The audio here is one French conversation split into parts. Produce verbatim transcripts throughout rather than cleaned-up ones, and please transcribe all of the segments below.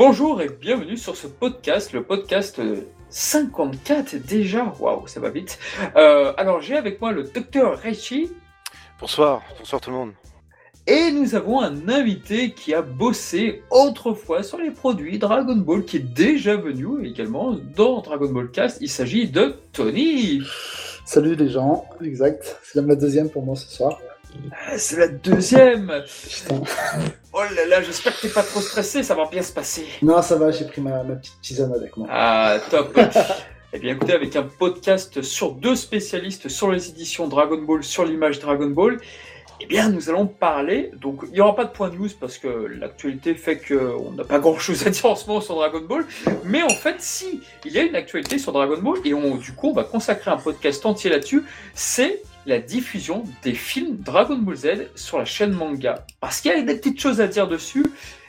Bonjour et bienvenue sur ce podcast, le podcast cinquante-quatre déjà, waouh, ça va vite. Euh, alors j'ai avec moi le docteur Reichi. Bonsoir, bonsoir tout le monde. Et nous avons un invité qui a bossé autrefois sur les produits Dragon Ball, qui est déjà venu également dans Dragon Ball Cast. Il s'agit de Tony. Salut les gens, exact. C'est même la deuxième pour moi ce soir. Ah, c'est la deuxième. Putain. Oh là là, j'espère que t'es pas trop stressé, ça va bien se passer. Non, ça va, j'ai pris ma, ma petite tisane avec moi. Ah, top. Eh bien écoutez, avec un podcast sur deux spécialistes sur les éditions Dragon Ball, sur l'image Dragon Ball, eh bien nous allons parler, donc il n'y aura pas de point news parce que l'actualité fait qu'on n'a pas grand chose à dire en ce moment sur Dragon Ball, mais en fait si, il y a une actualité sur Dragon Ball et on, du coup on va consacrer un podcast entier là-dessus, c'est la diffusion des films Dragon Ball Z sur la chaîne manga. Parce qu'il y a des petites choses à dire dessus.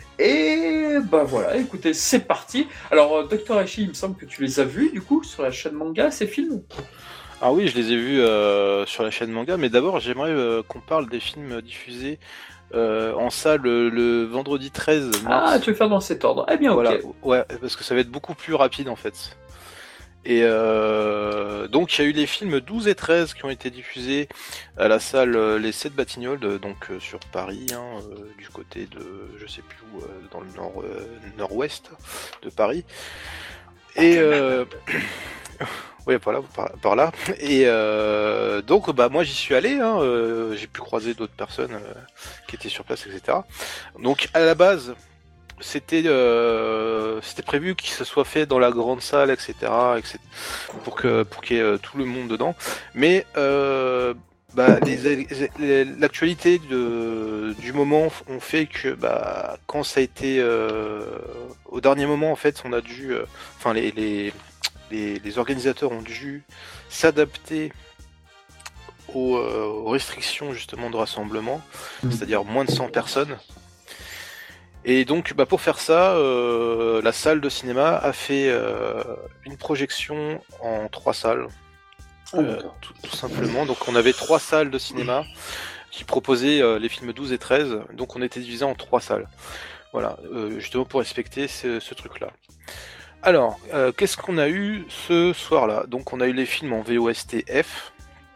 Et bah voilà, écoutez, c'est parti. Alors, euh, docteur Hachi, il me semble que tu les as vus, du coup, sur la chaîne manga, ces films ? Ah oui, je les ai vus euh, sur la chaîne manga, mais d'abord j'aimerais euh, qu'on parle des films diffusés euh, en salle le, le vendredi treize mars. Ah, tu veux faire dans cet ordre ? Eh bien, ok. Voilà, ouais, parce que ça va être beaucoup plus rapide en fait. Et euh, donc il y a eu les films douze et treize qui ont été diffusés à la salle euh, Les sept Batignolles, donc euh, sur Paris, hein, euh, du côté de, je sais plus où, euh, dans le nord, euh, nord-ouest de Paris. Et euh, ouais, par là, par, par là. Et euh, donc bah moi j'y suis allé, hein, euh, j'ai pu croiser d'autres personnes euh, qui étaient sur place, et cetera. Donc à la base, C'était euh, c'était prévu que ce soit fait dans la grande salle, et cetera, et cetera pour que pour qu'il y ait euh, tout le monde dedans. Mais euh, bah, les, les, l'actualité de, du moment ont fait que bah, quand ça a été euh, au dernier moment en fait, on a dû, euh, enfin les, les les les organisateurs ont dû s'adapter aux, euh, aux restrictions justement de rassemblement, mmh. c'est-à-dire moins de cent personnes. Et donc, bah, pour faire ça, euh, la salle de cinéma a fait euh, une projection en trois salles, euh, tout, tout simplement. Donc, on avait trois salles de cinéma qui proposaient euh, les films douze et treize. Donc, on était divisé en trois salles. Voilà, euh, justement pour respecter ce, ce truc-là. Alors, euh, qu'est-ce qu'on a eu ce soir-là ? Donc, on a eu les films en V O S T F.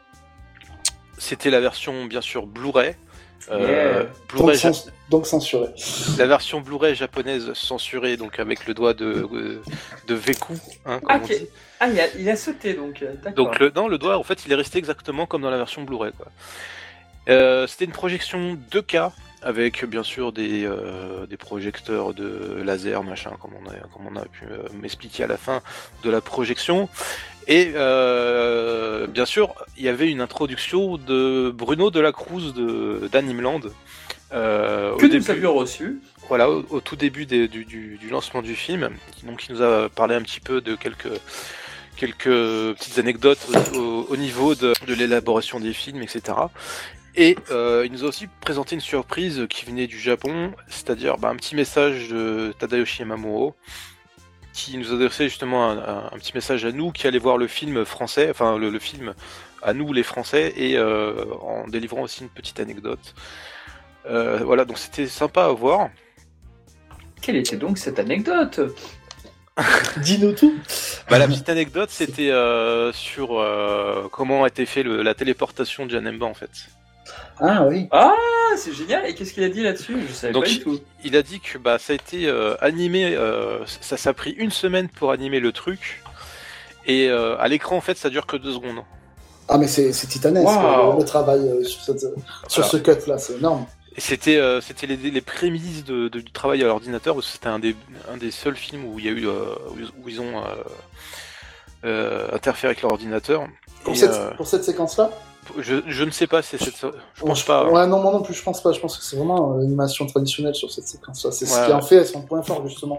C'était la version, bien sûr, Blu-ray. Euh, yeah. Blu-ray donc, ja... donc censuré. La version Blu-ray japonaise censurée, donc avec le doigt de, de Veku, hein, comme ah, on okay. dit. Ah, il a, il a sauté donc. D'accord. Donc le, non, le doigt, en fait, il est resté exactement comme dans la version Blu-ray, quoi. Euh, c'était une projection deux K avec bien sûr des, euh, des projecteurs de laser, machin, comme on a, comme on a pu euh, m'expliquer à la fin de la projection. Et euh, bien sûr, il y avait une introduction de Bruno Delacruz de d'Animeland. Euh, que nous avions reçu. Voilà, au, au tout début des, du, du, du lancement du film. Donc il nous a parlé un petit peu de quelques, quelques petites anecdotes au, au, au niveau de, de l'élaboration des films, et cetera. Et euh, il nous a aussi présenté une surprise qui venait du Japon, c'est-à-dire bah, un petit message de Tadayoshi Yamamuro, qui nous adressait justement un, un, un petit message à nous qui allait voir le film français, enfin le, le film à nous les Français, et euh, en délivrant aussi une petite anecdote. Euh, voilà, donc c'était sympa à voir. Quelle était donc cette anecdote ? Dis-nous tout. Bah, la petite anecdote, c'était euh, sur euh, comment a été fait le, la téléportation de Janemba en fait. Ah oui. Ah, c'est génial. Et qu'est-ce qu'il a dit là-dessus ? Je savais Donc, pas du tout. Il a dit que bah ça a été euh, animé, euh, ça ça a pris une semaine pour animer le truc, et euh, à l'écran en fait ça dure que deux secondes. Ah mais c'est, c'est titanesque wow. le, le travail euh, sur, cette, voilà. sur ce cut là, c'est énorme. Et c'était euh, c'était les, les prémices de, de, du travail à l'ordinateur, parce que c'était un des un des seuls films où il y a eu euh, où ils ont euh, euh, interféré avec l'ordinateur. Pour, et, cette, euh, pour cette séquence là. Je, je ne sais pas si c'est cette. Je pense je, pas. Ouais, non, moi non plus, je pense pas. Je pense que c'est vraiment euh, l'animation traditionnelle sur cette séquence-là. C'est ouais. ce qui en fait son point fort, justement.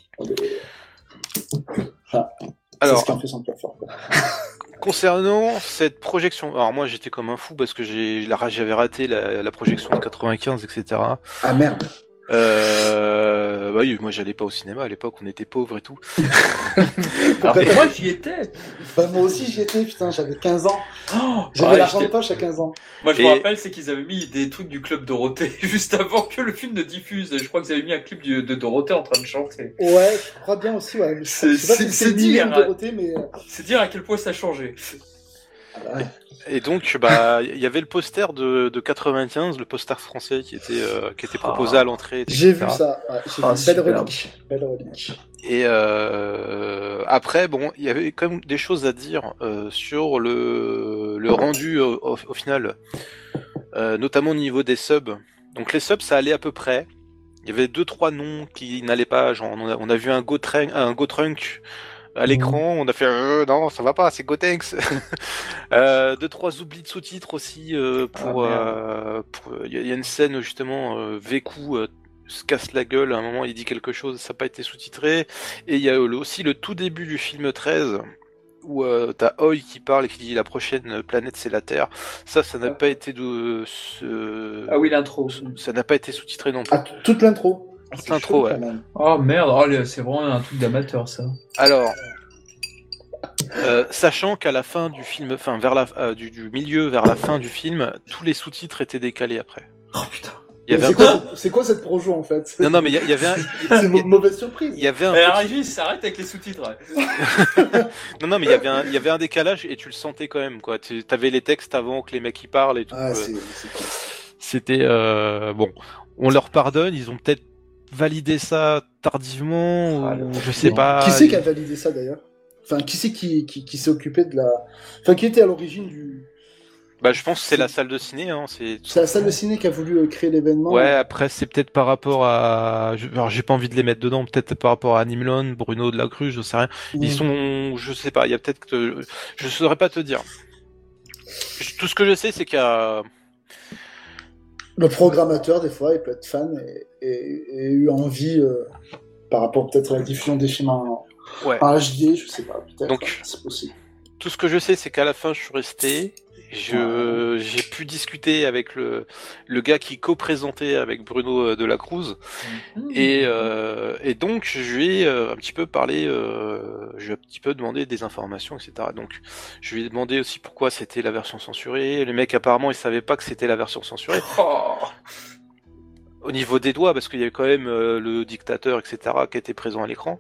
Enfin, alors, c'est ce qui en fait son point fort. Quoi. Concernant cette projection, alors moi j'étais comme un fou parce que j'ai, j'avais raté la, la projection de quatre-vingt-quinze, et cetera. Ah merde. Euh, bah oui, moi j'allais pas au cinéma à l'époque, on était pauvres et tout. Alors, moi j'y étais. Bah, moi aussi j'y étais, putain, j'avais quinze ans. Oh, j'avais ouais, l'argent de j'étais- poche à quinze ans. Moi je Et- me rappelle, c'est qu'ils avaient mis des trucs du club Dorothée juste avant que le film ne diffuse. Je crois qu'ils avaient mis un clip du- de Dorothée en train de chanter. Ouais, je crois bien aussi, ouais. Je C'est- sais pas c'est- si c'est c'est dire, Mylène Dorothée, mais. euh, C'est dire à quel point ça a changé. ouais. Et donc, bah, il y avait le poster de, de quatre-vingt-quinze, le poster français qui était, euh, qui était proposé Ah. à l'entrée. et J'ai cetera. vu ça, ouais, j'ai Ah, vu. Belle superbe. relique. Belle relique. Et euh, après, bon, il y avait quand même des choses à dire euh, sur le, le rendu au, au, au final, euh, notamment au niveau des subs. Donc les subs, ça allait à peu près. Il y avait deux trois noms qui n'allaient pas. Genre, on a, on a vu un Gotrunk, un Gotrunk à l'écran. On a fait euh, non, ça va pas, c'est Gotenks. euh, deux trois oublis de sous-titres aussi euh, pour. Ah, merde. euh, pour- Il y, a- il y a une scène justement euh, Vécu euh, se casse la gueule, à un moment il dit quelque chose, ça n'a pas été sous-titré, et il y a le- aussi le tout début du film treize, où euh, t'as Oi qui parle et qui dit la prochaine planète c'est la Terre, ça, ça n'a pas été de... Ce... Ah oui, l'intro. Ça n'a pas été sous-titré non plus. Ah, t- toute l'intro. Ah, c'est l'intro, chaud, ouais. quand même. Oh merde, oh, le- c'est vraiment un truc d'amateur ça. Alors, euh, sachant qu'à la fin du film, enfin vers la, euh, du, du milieu vers la fin du film, tous les sous-titres étaient décalés après. Oh putain. Il y avait C'est un... quoi, cette- c'est quoi cette projo en fait? Non, non, mais il y, il y avait un... C'est une mauvaise surprise. Il y avait un Eh, petit- Régis, arrête avec les sous-titres. ouais. Non, non, mais il y avait un, il y avait un décalage et tu le sentais quand même, quoi. Tu avais les textes avant que les mecs y parlent et tout. Ah, euh, c'est c'est triste. C'était euh, bon. On leur pardonne. Ils ont peut-être validé ça tardivement Ah, ou le- je sais Mais pas. Qui c'est qui a validé ça d'ailleurs? Enfin, qui c'est qui, qui, qui s'est occupé de la. Enfin, qui était à l'origine du. Bah, je pense que c'est la salle de ciné. Hein, c'est. C'est la salle de ciné qui a voulu euh, créer l'événement. Ouais. Après, c'est peut-être par rapport à. je- Alors, j'ai pas envie de les mettre dedans. Peut-être par rapport à Nimlon, Bruno de la Cruz, je sais rien. Ils Mm. sont, je sais pas. Il y a peut-être que je saurais pas te dire. Je- Tout ce que je sais, c'est qu'il y a. Le programmateur, des fois, il peut être fan et, et, et eu envie euh, par rapport peut-être à la diffusion des films en, Ouais. en H D, je sais pas, peut-être. Donc- ouais, c'est possible. Tout ce que je sais, c'est qu'à la fin, je suis resté. Je, j'ai pu discuter avec le, le gars qui co-présentait avec Bruno euh, de la Cruz. Et, euh, et donc, je lui ai euh, un petit peu parlé, euh, je lui ai un petit peu demandé des informations, et cetera. Donc, je lui ai demandé aussi pourquoi c'était la version censurée. Les mecs, apparemment, ils savaient pas que c'était la version censurée. Oh. Au niveau des doigts, parce qu'il y avait quand même euh, le dictateur, et cetera, qui était présent à l'écran.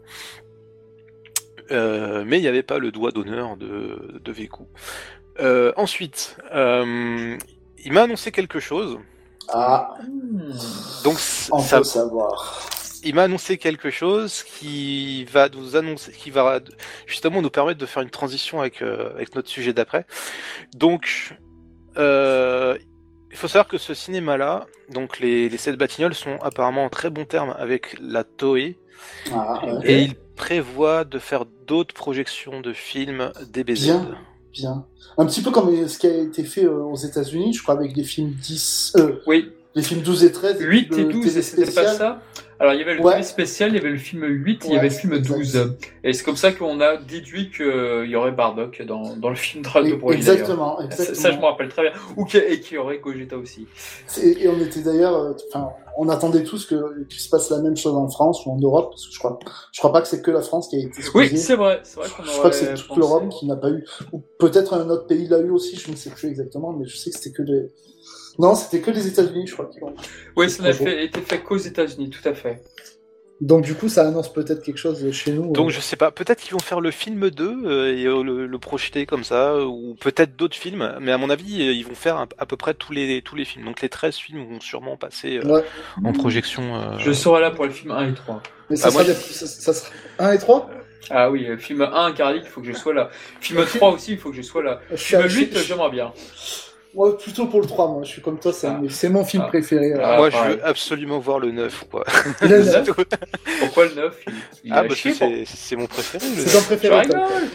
Euh, mais il n'y avait pas le doigt d'honneur de, de Vécu. Euh, ensuite, euh, il m'a annoncé quelque chose. Ah, Hmm. Donc, on ça, peut savoir. il m'a annoncé quelque chose qui va nous annoncer, qui va justement nous permettre de faire une transition avec euh, avec notre sujet d'après. Donc, euh, il faut savoir que ce cinéma-là, donc les les sept Batignolles sont apparemment en très bon terme avec la Toei Ah, ouais. et ils prévoient de faire d'autres projections de films D B Z. Bien. Bien. Un petit peu comme ce qui a été fait euh, aux États-Unis, je crois, avec les films dix, euh, Oui, les films douze et treize. huit le et douze, T V et c'était pas spécial. ça. Alors, il y avait le Ouais. T V spécial, il y avait le film huit, il y Ouais, avait le film exact. douze. Et c'est comme ça qu'on a déduit qu'il y aurait Bardock dans, dans le film Dragon Et- Ball. Exactement, d'ailleurs. exactement. Ça, ça, je me rappelle très bien. Ou qu'il y, et qu'il y aurait Gogeta aussi. Et, et on était d'ailleurs, euh, enfin, on attendait tous que qu'il se passe la même chose en France ou en Europe, parce que je crois, je crois pas que c'est que la France qui a été Oui, exposée. c'est vrai. C'est vrai qu'on Je aurait crois que c'est toute pensé- l'Europe qui n'a pas eu, ou peut-être un autre pays l'a eu aussi, je ne sais plus exactement, mais je sais que c'était que les, non, c'était que les États-Unis, je crois. Qui l'ont. Oui, ça n'a Bonjour. fait, été fait qu'aux États-Unis, tout à fait. Donc du coup, ça annonce peut-être quelque chose chez nous. Donc euh. je sais pas, peut-être qu'ils vont faire le film deux euh, et euh, le, le projeter comme ça, euh, ou peut-être d'autres films, mais à mon avis, euh, ils vont faire un- à peu près tous les tous les films. Donc les treize films vont sûrement passer euh, Ouais. en projection. euh, Je serai là pour le film un et trois. Mais ça Ah, sera moi, des- ça, ça sera un et trois. Ah oui, euh, film un, Garlic, il faut que je sois là. Film trois aussi, il faut que je sois là. Je suis Film à- huit, je- je- j'aimerais bien. Moi, plutôt pour le trois, moi. Je suis comme toi, c'est Ah. un- c'est mon film Ah. préféré. Ah, Moi, pareil. je veux absolument voir le neuf, quoi. Le Le neuf. neuf Pourquoi le neuf il, il Ah, a bah chier, c'est c'est mon préféré. le C'est neuf. ton Je préféré, toi. rigole.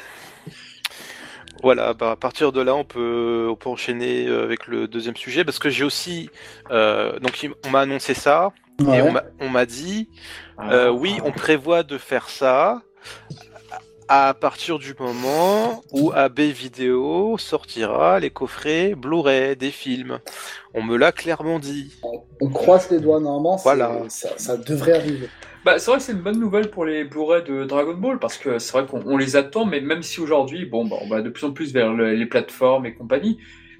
Voilà, bah à partir de là, on peut on peut enchaîner euh, avec le deuxième sujet parce que j'ai aussi euh, donc il- on m'a annoncé ça et Ouais. on m'a on m'a dit euh, oui, on prévoit de faire ça à partir du moment où A B Vidéo sortira les coffrets Blu-ray des films. On me l'a clairement dit. On croise les doigts, normalement. c'est- Voilà. Ça, ça devrait arriver. Bah, c'est vrai que c'est une bonne nouvelle pour les Blu-ray de Dragon Ball parce que c'est vrai qu'on on les attend, mais même si aujourd'hui, bon, bah, on va de plus en plus vers le- les plateformes et compagnie.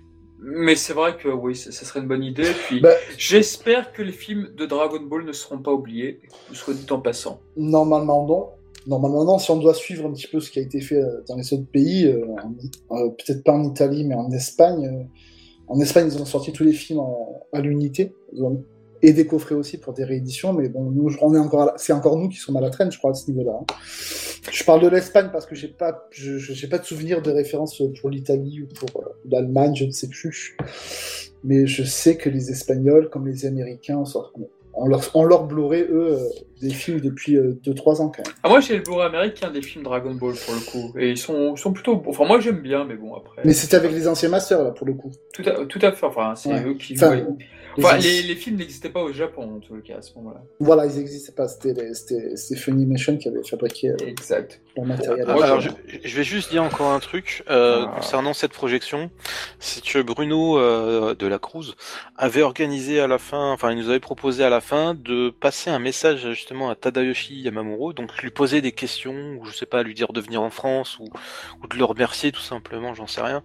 Mais c'est vrai que oui, ça, ça serait une bonne idée. Puis Bah, j'espère que les films de Dragon Ball ne seront pas oubliés, soit dit en passant. normalement, non. Normalement, non. Si on doit suivre un petit peu ce qui a été fait euh, dans les autres pays, euh, en- euh, peut-être pas en Italie, mais en Espagne. euh, En Espagne, ils ont sorti tous les films en- à l'unité. Ils ont- Et des coffrets aussi pour des rééditions. Mais bon, nous, on est encore à la- c'est encore nous qui sommes à la traîne, je crois, à ce niveau-là. hein. Je parle de l'Espagne parce que j'ai pas, je, je- j'ai pas de souvenir de référence pour l'Italie ou pour euh, l'Allemagne, je ne sais plus. Mais je sais que les Espagnols, comme les Américains, sortent- on leur, on leur Blu-ray, eux, euh, des films depuis deux trois ans quand même. Ah, moi, j'ai le Blu-ray américain des films Dragon Ball pour le coup, et ils sont, ils sont plutôt. Enfin, moi, j'aime bien, mais bon, après. Mais c'était avec les anciens masters, là, pour le coup. Tout à, tout à fait. Enfin, c'est Ouais. eux qui. Enfin, ouais. les Enfin, anci- les, les films n'existaient pas au Japon en tout cas à ce moment-là. Voilà, ils n'existaient pas. C'était, les- c'était, c'était Funimation qui avait fabriqué euh, Exact. leur matériel. Ah, Ouais, alors, je- je, je vais juste dire encore un truc euh, Ah. concernant cette projection. C'est que Bruno euh, de la Cruz avait organisé à la fin, enfin, il nous avait proposé à la fin de passer un message justement à Tadayoshi Yamamuro, donc lui poser des questions, ou je sais pas, lui dire de venir en France, ou, ou de le remercier tout simplement, j'en sais rien.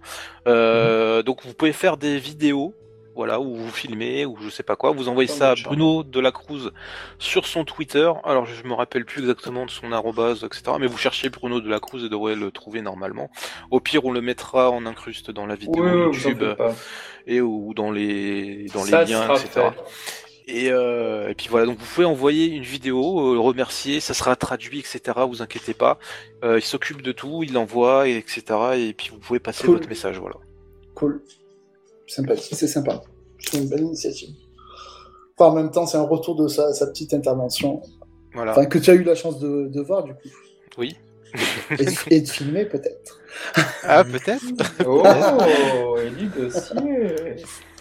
Euh, donc vous pouvez faire des vidéos. Voilà, où vous filmez, ou je sais pas quoi, vous envoyez Dans ça à notre chambre. Bruno de la Cruz sur son Twitter. Alors je me rappelle plus exactement de son arrobase, et cetera. Mais vous cherchez Bruno de la Cruz et devrez le trouver normalement. Au pire, on le mettra en incruste dans la vidéo Oui, oui, vous en YouTube faites pas. et ou dans les dans Ça les liens, sera et cetera. fait. Et, euh, et puis voilà, donc vous pouvez envoyer une vidéo, euh, le remercier, ça sera traduit, et cetera. Vous inquiétez pas, euh, il s'occupe de tout, il l'envoie, et etc. Et puis vous pouvez passer Cool. votre message, voilà. Cool. Sympathique, c'est sympa. C'est une belle initiative. Enfin, en même temps, c'est un retour de sa, sa petite intervention. Voilà. Enfin, que tu as eu la chance de, de voir, du coup. Oui. Et, et de filmer, peut-être. Ah, peut-être. Oh, Elie Dossier.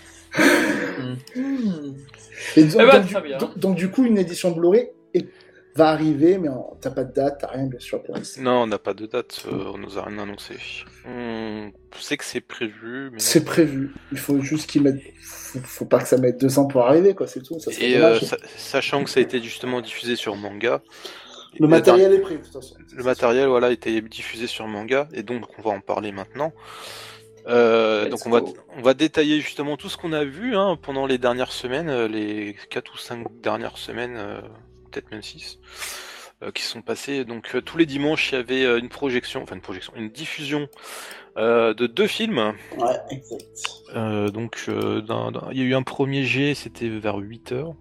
Mhm. Et donc, Eh ben, donc, très du, bien. donc, donc, du coup, une édition Blu-ray est- va arriver, mais en- t'as pas de date, t'as rien, bien sûr, pour l'instant. Non, on n'a pas de date, euh, on nous a rien annoncé. On sait que c'est prévu, mais... C'est prévu. Il faut juste qu'ils mettent. Faut, faut pas que ça mette deux ans pour arriver, quoi, c'est tout. Ça serait Et euh, dommage. sa- sachant que ça a été justement diffusé sur manga, Le matériel est prêt, de toute façon. le matériel voilà a été diffusé sur manga, et donc on va en parler maintenant. Euh, Let's donc on va, go. on va détailler justement tout ce qu'on a vu hein, pendant les dernières semaines, euh, les quatre ou cinq dernières semaines, euh, peut-être même six, euh, qui sont passées. Donc euh, tous les dimanches il y avait euh, une projection, enfin une projection, une diffusion euh, de deux films. Ouais, exact. Euh, donc euh, d'un- d'un- il y a eu un premier jet, c'était vers huit heures.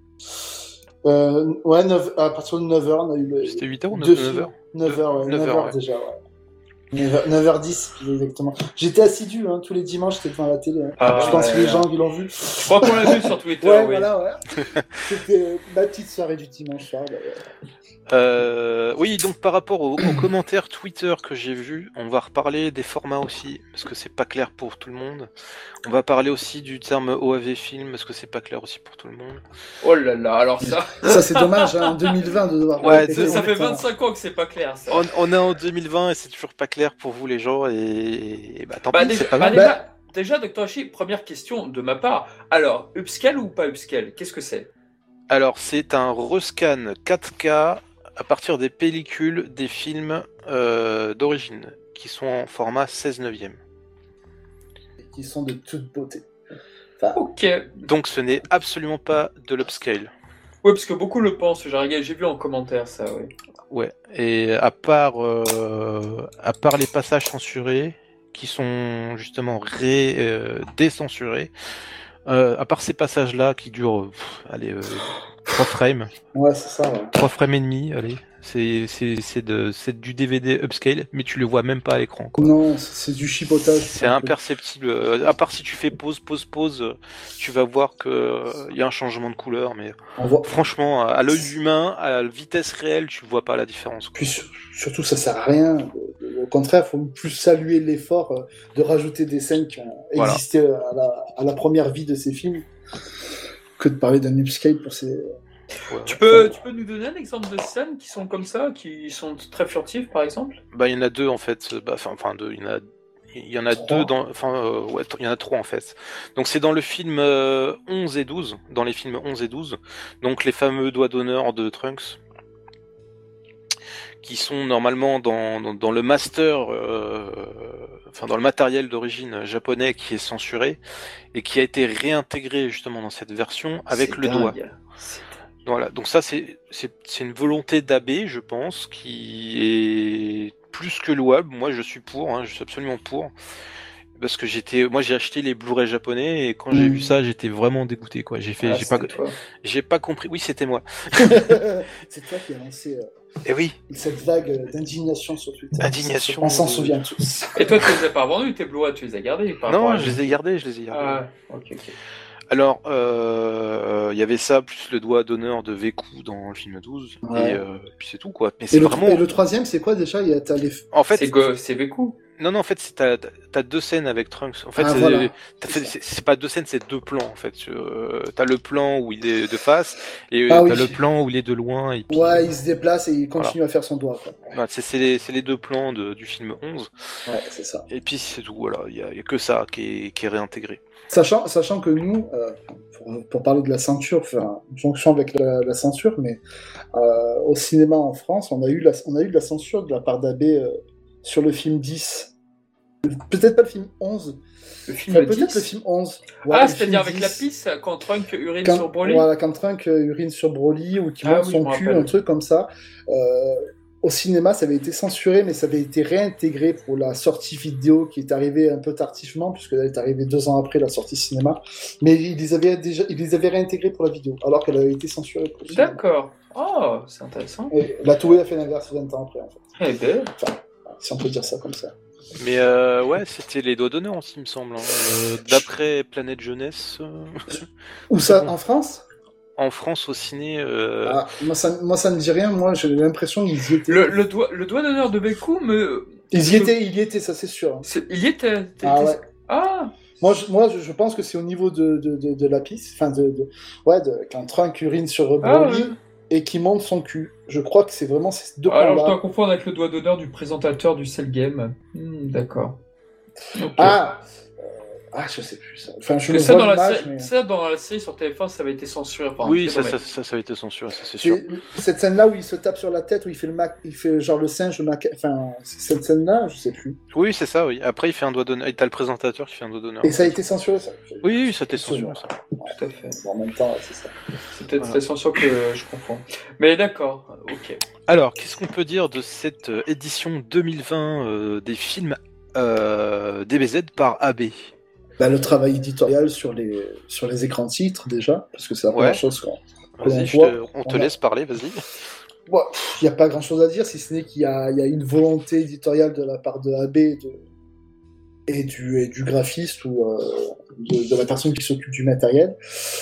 Euh, ouais, neuf à partir de neuf heures, on a eu le. C'était huit heures ou deux neuf heures? neuf heures, ouais. neuf neuf heures, heures ouais. déjà, ouais. neuf heures dix, exactement. J'étais assidu, hein, tous les dimanches, j'étais devant la télé. hein. Ah, je pense ouais, que les ouais. gens qui l'ont vu. Je crois qu'on l'a vu sur Twitter, Ouais, oui. voilà, ouais. C'était ma petite soirée du dimanche soir, d'ailleurs. Euh, oui, donc par rapport aux, aux commentaires Twitter que j'ai vus, on va reparler des formats aussi, parce que c'est pas clair pour tout le monde. On va parler aussi du terme O A V film, parce que c'est pas clair aussi pour tout le monde. Oh là là, alors ça, Ça, c'est dommage, hein, en deux mille vingt, de devoir. Ouais, répéter de- ça fait longtemps. vingt-cinq ans que c'est pas clair, ça. On, on est en deux mille vingt et c'est toujours pas clair pour vous les gens, et, et bah tant Bah, pis, déjà, c'est pas bah, grave. déjà, déjà, docteur Hachi, première question de ma part. Alors, upscale ou pas upscale? Qu'est-ce que c'est? Alors, c'est un rescan quatre K à partir des pellicules des films euh, d'origine, qui sont en format seize neuvième. Qui sont de toute beauté. Ok. Donc ce n'est absolument pas de l'upscale. Oui, parce que beaucoup le pensent. J'ai regardé- j'ai vu en commentaire ça, oui. Ouais, et à part, euh, à part les passages censurés, qui sont justement ré, euh, décensurés, euh, à part ces passages-là qui durent, pff, allez, euh, trois frames, Ouais, c'est ça, ouais. trois frames et demi, allez, c'est, c'est, c'est, de, c'est du D V D upscale, mais tu le vois même pas à l'écran, quoi. Non, c'est c'est du chipotage. C'est imperceptible. Euh, À part si tu fais pause, pause, pause, euh, tu vas voir que il y a un changement de couleur, mais On voit. franchement, à l'œil humain, à la vitesse réelle, tu vois pas la différence, quoi. Puis sur- surtout, ça sert à rien. Au contraire, il faut plus saluer l'effort euh, de rajouter des scènes qui ont Voilà. existé à la, à la première vie de ces films que de parler d'un upscale pour ces. Ouais. Tu peux, tu peux nous donner un exemple de scènes qui sont comme ça, qui sont très furtives, par exemple? Bah, il y en a deux en fait. Bah, enfin, enfin deux. Il y en a, il y en a Trois. deux dans. Enfin, euh, ouais, il y en a trois en fait. Donc c'est dans le film euh, onze et douze, dans les films onze et douze. Donc les fameux doigts d'honneur de Trunks. qui sont normalement dans, dans, dans le master, euh, enfin dans le matériel d'origine japonais qui est censuré et qui a été réintégré justement dans cette version avec C'est le dingue. doigt. C'est dingue. Voilà, donc ça c'est c'est c'est une volonté d'A B, je pense, qui est plus que louable. Moi je suis pour, hein, je suis absolument pour. Parce que j'étais, moi j'ai acheté les Blu-ray japonais et quand j'ai Mm. vu ça, j'étais vraiment dégoûté quoi. J'ai fait, Ah, j'ai pas, c'était toi. j'ai pas compris. Oui, c'était moi. C'est toi qui as lancé euh, Et oui, cette vague euh, d'indignation sur Twitter. Indignation, On s'en euh, souvient tous. Et toi, tu les as pas vendus, tes Blu-ray, tu les as gardés par rapport non, à je les ai gardés, je les ai gardés. Ah, ok, ok. Alors, euh, il y avait ça plus le doigt d'honneur de Veku dans le film douze Ouais. et euh, puis c'est tout quoi. Mais c'est Et le, vraiment. et le troisième, c'est quoi déjà? Il y a t'as les... En fait, C'est Go- c'est Veku. non, non, en fait, c'est t'as, t'as deux scènes avec Trunks. En fait, Ah, c'est, voilà. t'as C'est fait- ça. c'est, c'est pas deux scènes, c'est deux plans en fait. Euh, t'as le plan où il est de face et euh, Ah t'as oui. le plan où il est de loin. Et puis, Ouais, il se déplace et il continue à faire son doigt. Quoi. voilà, c'est, c'est, les, c'est les deux plans de, du film onze. Ouais, c'est ça. Et puis c'est tout. Voilà, il y a, il y a que ça qui est, qui est réintégré. Sachant, sachant que nous, euh, pour, pour parler de la ceinture, enfin, jonction avec la, la censure, mais euh, au cinéma en France, on a eu la, on a eu de la censure de la part d'A B euh, sur le film dix. Peut-être pas le film onze. Le film Enfin, dix. peut-être le film onze. Ouais, Ah, le c'est-à-dire film avec la dix. pisse, quand Trunk urine Quand, sur Broly. Voilà, quand Trunk euh, urine sur Broly ou qui Ah monte oui, son je me cul, rappelle. un truc comme ça. Euh, au cinéma, ça avait été censuré, mais ça avait été réintégré pour la sortie vidéo qui est arrivée un peu tardivement, puisque elle est arrivée deux ans après la sortie cinéma. Mais ils les avaient déjà, ils les avaient réintégrés pour la vidéo, alors qu'elle avait été censurée pour le cinéma. D'accord. Oh, c'est intéressant. Et la Toei a fait l'inverse vingt ans après, en fait. Eh ben, Enfin, si on peut dire ça comme ça. Mais euh, ouais, c'était les doigts d'honneur aussi, il me semble. Hein. Euh, d'après Planète Jeunesse, euh, Où ça, bon. en France? En France au ciné. Euh... Ah, moi, ça, moi, ça me dit rien. Moi, j'ai l'impression qu'ils y étaient. le, le doigt, le doigt d'honneur de Veku, mais Ils y étaient, ils y étaient, ça c'est sûr. c'est- il y était. t'es- Ah t'es- ouais. Ah, Moi, je, moi, je, je pense que c'est au niveau de, de, de, de la piste, enfin, de, de, ouais, de, quand Trunk urine sur Ah, Broly ouais. et qui monte son cul. Je crois que c'est vraiment ces deux Alors je points-là. dois confondre avec le doigt d'honneur du présentateur du Cell Game. Hmm, d'accord. Ok. Ah, euh, ah, je sais plus ça. Enfin, je Parce que me ça vois dans, la l'image, série, mais ça, dans la série sur T F un, ça avait été censuré. Enfin, oui, c'est ça, vrai. ça, ça, ça a été censuré, ça c'est sûr. c'est cette scène-là où il se tape sur la tête, où il fait le mac, il fait genre le singe, le mac, enfin, cette scène-là, je sais plus. Oui, c'est ça, oui. Après, il fait un doigt d'honneur. Et t'as le présentateur qui fait un doigt d'honneur. Et ça a été censuré, ça. Oui, oui, ça a été censuré, ça. Tout à fait. Bon, en même temps, ouais, c'est ça. C'est peut-être Voilà. la censure que je comprends. Mais d'accord, ok. Alors, qu'est-ce qu'on peut dire de cette euh, édition deux mille vingt euh, des films euh, D B Z par A B? Bah, le travail éditorial sur les, sur les écrans titres, déjà, parce que c'est la Ouais. première chose qu'on. Vas-y, on je voit- te- on te on a- laisse parler, vas-y. Il n'y a pas grand-chose à dire, si ce n'est qu'il y a, il y a une volonté éditoriale de la part de A B et, de, et, du, et du graphiste ou euh, de, de la personne qui s'occupe du matériel,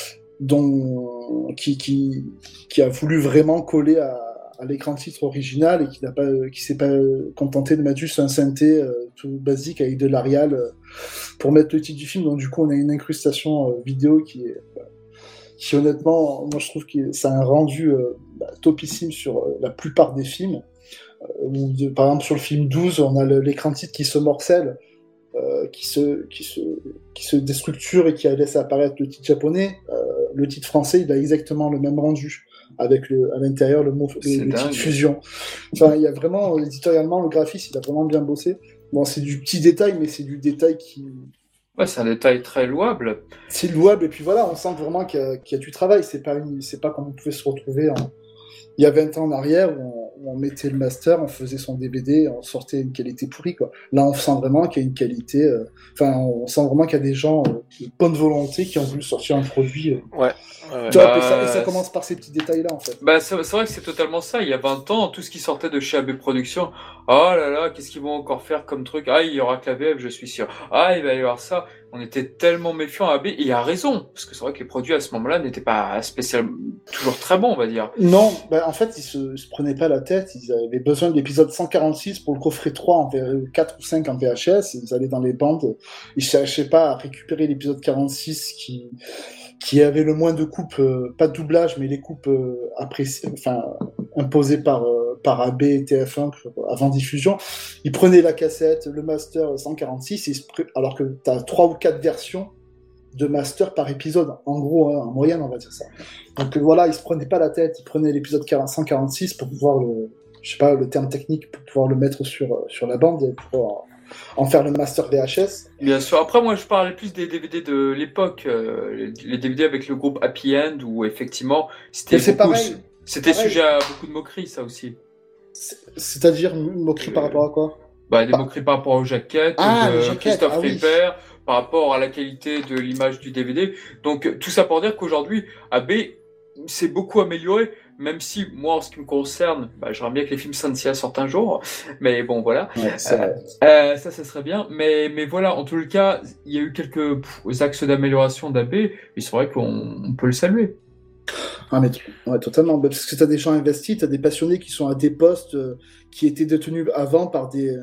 dont, qui, qui, qui a voulu vraiment coller à, à l'écran titre original et qui n'a pas, qui s'est pas contenté de mettre juste un synthé euh, tout basique avec de l'Arial euh, pour mettre le titre du film. Donc du coup, on a une incrustation euh, vidéo qui est qui honnêtement, moi je trouve que ça a un rendu euh, bah, topissime sur euh, la plupart des films. Euh, où de- par exemple sur le film douze, on a le- l'écran titre qui se morcelle, euh, qui, se, qui, se, qui se déstructure et qui laisse apparaître le titre japonais. Euh, le titre français, il a exactement le même rendu, avec le, à l'intérieur le, mot, le, C'est le titre dingue. fusion. Enfin, il y a vraiment, éditorialement, le graphiste, il a vraiment bien bossé. Bon, c'est du petit détail, mais c'est du détail qui, Ouais, c'est un détail très louable. c'est louable, et puis voilà, on sent vraiment qu'il y a, qu'il y a du travail. C'est pas, une- c'est pas comme on pouvait se retrouver en- il y a vingt ans en arrière où on, où on mettait le master, on faisait son D V D, on sortait une qualité pourrie, quoi. Là, on sent vraiment qu'il y a une qualité, euh, enfin, on sent vraiment qu'il y a des gens euh, de bonne volonté qui ont voulu sortir un produit. euh, Ouais. ouais, ouais. top, Bah, et, ça, et ça commence par ces petits détails-là, en fait. Bah, c'est c'est vrai que c'est totalement ça. Il y a vingt ans, tout ce qui sortait de chez A B Productions, oh là là, qu'est-ce qu'ils vont encore faire comme truc? Ah, il y aura que la V F, je suis sûr. Ah, il va y avoir ça. On était tellement méfiants à A B, et il a raison. Parce que c'est vrai que les produits à ce moment-là n'étaient pas spécialement, toujours très bons, on va dire. Non, bah, en fait, ils se, ils se prenaient pas la tête. Ils avaient besoin de l'épisode cent quarante-six pour le coffret trois en V- quatre ou cinq en V H S. Ils allaient dans les bandes. Ils cherchaient pas à récupérer l'épisode quarante-six qui, qui avait le moins de coupes, euh, pas de doublage, mais les coupes euh, appréciées, enfin, imposées par, euh, par A B et T F un avant diffusion. Ils prenaient la cassette, le master cent quarante-six, et ils se pre- alors que tu as trois ou quatre versions de master par épisode, en gros, hein, en moyenne, on va dire ça. Donc euh, voilà, ils se prenaient pas la tête, ils prenaient l'épisode cent quarante-six pour pouvoir le, je sais pas le terme technique pour pouvoir le mettre sur, sur la bande et pour en faire le master V H S. Bien sûr. Après, moi, je parlais plus des D V D de l'époque, euh, les, les D V D avec le groupe Happy End, où effectivement, c'était c'est beaucoup, pareil. C'était pareil. sujet à beaucoup de moqueries, ça aussi. C'est-à-dire moqueries euh... par rapport à quoi? Bah, des bah... moqueries par rapport aux jaquettes ah, de jaquettes. Christophe ah, Ripper, oui. par rapport à la qualité de l'image du D V D. Donc, tout ça pour dire qu'aujourd'hui, A B s'est beaucoup amélioré, même si, moi, en ce qui me concerne, bah, j'aimerais bien que les films Sansia sortent un jour, mais bon, voilà. Ouais, euh, euh, ça, ça serait bien. Mais, mais voilà, en tout cas, il y a eu quelques pff, axes d'amélioration d'A B, et c'est vrai qu'on on peut le saluer. Ah mais ouais, totalement, parce que tu as des gens investis, tu as des passionnés qui sont à des postes euh, qui étaient détenus avant par des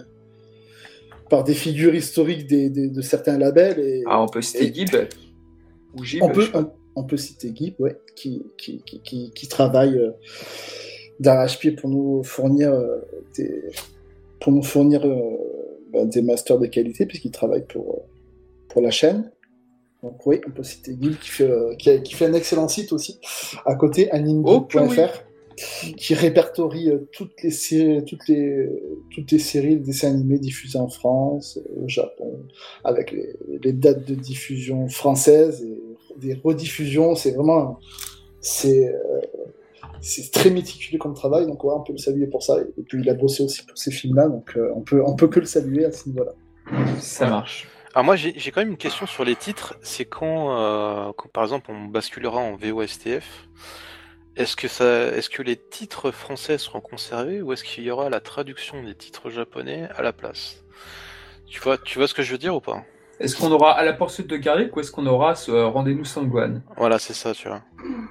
par des figures historiques des, des, de certains labels. Et, ah, on peut citer et, Gib ou Gib, on peut, on, on peut citer Gib, ouais, qui, qui, qui, qui, qui travaille euh, d'arrache-pied pour nous fournir euh, des pour nous fournir euh, bah, des masters de qualité, puisqu'il travaille pour, pour la chaîne. Donc oui, on peut citer Gil qui fait, euh, qui, a, qui fait un excellent site aussi, à côté, animegeek point f r, oh, oui. qui répertorie euh, toutes, les séries, toutes, les, toutes les séries de dessins animés diffusés en France, au Japon, avec les, les dates de diffusion françaises et des rediffusions. C'est vraiment... C'est, euh, c'est très méticuleux comme travail, donc ouais, on peut le saluer pour ça. Et puis il a bossé aussi pour ces films-là, donc euh, on peut, on peut que le saluer à ce niveau-là. Ça marche. Alors moi j'ai, j'ai quand même une question sur les titres, c'est quand, euh, quand par exemple on basculera en V O S T F, est-ce que, ça, est-ce que les titres français seront conservés ou est-ce qu'il y aura la traduction des titres japonais à la place? Tu vois, tu vois ce que je veux dire ou pas? Est-ce qu'on aura À la poursuite de Garlic ou est-ce qu'on aura ce euh, Rendez-nous Sangwan? Voilà, c'est ça, tu vois.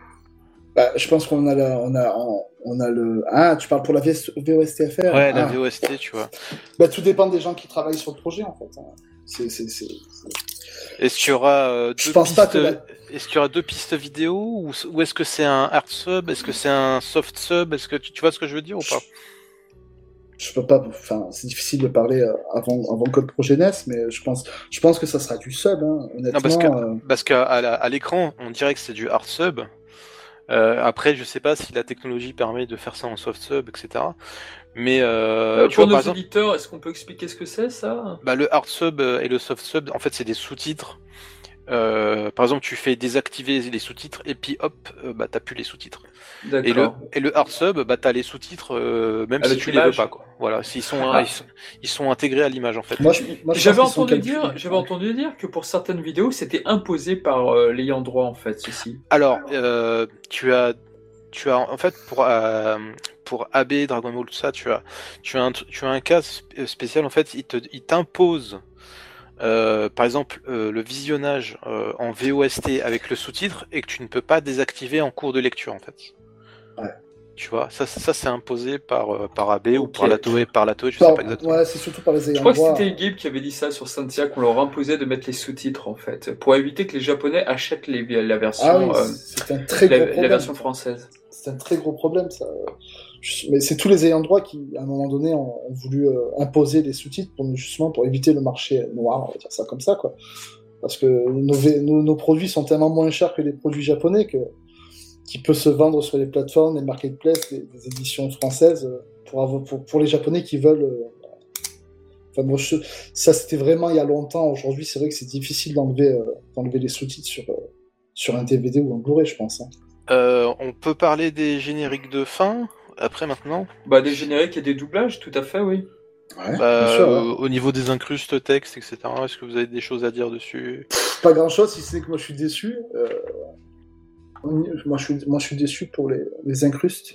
Bah, je pense qu'on a, la, on a, on a le... Ah, tu parles pour la V O S T F R? Ouais, ah. la V O S T, tu vois. Bah, tout dépend des gens qui travaillent sur le projet, en fait. C'est, c'est, c'est, c'est... Est-ce qu'il y aura euh, deux je pense pistes... pas que la... Est-ce qu'il y aura deux pistes vidéo ou, ou est-ce que c'est un hard sub? Est-ce que c'est un soft sub? Est-ce que tu, tu vois ce que je veux dire ou pas? Je peux pas, enfin, c'est difficile de parler avant, avant que le projet naisse, mais je pense, je pense que ça sera du sub, hein, honnêtement. Non, parce, que, euh... parce qu'à à, à l'écran, on dirait que c'est du hard sub. Euh, après, je sais pas si la technologie permet de faire ça en soft sub, et cetera. Mais euh, euh, tu pour vois, nos par auditeurs, exemple, est-ce qu'on peut expliquer ce que c'est, ça? Bah, le hard sub et le soft sub, en fait, c'est des sous-titres. Euh, par exemple, tu fais désactiver les sous-titres et puis hop, euh, bah t'as plus les sous-titres. D'accord. Et le et le hard sub, bah t'as les sous-titres euh, même avec si tu l'image. les veux pas, quoi. Voilà, s'ils sont, ah. ils sont ils sont intégrés à l'image en fait. Moi, je, moi, je j'avais entendu dire, j'avais entendu dire que pour certaines vidéos, c'était imposé par euh, l'ayant droit en fait, ceci. Alors, euh, tu as tu as en fait pour euh, pour A B, Dragon Ball, tout ça, tu as tu as un tu as un cas spécial en fait, il te il t'impose Euh, par exemple, euh, le visionnage euh, en V O S T avec le sous-titre et que tu ne peux pas désactiver en cours de lecture en fait. Ouais. Tu vois, ça, ça c'est imposé par euh, par A B okay. ou par la Toei, par la Toei, je par, sais pas exactement. Ouais, c'est surtout par les ayants Je crois droit. que c'était Gib qui avait dit ça sur Santia, qu'on leur imposait de mettre les sous-titres en fait, pour éviter que les Japonais achètent les, la version, ah oui, euh, c'est un très la, gros problème, la version française. C'est un très gros problème ça. Mais c'est tous les ayants droit qui, à un moment donné, ont, ont voulu euh, imposer les sous-titres pour justement pour éviter le marché noir, on va dire ça comme ça, quoi. Parce que nos, nos, nos produits sont tellement moins chers que les produits japonais que qui peut se vendre sur les plateformes, les marketplaces, les, les éditions françaises pour, avoir, pour pour les Japonais qui veulent. Euh... Enfin, moi, je... ça c'était vraiment il y a longtemps. Aujourd'hui, c'est vrai que c'est difficile d'enlever euh, d'enlever les sous-titres sur euh, sur un D V D ou un Blu-ray, je pense. Hein. Euh, on peut parler des génériques de fin. Après maintenant bah des génériques et des doublages, tout à fait, oui. Ouais, bah, bien sûr, euh, ouais. Au niveau des incrustes textes, et cetera, est-ce que vous avez des choses à dire dessus? Pff, Pas grand-chose, si c'est que moi je suis déçu. Euh... Moi, je suis, moi je suis déçu pour les, les incrustes.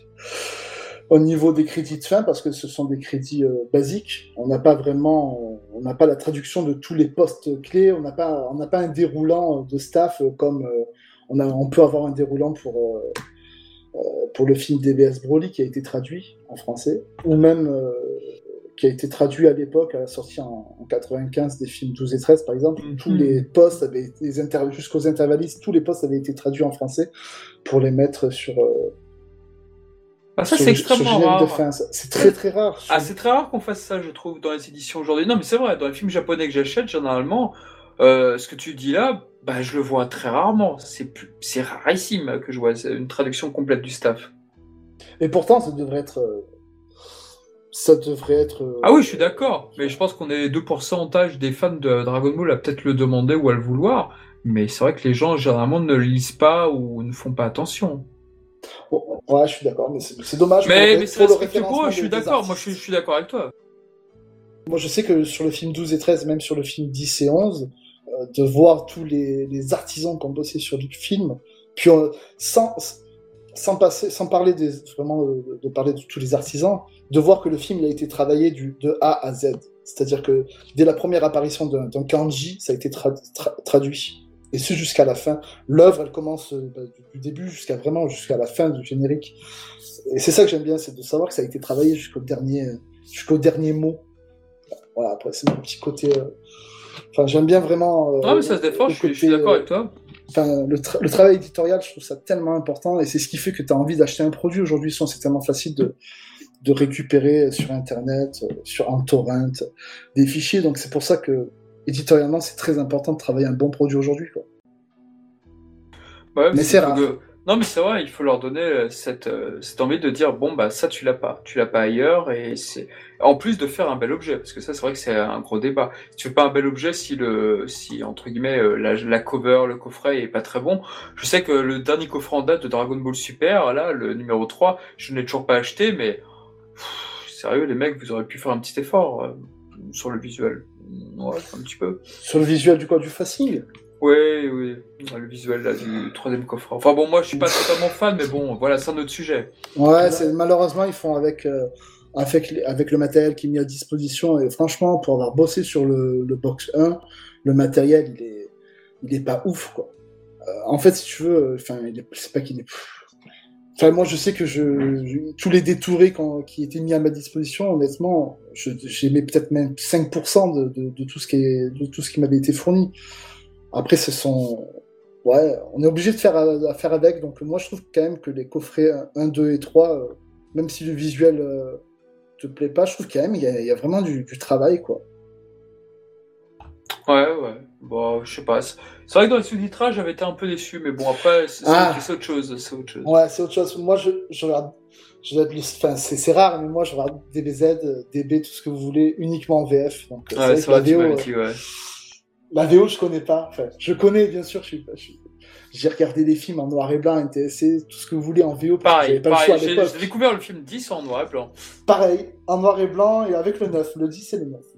Au niveau des crédits de fin, parce que ce sont des crédits euh, basiques, on n'a pas vraiment, on n'a pas la traduction de tous les postes clés, on n'a pas, on n'a pas un déroulant de staff comme euh, on, a, on peut avoir un déroulant pour... Euh, Euh, pour le film D B S Broly qui a été traduit en français, ou même euh, qui a été traduit à l'époque, à la sortie en, en quatre-vingt-quinze des films douze et treize par exemple, mm-hmm. tous les postes avaient été, les inter- jusqu'aux intervallistes, tous les postes avaient été traduits en français pour les mettre sur... Euh, ah, ça sur c'est le, extrêmement sur rare. De fin. C'est très très rare. Sur... Ah, c'est très rare qu'on fasse ça, je trouve, dans les éditions aujourd'hui. Non mais c'est vrai, dans les films japonais que j'achète, généralement, euh, ce que tu dis là, bah, je le vois très rarement. C'est, plus... c'est rarissime que je vois une traduction complète du staff. Et pourtant, ça devrait être, euh... ça devrait être. Euh, Ah oui, je suis d'accord, mais je pense qu'on est deux pourcentages des fans de Dragon Ball à peut-être le demander ou à le vouloir, mais c'est vrai que les gens généralement ne le lisent pas ou ne font pas attention. Bon, ouais, je suis d'accord, mais c'est, c'est dommage. Mais, pour, mais pour c'est le respecté pour référencement eux, je suis des- des d'accord, moi je artistes. suis, je suis d'accord avec toi. Moi, je sais que sur le film douze et treize, même sur le film dix et onze, euh, de voir tous les, les artisans qui ont bossé sur le film, puis euh, sans, sans, passer, sans parler des, vraiment euh, de parler de tous les artisans, de voir que le film il a été travaillé du, de A à Z. C'est-à-dire que dès la première apparition d'un, d'un kanji, ça a été tra- tra- traduit. Et ce jusqu'à la fin. L'œuvre, elle commence euh, bah, du, du début jusqu'à vraiment jusqu'à la fin du générique. Et c'est ça que j'aime bien, c'est de savoir que ça a été travaillé jusqu'au dernier, jusqu'au dernier mot. Voilà, après, c'est mon petit côté. euh, Enfin, j'aime bien vraiment. euh, Ah, mais ça se défend, le je suis, je côté, suis d'accord euh, avec toi. Enfin, le, tra- le travail éditorial, je trouve ça tellement important et c'est ce qui fait que tu as envie d'acheter un produit aujourd'hui. Sinon, c'est tellement facile de, de récupérer sur Internet, euh, sur un torrent, des fichiers. Donc, c'est pour ça que éditorialement, c'est très important de travailler un bon produit aujourd'hui, quoi. Ouais, Mais parce c'est qu'il faut rare. que- Non, mais c'est vrai, il faut leur donner euh, cette, euh, cette envie de dire, bon, bah, ça, tu l'as pas. Tu l'as pas ailleurs, et c'est... En plus de faire un bel objet, parce que ça, c'est vrai que c'est un gros débat. Si tu fais pas un bel objet, si, le, si entre guillemets, euh, la, la cover, le coffret est pas très bon. Je sais que le dernier coffret en date de Dragon Ball Super, là, le numéro trois, je ne l'ai toujours pas acheté, mais... pff, sérieux, les mecs, vous auriez pu faire un petit effort euh, sur le visuel. Ouais, un petit peu. Sur le visuel du quoi, du facing. Oui, oui, le visuel là, du troisième coffret. Enfin bon, moi je suis pas totalement fan, mais bon, voilà, c'est un autre sujet. Ouais, c'est, malheureusement, ils font avec, euh, avec, les- avec le matériel qui est mis à disposition. Et franchement, pour avoir bossé sur le, le box un, le matériel, il est, il est pas ouf, quoi. Euh, en fait, si tu veux, enfin, il est- c'est pas qu'il est. Enfin, moi, je sais que je, je- tous les détourés quand- qui étaient mis à ma disposition, honnêtement, je, j'aimais peut-être même cinq pour cent de, de, de tout ce qui est, de tout ce qui m'avait été fourni. Après, ce sont, ouais, on est obligé de faire à, à faire avec. Donc, moi, je trouve quand même que les coffrets un, deux et trois, euh, même si le visuel euh, te plaît pas, je trouve quand même il y a, il y a vraiment du, du travail, quoi. Ouais, ouais. Bon, je sais pas. C'est c'est vrai que dans les sous-titrages, j'avais été un peu déçu, mais bon, après, c'est Ah. c'est autre chose. C'est autre chose. Ouais, c'est autre chose. Moi, je, je regarde, je regarde le- enfin, c'est, c'est rare, mais moi, je regarde D B Z, euh, D B, tout ce que vous voulez, uniquement en V F. Donc, euh, Ouais, c'est c'est vrai vrai, que tu la V O, m'avais euh, dit, ouais. la V O, je connais pas. Enfin, je connais, bien sûr, je suis, je suis- j'ai regardé des films en noir et blanc, N T S C, tout ce que vous voulez en V O, parce que Pareil, j'avais pas le choix pareil. à J'ai l'époque. j'ai découvert le film dix en noir et blanc. Pareil, en noir et blanc et avec le neuf, le dix et le neuf.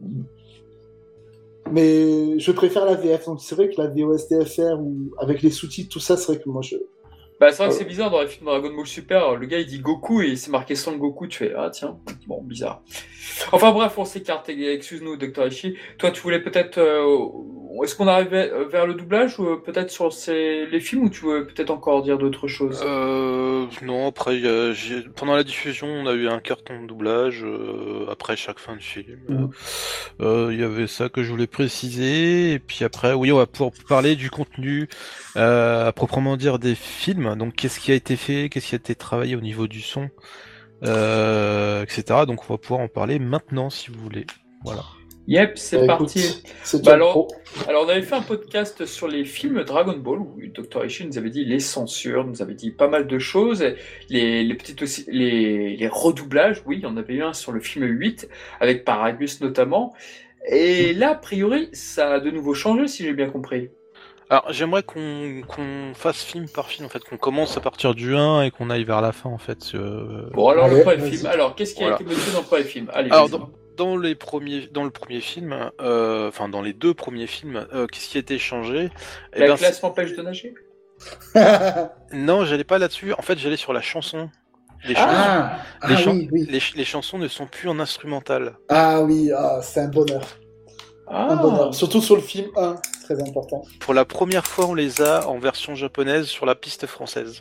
Mais je préfère la V F, donc c'est vrai que la V O S D F R ou avec les sous-titres, tout ça, c'est vrai que moi je. Bah, c'est vrai que Euh. c'est bizarre dans les films Dragon Ball Super, le gars il dit Goku et c'est marqué sans le Goku, tu fais ah tiens, bon bizarre. Enfin bref, on s'écarte, excuse-nous docteur Ishii. Toi tu voulais peut-être, euh, est-ce qu'on arrivait vers le doublage ou euh, peut-être sur ces... les films ou tu veux peut-être encore dire d'autres choses? Euh, non, après, il y a- j'ai- pendant la diffusion, on a eu un carton de doublage euh, après chaque fin de film. Mhm. Euh, Il y avait ça que je voulais préciser. Et puis après, oui, on va pouvoir parler du contenu, euh, à proprement dire des films. Donc, qu'est-ce qui a été fait, qu'est-ce qui a été travaillé au niveau du son, euh, et cetera. Donc, on va pouvoir en parler maintenant, si vous voulez. Voilà. Yep, c'est Bah, parti. écoute, c'est Bah déjà alors, pro. alors on avait fait un podcast sur les films Dragon Ball où le docteur Ishii nous avait dit les censures, nous avait dit pas mal de choses, les, les petites aussi, les, les redoublages, oui, il y en avait eu un sur le film huit avec Paragus notamment. Et là, a priori, ça a de nouveau changé si j'ai bien compris. Alors, j'aimerais qu'on qu'on fasse film par film, en fait, qu'on commence à partir du un et qu'on aille vers la fin, en fait. euh, Bon, alors Allez, le premier vas-y. film. Alors, qu'est-ce qui a Voilà. été modifié dans le premier film? Allez, Alors, vas-y. dans, dans les premiers, dans le premier film, euh, enfin dans les deux premiers films, euh, qu'est-ce qui a été changé? Eh La ben, classe m'empêche de nager? c'est- non, j'allais pas là-dessus. En fait, j'allais sur la chanson. Les, chansons, Ah, les, ah chan- oui, oui. les, ch- les chansons ne sont plus en instrumental. Ah oui, ah, c'est un bonheur. Un Ah, bonheur. Surtout sur le film un, très important. Pour la première fois, on les a en version japonaise sur la piste française.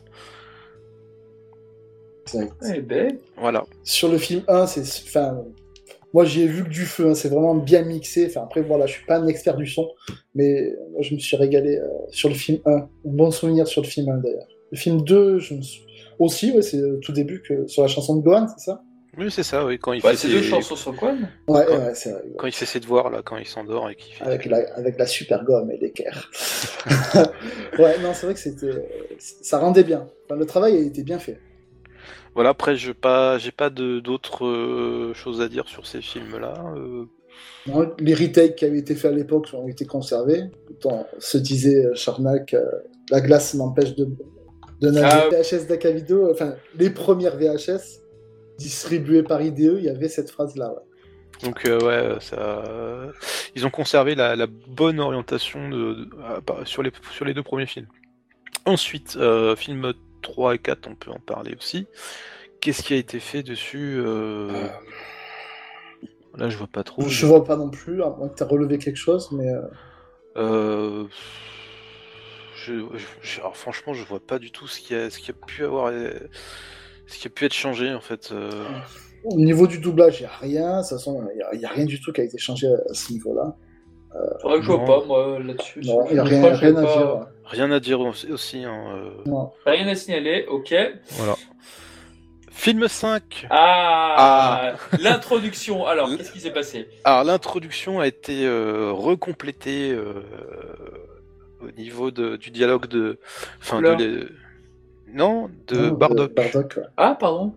Exact. eh ben, Voilà. Sur le film un, c'est. Enfin, moi, j'y ai vu que du feu, hein, c'est vraiment bien mixé. Enfin, après, voilà, je suis pas un expert du son, mais moi, je me suis régalé euh, sur le film un. Un bon souvenir sur le film un, d'ailleurs. Le film deux, je me suis... aussi, ouais, c'est au tout début que sur la chanson de Gohan, c'est ça? Oui, c'est ça, oui. Quand il bah, fait c'est ses... deux chansons sur quoi? Ouais, Quand- ouais, c'est vrai. quand il fait ses devoirs, là, quand il s'endort et qu'il fait... Avec la, avec la super gomme et l'équerre. Ouais, non, c'est vrai que c'était, ça rendait bien. Enfin, le travail a été bien fait. Voilà, après, je pas, j'ai pas de, d'autres euh, choses à dire sur ces films-là. Euh... Non, les retakes qui avaient été faits à l'époque ont été conservés. Pourtant, se disait euh, Charnac, euh, la glace m'empêche de, de nager. Ah. V H S d'Acavido, enfin, les premières V H S distribuées par I D E, il y avait cette phrase-là. Ouais. Donc euh, ouais, ça, ils ont conservé la, la bonne orientation de, de, de, sur les sur les deux premiers films. Ensuite, euh, film trois et quatre, on peut en parler aussi. Qu'est-ce qui a été fait dessus euh... Euh... Là, je vois pas trop. Je, je vois pas non plus, à moins que tu as relevé quelque chose, mais. Euh... Euh... Je, je, alors franchement, je vois pas du tout ce qui a, ce qui a pu avoir, ce qui a pu être changé en fait. Euh... Au niveau du doublage, il n'y a rien. De toute façon, il n'y a, a rien du tout qui a été changé à, à ce niveau-là. Euh... C'est vrai que je vois pas moi là-dessus. Non, il n'y a rien, fois, rien à pas... dire. Rien à dire aussi. Hein, euh... non. Rien à signaler. Ok. Voilà. Film cinq. Ah, ah. L'introduction. Alors, qu'est-ce qui s'est passé? Alors, l'introduction a été euh, recomplétée euh, au niveau de, du dialogue de... Enfin, de les... Non, de non, Bardock. De Bardock ouais. Ah, pardon.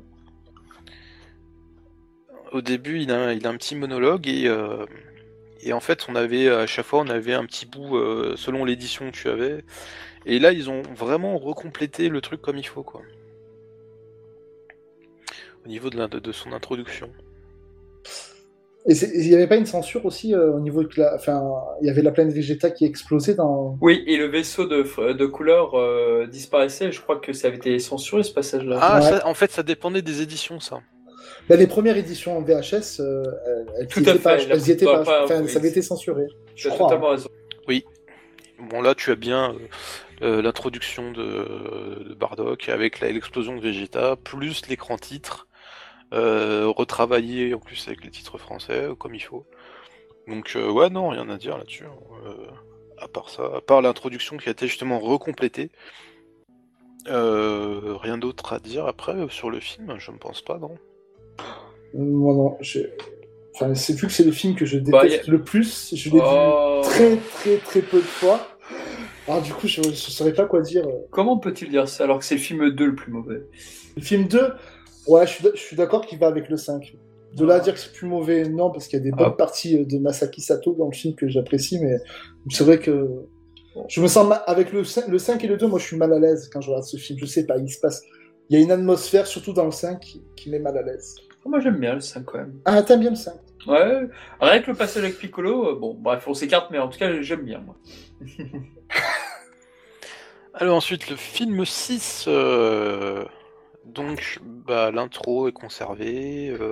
Au début, il a, il a un petit monologue et, euh, et en fait, on avait, à chaque fois, on avait un petit bout euh, selon l'édition que tu avais. Et là, ils ont vraiment recomplété le truc comme il faut, quoi. Au niveau de, la, de, de son introduction. Et il n'y avait pas une censure aussi euh, au niveau de la... Enfin, il y avait la planète Vegeta qui explosait dans... Oui, et le vaisseau de, de couleur euh, disparaissait. Je crois que ça avait été censuré, ce passage-là. Ah, ouais. ça, en fait, ça dépendait des éditions, ça. Ben, les premières éditions en V H S, euh, elles Tout à fait. Pas, elles y étaient pas. pas enfin, oui, ça avait été censuré. Tu as totalement hein. raison. Oui. Bon, là, tu as bien euh, l'introduction de, de Bardock avec la, l'explosion de Vegeta, plus l'écran titre. Euh, retravaillé en plus avec les titres français comme il faut. Donc euh, ouais non rien à dire là-dessus. Euh, à part ça, à part l'introduction qui a été justement recomplétée. Euh, rien d'autre à dire après sur le film, je ne pense pas non. Moi non, j'ai... Enfin, c'est vu que c'est le film que je déteste bah, a... le plus. Je l'ai oh... vu très très très peu de fois. Alors du coup je ne saurais pas quoi dire. Comment peut-il dire ça alors que c'est le film deux le plus mauvais? Le film deux Ouais, je suis, je suis d'accord qu'il va avec le cinq. De là à dire que c'est plus mauvais, non, parce qu'il y a des bonnes ah. parties de Masaki Sato dans le film que j'apprécie, mais c'est vrai que je me sens mal... avec le cinq, le cinq et le deux, moi je suis mal à l'aise quand je regarde ce film. Je sais pas, il se passe. Il y a une atmosphère, surtout dans le cinq, qui, qui met mal à l'aise. Moi j'aime bien le cinq quand même. Ah, t'aimes bien le cinq? Ouais, rien que le passage avec Piccolo, bon, bref, on s'écarte, mais en tout cas j'aime bien, moi. Alors ensuite, le film six. Euh... Donc, bah, l'intro est conservée, euh,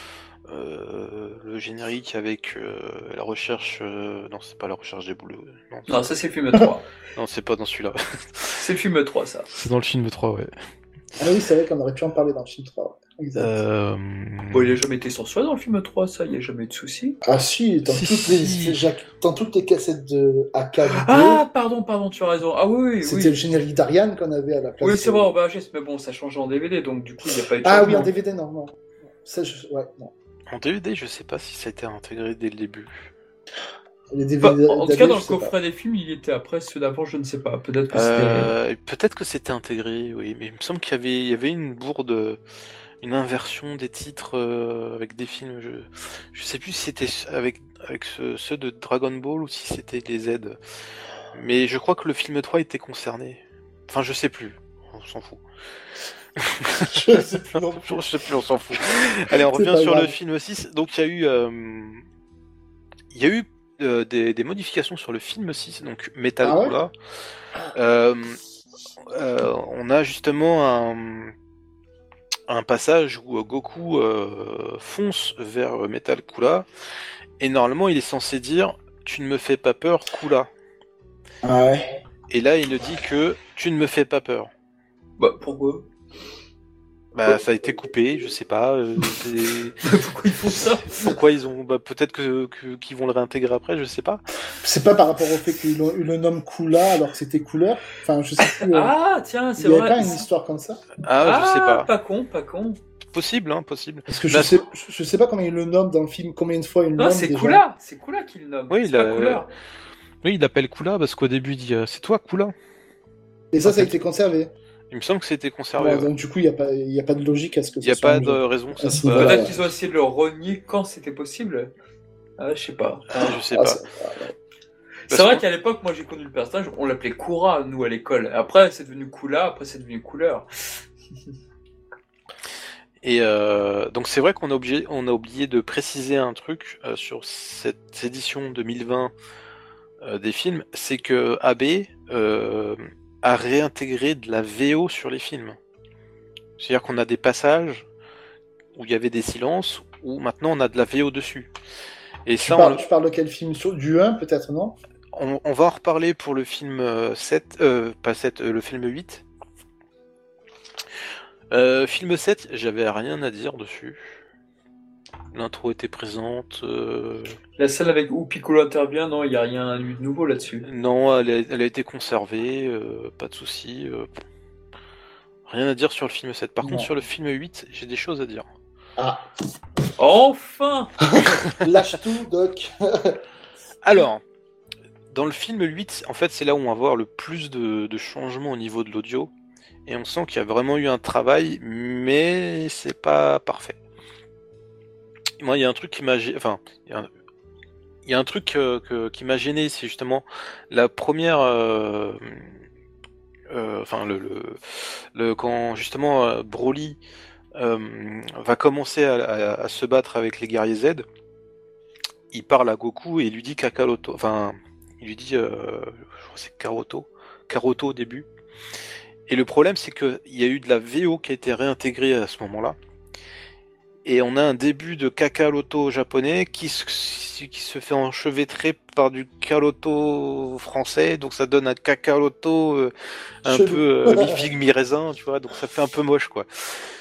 euh, le générique avec euh, la recherche... Euh, non, c'est pas la recherche des boules. Non, non ça c'est le film trois. Non, c'est pas dans celui-là. C'est le film trois, ça. C'est dans le film trois, ouais. Ah oui, c'est vrai qu'on aurait pu en parler dans le film trois. Exact. Euh... Bon, il a jamais été censuré dans le film trois, ça, il n'y a jamais eu de souci. Ah si, dans, si, toutes, si. Les, dans toutes les cassettes de A K. Ah, pardon, pardon, tu as raison. Ah oui, oui. C'était oui. le générique d'Ariane qu'on avait à la place. Oui, c'est vrai, en V H S, mais bon, ça change en D V D, donc du coup, il n'y a pas eu de Ah oui, en D V D, non, non. Ça, je... ouais, non. En D V D, je sais pas si ça a été intégré dès le début. Les D V D, bah, en tout cas, dans le coffret des films, il était après, ceux d'avant, je ne sais pas. Peut-être que euh, c'était... Peut-être que c'était intégré, oui, mais il me semble qu'il y avait, il y avait une bourde... Une inversion des titres euh, avec des films. Je, je sais plus si c'était avec, avec ce, ceux de Dragon Ball ou si c'était les Z. Mais je crois que le film trois était concerné. Enfin, je sais plus. On s'en fout. je sais plus, non je sais plus, on s'en fout. Allez, on revient sur grave. Le film six. Donc, il y a eu, euh, il y a eu euh, des, des modifications sur le film six. Donc, Metal ah Kula. Ouais euh, euh, on a justement un. un passage où Goku euh, fonce vers Metal Kula et normalement il est censé dire tu ne me fais pas peur Kula. Ah ouais. Et là il ne dit que tu ne me fais pas peur. Bah pourquoi? Bah ça a été coupé, je sais pas. Euh, pourquoi ils font ça? Pourquoi ils ont bah, peut-être que, que qu'ils vont le réintégrer après, je sais pas. C'est pas par rapport au fait qu'ils le nomment Kula alors que c'était couleur. Enfin je sais plus. Euh... Ah tiens c'est vrai. Il y vrai. a pas une histoire comme ça. Ah, ah je sais pas. Pas con, pas con. Possible hein, possible. Parce que je Là, sais je sais pas comment il le nomme dans le film, combien de fois il le nomme. Non c'est Kula, c'est Kula qui le nomme. Oui, c'est il a... pas couleur. Oui il appelle Kula parce qu'au début il dit euh, c'est toi Kula. Et ça, ça a été conservé. Il me semble que c'était conservé. Ouais, Ouais. donc du coup, il n'y a, pas- il y a pas de logique à ce que Il n'y a ce soit pas un de jeu. raison que ça À ce soit. niveau-là, Peut-être ouais. qu'ils ont essayé de le renier quand c'était possible. Ah, je sais pas. Ah, je sais Ah, pas. c'est- C'est vrai qu'à l'époque, moi j'ai connu le personnage, on l'appelait Kura, nous à l'école. Après, c'est devenu Kula, après, c'est devenu Couleur. Et euh, donc c'est vrai qu'on a, obligé, on a oublié de préciser un truc euh, sur cette édition deux mille vingt euh, des films, c'est que A B euh, a réintégré de la V O sur les films. C'est-à-dire qu'on a des passages où il y avait des silences, où maintenant on a de la V O dessus. Et Tu ça, parles, on, tu parles de quel film sur, du un, peut-être, non? on, on va en reparler pour le film euh, sept, euh, pas sept, euh, le film huit. Euh, film sept, j'avais rien à dire dessus. L'intro était présente. euh, La scène avec où Piccolo intervient, non, il n'y a rien eu de nouveau là-dessus. Non, elle a, elle a été conservée, euh, pas de souci. euh, Rien à dire sur le film sept. Par Non. contre, sur le film huit, j'ai des choses à dire. Ah, Enfin lâche tout, Doc. Alors, dans le film huit, en fait, c'est là où on va voir le plus de, de changements au niveau de l'audio. Et on sent qu'il y a vraiment eu un travail, mais c'est pas parfait. Moi, il y a un truc qui m'a gê- enfin, il y a un, il y a un truc euh, que- qui m'a gêné, c'est justement la première, euh, euh, enfin le, le, le- quand justement euh, Broly euh, va commencer à, à- à se battre avec les guerriers Z, il parle à Goku et il lui dit Kakaroto, enfin, il lui dit, euh, je crois que c'est Karoto, Karoto au début. Et le problème, c'est qu'il y a eu de la V O qui a été réintégrée à ce moment-là. Et on a un début de Kakaroto japonais qui se, qui se fait enchevêtrer par du Kakaroto français. Donc ça donne un Kakaroto euh, un Chelou. peu euh, mi-figue, mi-raisin, tu vois. Donc ça fait un peu moche, quoi.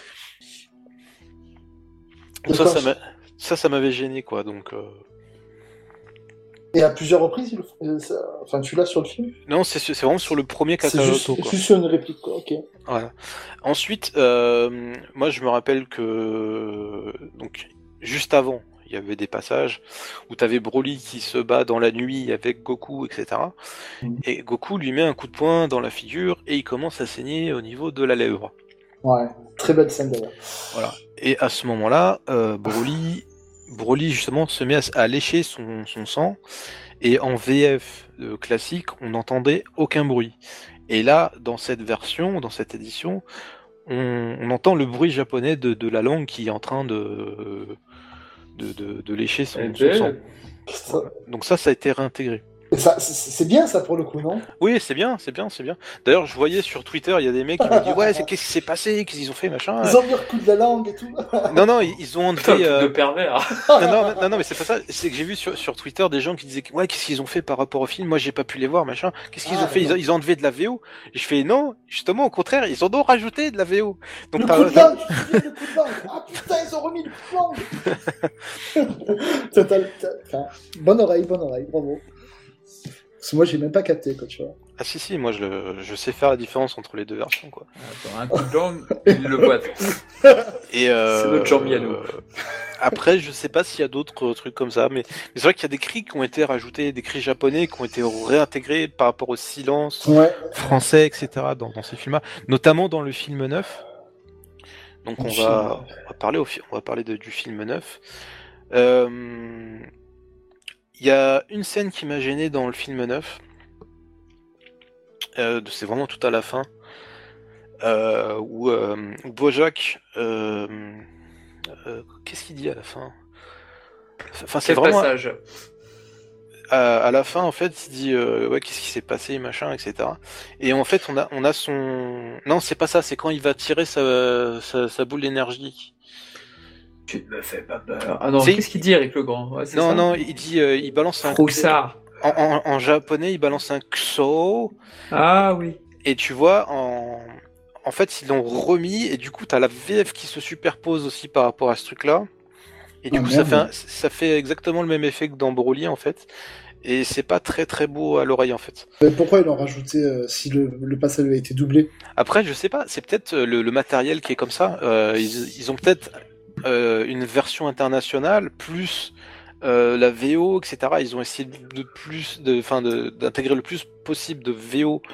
Donc ça, D'accord. ça, m'a- ça, ça m'avait gêné, quoi. Donc, euh, Et à plusieurs reprises, il le- euh, ça- enfin, tu l'as sur le film? non, c'est c'est vraiment sur le premier C'est juste, Kakaroto, quoi. juste sur une réplique, quoi. Ok. Voilà. Ensuite, euh, moi je me rappelle que donc juste avant, il y avait des passages où tu avais Broly qui se bat dans la nuit avec Goku, et cetera. Mhm. Et Goku lui met un coup de poing dans la figure et il commence à saigner au niveau de la lèvre. Ouais, très belle scène d'ailleurs. Voilà. Et à ce moment-là, euh, Broly, Broly justement se met à, à lécher son, son sang. Et en V F euh, classique, on n'entendait aucun bruit. Et là, dans cette version, dans cette édition, on, on entend le bruit japonais de, de la langue qui est en train de, de, de, de lécher son, Eh son ben, sang. Ça- Donc ça, ça a été réintégré. et ça- C'est c'est bien ça pour le coup, non? Oui, c'est bien, c'est bien, c'est bien. D'ailleurs, je voyais sur Twitter, il y a des mecs qui me disent ouais, c'est- qu'est-ce qui s'est passé, qu'est-ce qu'ils ont fait, machin. Ils ont mis leur coup de la langue et tout. Non, non, ils, ils ont putain, enlevé. truc euh, de pervers. Non, non, non, non, mais c'est pas ça. C'est que j'ai vu sur, sur Twitter des gens qui disaient que, ouais, qu'est-ce qu'ils ont fait par rapport au film. Moi, j'ai pas pu les voir, machin. Qu'est-ce qu'ils Ah, ont fait ils ont, d'accord. ils ont enlevé de la V O. Et je fais non, justement, au contraire, ils ont donc rajouté de la V O. Donc Le t'as- coup de t'as- langue, tu te souviens du coup de langue? Ah putain, ils ont remis le coup de langue. T'as- t'as- t'as- enfin, bonne oreille, bonne oreille, bravo. Parce que moi, j'ai même pas capté, quoi, tu vois. Ah si si, moi je, le- je sais faire la différence entre les deux versions, quoi. Attends, un coup de langue, il le voit. Et euh, C'est notre Jean-Mi à nous. euh, après, je sais pas s'il y a d'autres trucs comme ça, mais, mais c'est vrai qu'il y a des cris qui ont été rajoutés, des cris japonais qui ont été réintégrés par rapport au silence Ouais. français, et cetera. dans, dans ces films-là, notamment dans le film neuf. Donc Le on film va, on va parler, au, fi- on va parler de- du film neuf. Euh, Il y a une scène qui m'a gêné dans le film neuf. Euh, c'est vraiment tout à la fin. Euh, où, euh, où Bojack, euh, euh, qu'est-ce qu'il dit à la fin? Enfin, c'est Quel vraiment passage. à, à la fin en fait, il dit euh, ouais, qu'est-ce qui s'est passé, machin, et cetera. Et en fait, on a, on a son, non, c'est pas ça, c'est quand il va tirer sa, sa, sa boule d'énergie. Tu ne me fais pas peur. Ah non, C'est- qu'est-ce qu'il dit, Eric Legrand? Ouais, c'est Non, ça non, il dit, euh, il balance un Froussard. en, en, en japonais, il balance un kso. Ah oui. Et tu vois, en, en fait, ils l'ont remis, et du coup, t'as la V F qui se superpose aussi par rapport à ce truc-là. Et du Ah, coup, ça merde. fait, un- ça fait exactement le même effet que dans Broly, en fait. Et c'est pas très très beau à l'oreille, en fait. Mais pourquoi ils l'ont rajouté euh, si le, le passage avait été doublé? Après, je sais pas, c'est peut-être euh, le, le matériel qui est comme ça. Euh, ils, ils ont peut-être euh, une version internationale, plus euh, la V O, et cetera. Ils ont essayé de plus, de, enfin, de- d'intégrer le plus possible de V O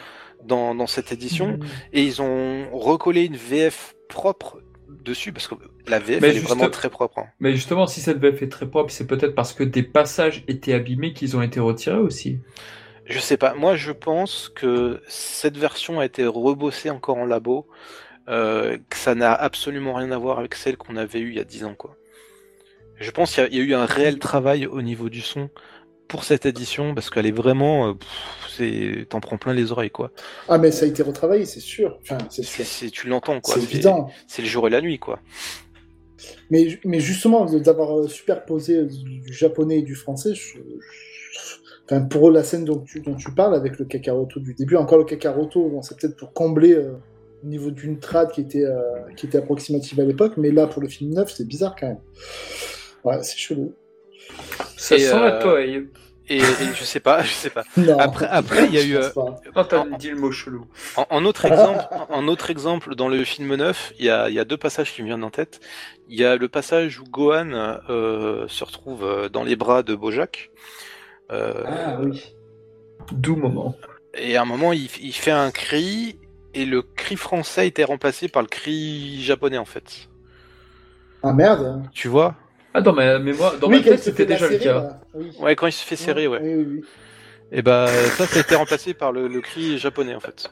dans, dans cette édition, Mmh. et ils ont recollé une V F propre dessus, parce que la V F Mais elle juste- est vraiment très propre. Hein. Mais justement, si cette V F est très propre, c'est peut-être parce que des passages étaient abîmés qu'ils ont été retirés aussi. Je sais pas, moi je pense que cette version a été rebossée encore en labo, euh, que ça n'a absolument rien à voir avec celle qu'on avait eue il y a dix ans, quoi. Je pense qu'il y, a- il y a eu un réel travail au niveau du son pour cette édition, parce qu'elle est vraiment... euh, pff, c'est... T'en prends plein les oreilles, quoi. Ah, mais ça a été retravaillé, c'est sûr. Enfin, c'est C'est, sûr. c'est- tu l'entends, quoi. C'est C'est, évident. c'est le jour et la nuit, quoi. Mais, mais justement, d'avoir euh, superposé du, du japonais et du français, je- je- enfin, pour la scène dont tu, dont tu parles, avec le Kakaroto du début, encore le Kakaroto, bon, c'est peut-être pour combler euh, au niveau d'une trad qui était, euh, qui était approximative à l'époque, mais là, pour le film neuf, c'est bizarre quand même. Ouais, c'est chelou. Ça Et, sent euh, la toile. Et, et je sais pas, je sais pas. Non, Après, après, il y a eu... je euh, pense pas. Non, t'as en- dit le mot chelou. En, en autre exemple, en, en autre exemple, dans le film neuf, il y a, il y a deux passages qui me viennent en tête. Il y a le passage où Gohan euh, se retrouve euh, dans les bras de Bojack. Euh, Ah oui. Doux moment. Et à un moment, il, il fait un cri, et le cri français était remplacé par le cri japonais, en fait. Ah merde. Tu vois? Ah, dans ma mémoire, dans oui, ma quand il tête, se c'était fait déjà le lacérer, cas. là. Oui. Ouais, quand il se fait serrer, ouais. Oui, oui, oui. Et bah, ça, ça a été remplacé par le, le cri japonais, en fait.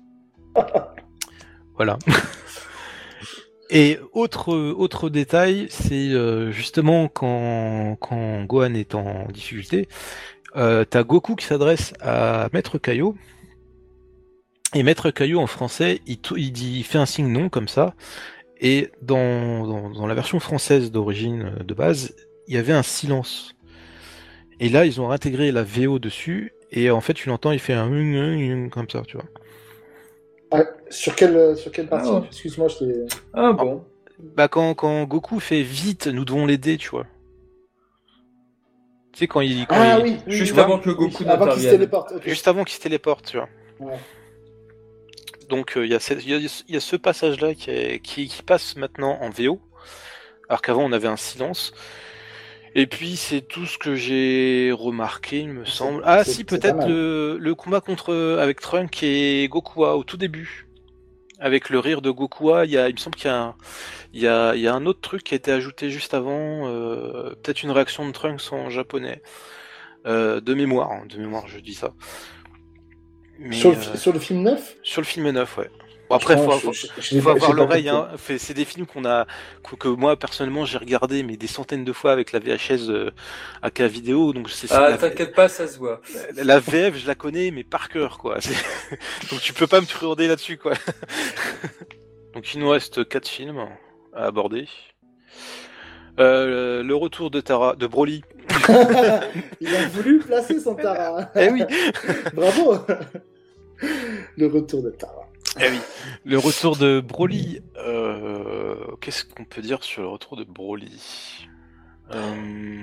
Voilà. Et autre, autre détail, c'est euh, justement quand, quand Gohan est en difficulté, euh, t'as Goku qui s'adresse à Maître Kaio, et Maître Kaio en français, il, tou- il, dit, il fait un signe non comme ça, et dans, dans, dans la version française d'origine euh, de base, il y avait un silence. Et là, ils ont intégré la V O dessus, et en fait, tu l'entends, il fait un hum, hum, hum comme ça, tu vois. Ah, sur quelle, sur quelle partie? Ah ouais. Excuse-moi, je t'ai... Ah bon. Bah quand, quand Goku fait vite, nous devons l'aider, tu vois. Tu sais, quand il... Quand Ah il... oui, oui, Juste oui, avant oui, que Goku oui, avant qu'il se n'intervienne. téléporte. ok. Juste avant qu'il se téléporte, tu vois. Ouais. Donc il euh, y, y, a, y a ce passage-là qui, est, qui, qui passe maintenant en V O, alors qu'avant on avait un silence. Et puis c'est tout ce que j'ai remarqué, il me semble. Ah c'est- si, c'est pas peut-être mal. le, le combat contre avec Trunk et Gokua au tout début. Avec le rire de Gokua, il, y a, il me semble qu'il y a, un, il y, a, il y a un autre truc qui a été ajouté juste avant, euh, peut-être une réaction de Trunks en japonais. Euh, de mémoire, hein, de mémoire je dis ça. Mais, Sur, le, euh, fi- sur le film neuf? sur le film neuf, ouais. Bon, après, Je- faut, je- faut, je- je l'ai faut pas- avoir j'ai pas l'oreille. capté. Hein. Fait- C'est des films qu'on a, que, que moi personnellement j'ai regardé, mais des centaines de fois avec la V H S euh, A K vidéo. Donc c'est Ah, la, t'inquiète pas, ça se voit. la, la V F, je la connais, mais par cœur, quoi. C'est- donc tu peux pas me truander là-dessus, quoi. Donc il nous reste quatre films à aborder. Euh, le retour de Tara, de Broly. Il a voulu placer son Tara. Eh oui. Bravo. Le retour de Tara. Eh oui. Le retour de Broly. Euh, Qu'est-ce qu'on peut dire sur le retour de Broly? euh...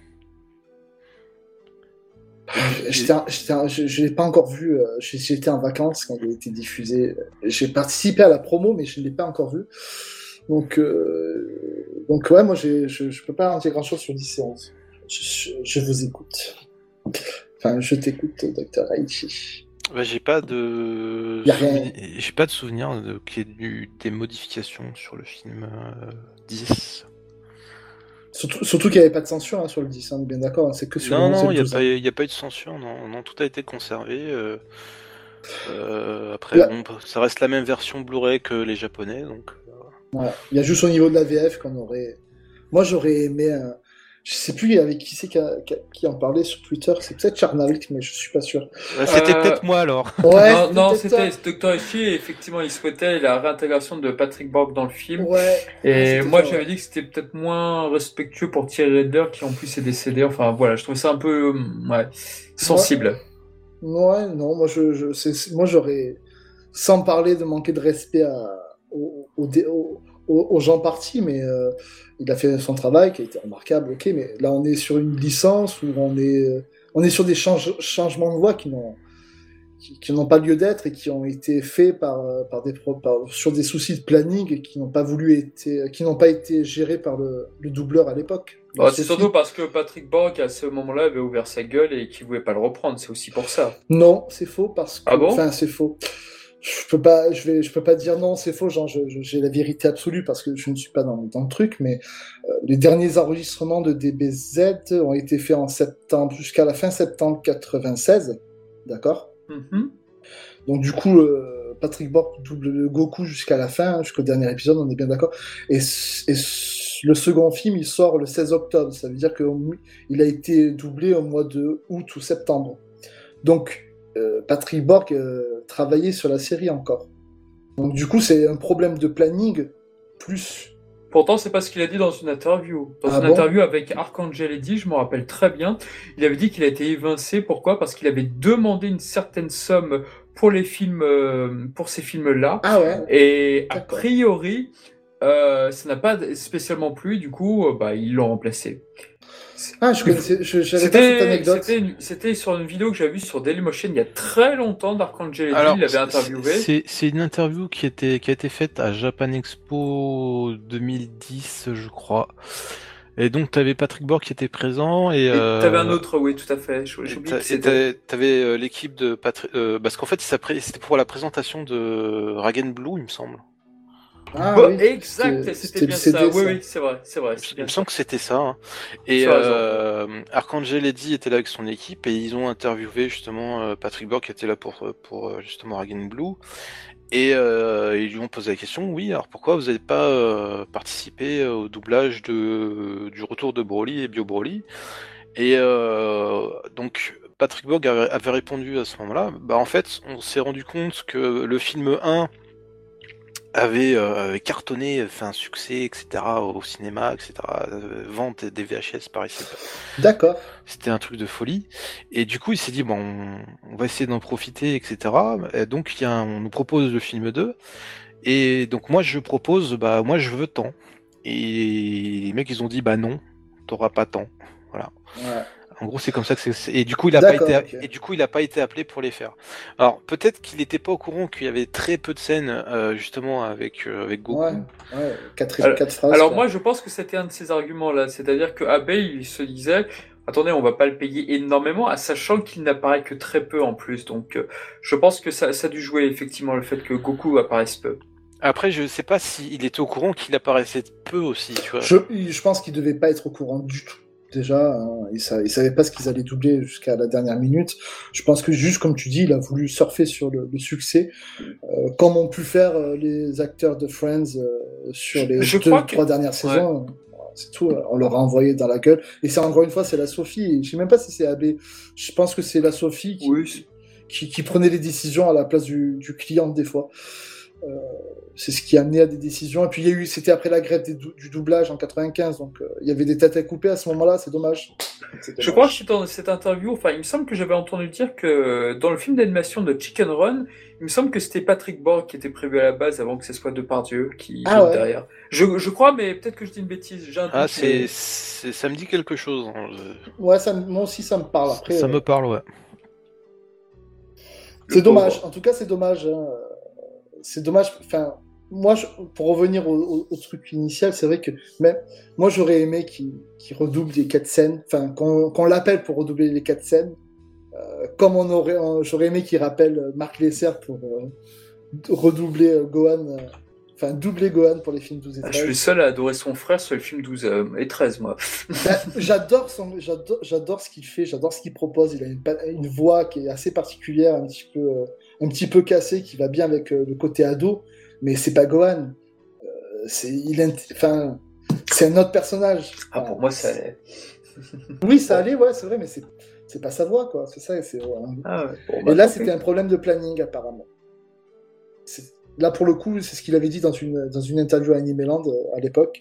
J'étais un- j'étais un- je je l'ai pas encore vu. euh, j'ai- J'étais en vacances quand il a été diffusé. J'ai participé à la promo, mais je ne l'ai pas encore vu. Donc, euh, donc ouais, moi, j'ai- je je peux pas en dire grand-chose sur dix et onze. Je, je, je vous écoute. Enfin, je t'écoute, docteur Aichi. Bah, j'ai pas de Y a rien. souveni- j'ai pas de souvenir de qu'il y ait eu des modifications sur le film euh, dix. Surtout, surtout qu'il n'y avait pas de censure hein, sur le dix, on est bien d'accord. hein, C'est que sur Non, le onze et non, le il n'y a, douze, pas- hein. y a pas eu de censure, non, non, tout a été conservé. euh, euh, après, Là- bon, ça reste la même version Blu-ray que les japonais, donc. Voilà. Il y a juste au niveau de la V F qu'on aurait. Moi, j'aurais aimé. Un... Je sais plus avec qui c'est qui, a- qui a- qui en parlait sur Twitter. C'est peut-être Charnavik, mais je suis pas sûr. Ouais, C'était Euh, peut-être moi alors. Ouais, non, non, peut-être c'était ça. docteur Ishii, et effectivement, il souhaitait la réintégration de Patrick Borg dans le film. Ouais. Et c'était moi, ça, j'avais ouais. dit que c'était peut-être moins respectueux pour Thierry Redder, qui en plus est décédé. Enfin, voilà, je trouve ça un peu, hum, ouais, sensible. Ouais, non, moi, je, je, c'est- c'est- moi, j'aurais. Sans parler de manquer de respect à, aux, aux, dé- aux- aux- aux gens partis, mais euh, il a fait son travail qui a été remarquable, ok, mais là, on est sur une licence où on est, on est sur des change- changements de voix qui n'ont qui, qui n'ont pas lieu d'être et qui ont été faits par, par des, par, sur des soucis de planning et qui n'ont pas voulu été, qui n'ont pas été gérés par le, le doubleur à l'époque. Bah, c'est surtout parce que Patrick Borg, à ce moment-là, avait ouvert sa gueule et qu'il ne voulait pas le reprendre. C'est aussi pour ça. Non, c'est faux parce que. Ah bon ? Enfin, c'est faux. Je peux pas, je vais, je peux pas dire non, c'est faux. Genre, je, je, j'ai la vérité absolue parce que je ne suis pas dans, dans le truc. Mais euh, les derniers enregistrements de D B Z ont été faits en septembre, jusqu'à la fin septembre quatre-vingt-seize. D'accord ? Mm-hmm. Donc du coup, euh, Patrick Borg double le Goku jusqu'à la fin, jusqu'au dernier épisode, on est bien d'accord. Et, et le second film, il sort le seize octobre. Ça veut dire qu'il a été doublé au mois de août ou septembre. Donc euh, Patrick Borg euh, travaillait sur la série encore. Donc du coup, c'est un problème de planning plus. Pourtant, c'est pas ce qu'il a dit dans une interview. Dans Ah une bon interview avec Arcangel Eddy, je me rappelle très bien, il avait dit qu'il a été évincé. Pourquoi ? Parce qu'il avait demandé une certaine somme pour les films, euh, pour ces films-là. Ah ouais. Et a D'accord. priori, euh, ça n'a pas spécialement plu. Du coup, euh, bah, ils l'ont remplacé. Ah, je connaissais, je, j'avais C'était, pas cette anecdote. c'était, une- c'était sur une vidéo que j'avais vue sur Dailymotion il y a très longtemps d'Arcangel Eddy. Alors, Il l'avait c'est- interviewé. c'est c'est une interview qui, était, qui a été faite à Japan Expo deux mille dix, je crois. Et donc, tu avais Patrick Borg qui était présent. Et, Et euh, t'avais un autre, oui, tout à fait. J'ai et oublié t'a- qui et c'était. t'avais t'avais, euh, l'équipe de Patrick. Euh, parce qu'en fait, ça pré- c'était pour la présentation de Ragen Blue, il me semble. Ah Bah, oui. exact, C'était- c'était c'était le bien C D, ça. Oui, ça. oui, c'est vrai, c'est vrai. c'est Il bien me ça. semble que c'était ça. Hein. Et Tu as raison. euh, Arcangel Eddy était là avec son équipe et ils ont interviewé justement euh, Patrick Borg qui était là pour, pour euh, justement Ragen Blue. Et euh, ils lui ont posé la question, oui, alors pourquoi vous n'avez pas euh, participé au doublage de, du retour de Broly et Bio Broly ? Et euh, donc Patrick Borg avait, avait répondu à ce moment-là, bah en fait on s'est rendu compte que le film un avait, euh, avait cartonné, fait un succès, et cetera au cinéma, et cetera. Euh, vente des V H S, pareil, c'est- D'accord. c'était un truc de folie. Et du coup, il s'est dit, bon, on, on va essayer d'en profiter, et cetera. Et donc, il y a un- on nous propose le film deux. Et donc, moi, je propose, bah, moi, je veux tant. Et les mecs, ils ont dit, bah non, t'auras pas tant. Voilà. Ouais. En gros, c'est comme ça que c'est. c'est- Et du coup, il a pas D'accord, été. ok. Et du coup, il a pas été appelé pour les faire. Alors, peut-être qu'il n'était pas au courant qu'il y avait très peu de scènes euh, justement avec euh, avec Goku. Ouais, ouais. Quatre, Alors, quatre phrases. alors quoi. moi, je pense que c'était un de ces arguments-là. C'est-à-dire que Abe, il se disait, attendez, on va pas le payer énormément, à sachant qu'il n'apparaît que très peu en plus. Donc, euh, je pense que ça, ça a dû jouer effectivement le fait que Goku apparaisse peu. Après, je sais pas s'il était au courant qu'il apparaissait peu aussi, tu vois. Je, je pense qu'il devait pas être au courant du tout. Déjà, hein, il, sa- il savait pas ce qu'ils allaient doubler jusqu'à la dernière minute. Je pense que juste comme tu dis, il a voulu surfer sur le, le succès, euh, comme ont pu faire euh, les acteurs de Friends euh, sur les Je deux, crois que- trois dernières saisons. C'est tout, on leur a envoyé dans la gueule. Et c'est encore une fois, c'est la Sophie. Et je sais même pas si c'est A B. Je pense que c'est la Sophie qui, Oui. qui, qui prenait les décisions à la place du, du client des fois. Euh, c'est ce qui a amené à des décisions. Et puis il y a eu, c'était après la grève des dou- du doublage en quatre-vingt-quinze, donc euh, il y avait des têtes à couper à ce moment-là. C'est dommage. C'est Je dommage. crois que c'est dans cette interview, enfin, il me semble que j'avais entendu dire que dans le film d'animation de Chicken Run, il me semble que c'était Patrick Borg qui était prévu à la base avant que ce soit Depardieu qui Ah vienne ouais. derrière. Je, je crois, mais peut-être que je dis une bêtise. J'ai un Ah, doute, c'est, mais- c'est, ça me dit quelque chose. hein, je- Ouais, ça, me- moi aussi ça me parle. Après, ça euh, me parle, ouais. c'est Le dommage. pauvre. En tout cas, c'est dommage. hein. C'est dommage. Enfin, moi, je- pour revenir au, au- au truc initial, c'est vrai que même moi, j'aurais aimé qu'il qu'il redouble les quatre scènes. Enfin, qu'on qu'on l'appelle pour redoubler les quatre scènes. Euh, comme on aurait, euh, j'aurais aimé qu'il rappelle euh, Marc Lesser pour euh, redoubler euh, Gohan. euh, Enfin, doubler Gohan pour les films douze et Ah, je suis le treize. seul à adorer son frère sur le film douze euh, et treize, moi. Bah, j'adore son, j'adore, j'adore ce qu'il fait, j'adore ce qu'il propose. Il a une, pa- une voix qui est assez particulière, un petit peu, euh, un petit peu cassée, qui va bien avec euh, le côté ado. Mais c'est pas Gohan. Euh, c'est, il, est- enfin, c'est un autre personnage. Ah, Enfin, pour moi, ça. Oui, ça allait, ouais, c'est vrai, mais c'est, c'est pas sa voix, quoi. C'est ça. C'est, ouais. Ah, ouais. Bon, Et bah, là, tant c'était pis. un problème de planning, apparemment. C'est- Là, pour le coup, c'est ce qu'il avait dit dans une, dans une interview à Animeland euh, à l'époque,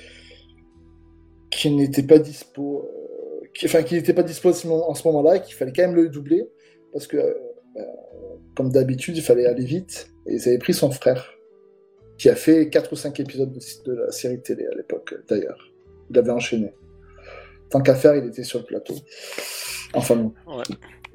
qu'il n'était pas dispo, euh, qui- enfin, qu'il n'était pas dispo en ce moment- en ce moment-là, et qu'il fallait quand même le doubler, parce que, euh, euh, comme d'habitude, il fallait aller vite, et ils avaient pris son frère, qui a fait quatre ou cinq épisodes de, de la série télé à l'époque, d'ailleurs. Il avait enchaîné. Tant qu'à faire, il était sur le plateau. Enfin, bon. Ouais.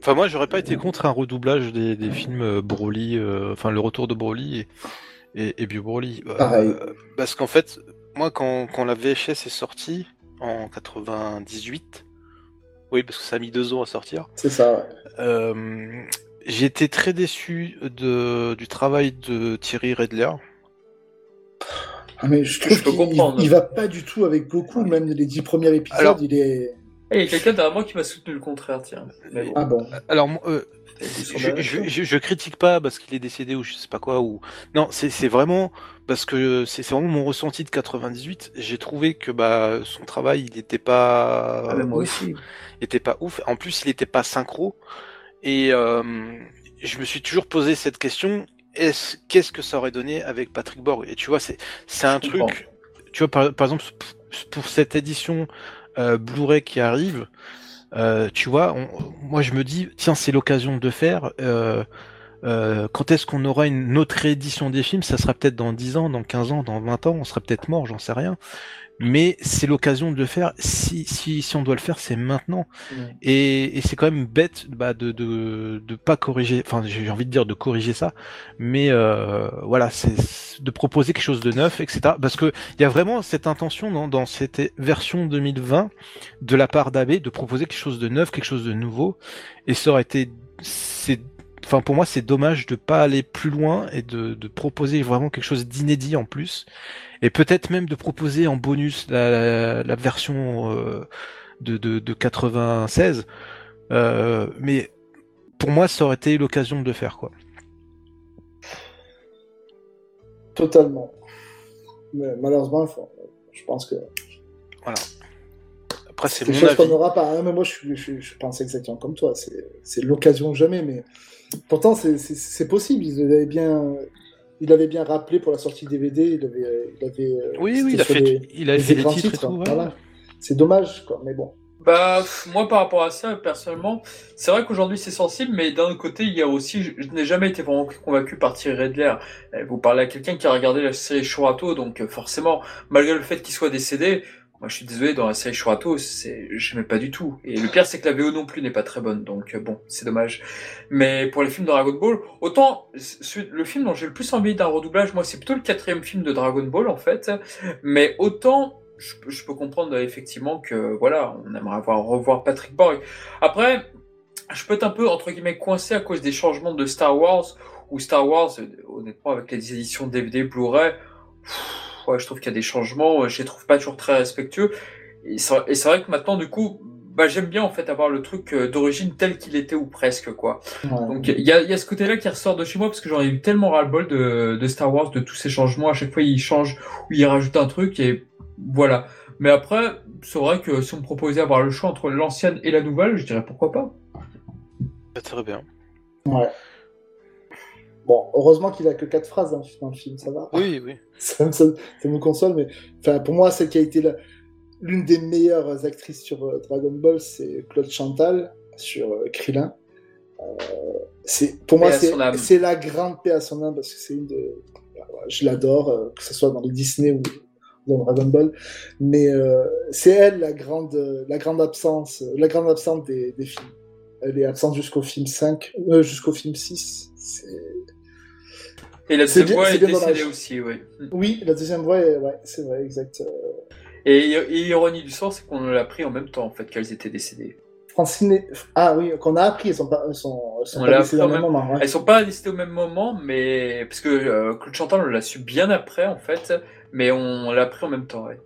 Enfin, moi, j'aurais pas été contre un redoublage des, des films euh, Broly, euh, enfin, le retour de Broly et, et, et Bio Broly. Euh, Pareil. Parce qu'en fait, moi, quand, quand la V H S est sortie, en quatre-vingt-dix-huit, oui, parce que ça a mis deux ans à sortir, C'est ça, ouais. euh, j'ai été très déçu de, du travail de Thierry Redler. Ah, mais je trouve Je peux qu'il comprendre. il va pas du tout avec Goku, même les dix premiers épisodes, Alors- il est... Et il y a quelqu'un derrière moi qui m'a soutenu le contraire, tiens. Mais bon, Ah bon. Alors, moi, euh, t'as dit sur je, la je, nature. je, je critique pas parce qu'il est décédé ou je sais pas quoi, ou non, c'est c'est vraiment parce que c'est c'est vraiment mon ressenti de quatre-vingt-dix-huit. J'ai trouvé que bah son travail il était pas Ah, mais moi ouf, aussi. il était pas ouf. En plus, il était pas synchro et euh, je me suis toujours posé cette question. Est-ce qu'est-ce que ça aurait donné avec Patrick Borg? Et tu vois, c'est c'est un Je comprends. truc. Tu vois, par, par exemple, p- pour cette édition euh, Blu-ray qui arrive, euh, tu vois, on- moi je me dis, tiens, c'est l'occasion de faire. Euh, euh, quand est-ce qu'on aura une autre réédition des films? Ça sera peut-être dans dix ans, dans quinze ans, dans vingt ans, on sera peut-être mort, j'en sais rien. Mais c'est l'occasion de le faire. Si, si, si on doit le faire, c'est maintenant. Ouais. Et, et c'est quand même bête bah, de, de de pas corriger. Enfin, j'ai envie de dire de corriger ça, mais euh, voilà, c'est de proposer quelque chose de neuf, et cetera. Parce que il y a vraiment cette intention dans, dans cette version deux mille vingt de la part d'A B de proposer quelque chose de neuf, quelque chose de nouveau. Et ça aurait été, c'est, enfin pour moi, c'est dommage de pas aller plus loin et de, de proposer vraiment quelque chose d'inédit en plus. Et peut-être même de proposer en bonus la, la, la version euh, de, de, de quatre-vingt-seize. Euh, mais pour moi, ça aurait été l'occasion de le faire, quoi. Totalement. Mais malheureusement, faut- je pense que Voilà. Après, c'est c'est quelque mon chose qu'on avis. n'aura pas. Hein, mais moi, je, suis- je, je pense exactement comme toi. C'est c'est l'occasion jamais. Mais pourtant, c'est- c'est c'est possible. Il avait bien, il avait bien rappelé pour la sortie D V D. Il avait, il avait, euh, Oui, c'était oui, il a sur fait, les, il a les fait les grands titres et tout. Ouais. Voilà. C'est dommage, quoi. Mais bon. Bah, pff, moi, par rapport à ça, personnellement, c'est vrai qu'aujourd'hui c'est sensible, mais d'un autre côté, il y a aussi, je, je n'ai jamais été vraiment convaincu par Thierry Redler. Euh, Vous parlez à quelqu'un qui a regardé la série Shurato, donc euh, forcément, malgré le fait qu'il soit décédé, moi je suis désolé, dans la série Shurato, c'est, j'aimais pas du tout. Et le pire, c'est que la V O non plus n'est pas très bonne, donc euh, bon, c'est dommage. Mais pour les films de Dragon Ball, autant celui- le film dont j'ai le plus envie d'un redoublage, moi, c'est plutôt le quatrième film de Dragon Ball, en fait. Mais autant, je, peux- je peux comprendre euh, effectivement que voilà, on aimerait avoir revoir Patrick Borg. Après, je peux être un peu entre guillemets coincé à cause des changements de Star Wars ou Star Wars, euh, honnêtement, avec les éditions D V D, Blu-ray. pff, Ouais, je trouve qu'il y a des changements, euh, je les trouve pas toujours très respectueux. Et c'est et c'est vrai que maintenant, du coup, bah j'aime bien en fait avoir le truc euh, d'origine tel qu'il était ou presque quoi. Ouais. Donc il y a, il y a ce côté-là qui ressort de chez moi parce que j'en ai eu tellement ras-le-bol de, de Star Wars, de tous ces changements. À chaque fois, ils changent ou ils rajoutent un truc et voilà. Mais après, c'est vrai que si on me proposait d'avoir le choix entre l'ancienne et la nouvelle, je dirais pourquoi pas. Très bien. Ouais. Bon, heureusement qu'il a que quatre phrases dans, dans le film, ça va. Oui, oui. Ça, me- ça, ça me console, mais enfin, pour moi, celle qui a été la- l'une des meilleures actrices sur euh, Dragon Ball, c'est Claude Chantal sur euh, Krillin. Euh, c'est, pour moi, Paix à c'est, son âme. c'est la grande paix à son âme parce que c'est une de. Je l'adore, euh, que ce soit dans les Disney ou dans Dragon Ball. Mais euh, c'est elle la grande, euh, la grande absence, euh, la grande absente des, des films. Elle est absente jusqu'au film cinq, euh, jusqu'au film six. C'est... Et la C'est deuxième bien- voix c'est est bien décédée dommage. aussi, oui. Oui, la deuxième voix, est... ouais, c'est vrai, exact. Euh, Et, et ironie du sort, c'est qu'on l'a pris en même temps en fait qu'elles étaient décédées. Francine, est- ah oui, qu'on a appris, elles sont pas, elles sont, elles sont On pas l'a décédées au appris en même même- moment. Ouais. Elles sont pas décédées au même moment, mais parce que euh, Claude Chantal on l'a su bien après en fait, mais on l'a appris en même temps. Ouais.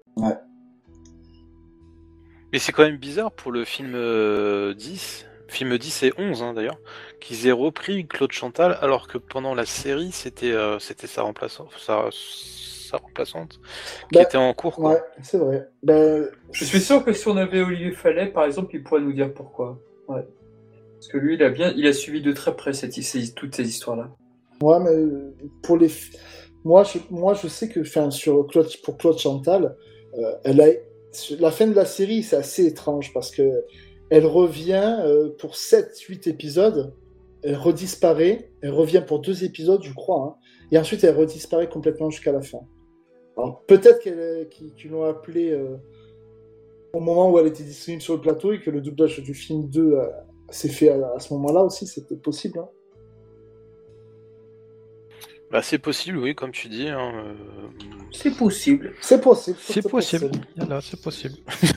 Mais c'est quand même bizarre pour le film euh, dix, film dix et onze hein, d'ailleurs, qu'ils aient repris Claude Chantal alors que pendant la série c'était euh, c'était sa remplaçante, sa, sa remplaçante qui Bah, était en cours quoi. Ouais, c'est vrai. Ben, Je suis sûr que si on avait Olivier Fallet, par exemple, il pourrait nous dire pourquoi. Ouais. Parce que lui, il a bien, il a suivi de très près cette, ces- toutes ces histoires-là. Ouais, mais euh, pour les, f- moi, je, moi, je sais que, enfin, sur Claude, pour Claude Chantal, euh, elle a, sur la fin de la série, c'est assez étrange parce que elle revient euh, pour sept huit épisodes, elle redisparaît, elle revient pour deux épisodes, je crois, hein, et ensuite elle redisparaît complètement jusqu'à la fin. Alors, peut-être qu'elle, est- qu'ils, qu'ils l'ont appelée euh, au moment où elle était disponible sur le plateau et que le doublage du film deux a, c'est fait à, à ce moment-là aussi, c'était possible. Hein. Bah, c'est possible, oui, comme tu dis. Hein, euh... C'est possible. C'est possible. C'est possible. Voilà, c'est possible.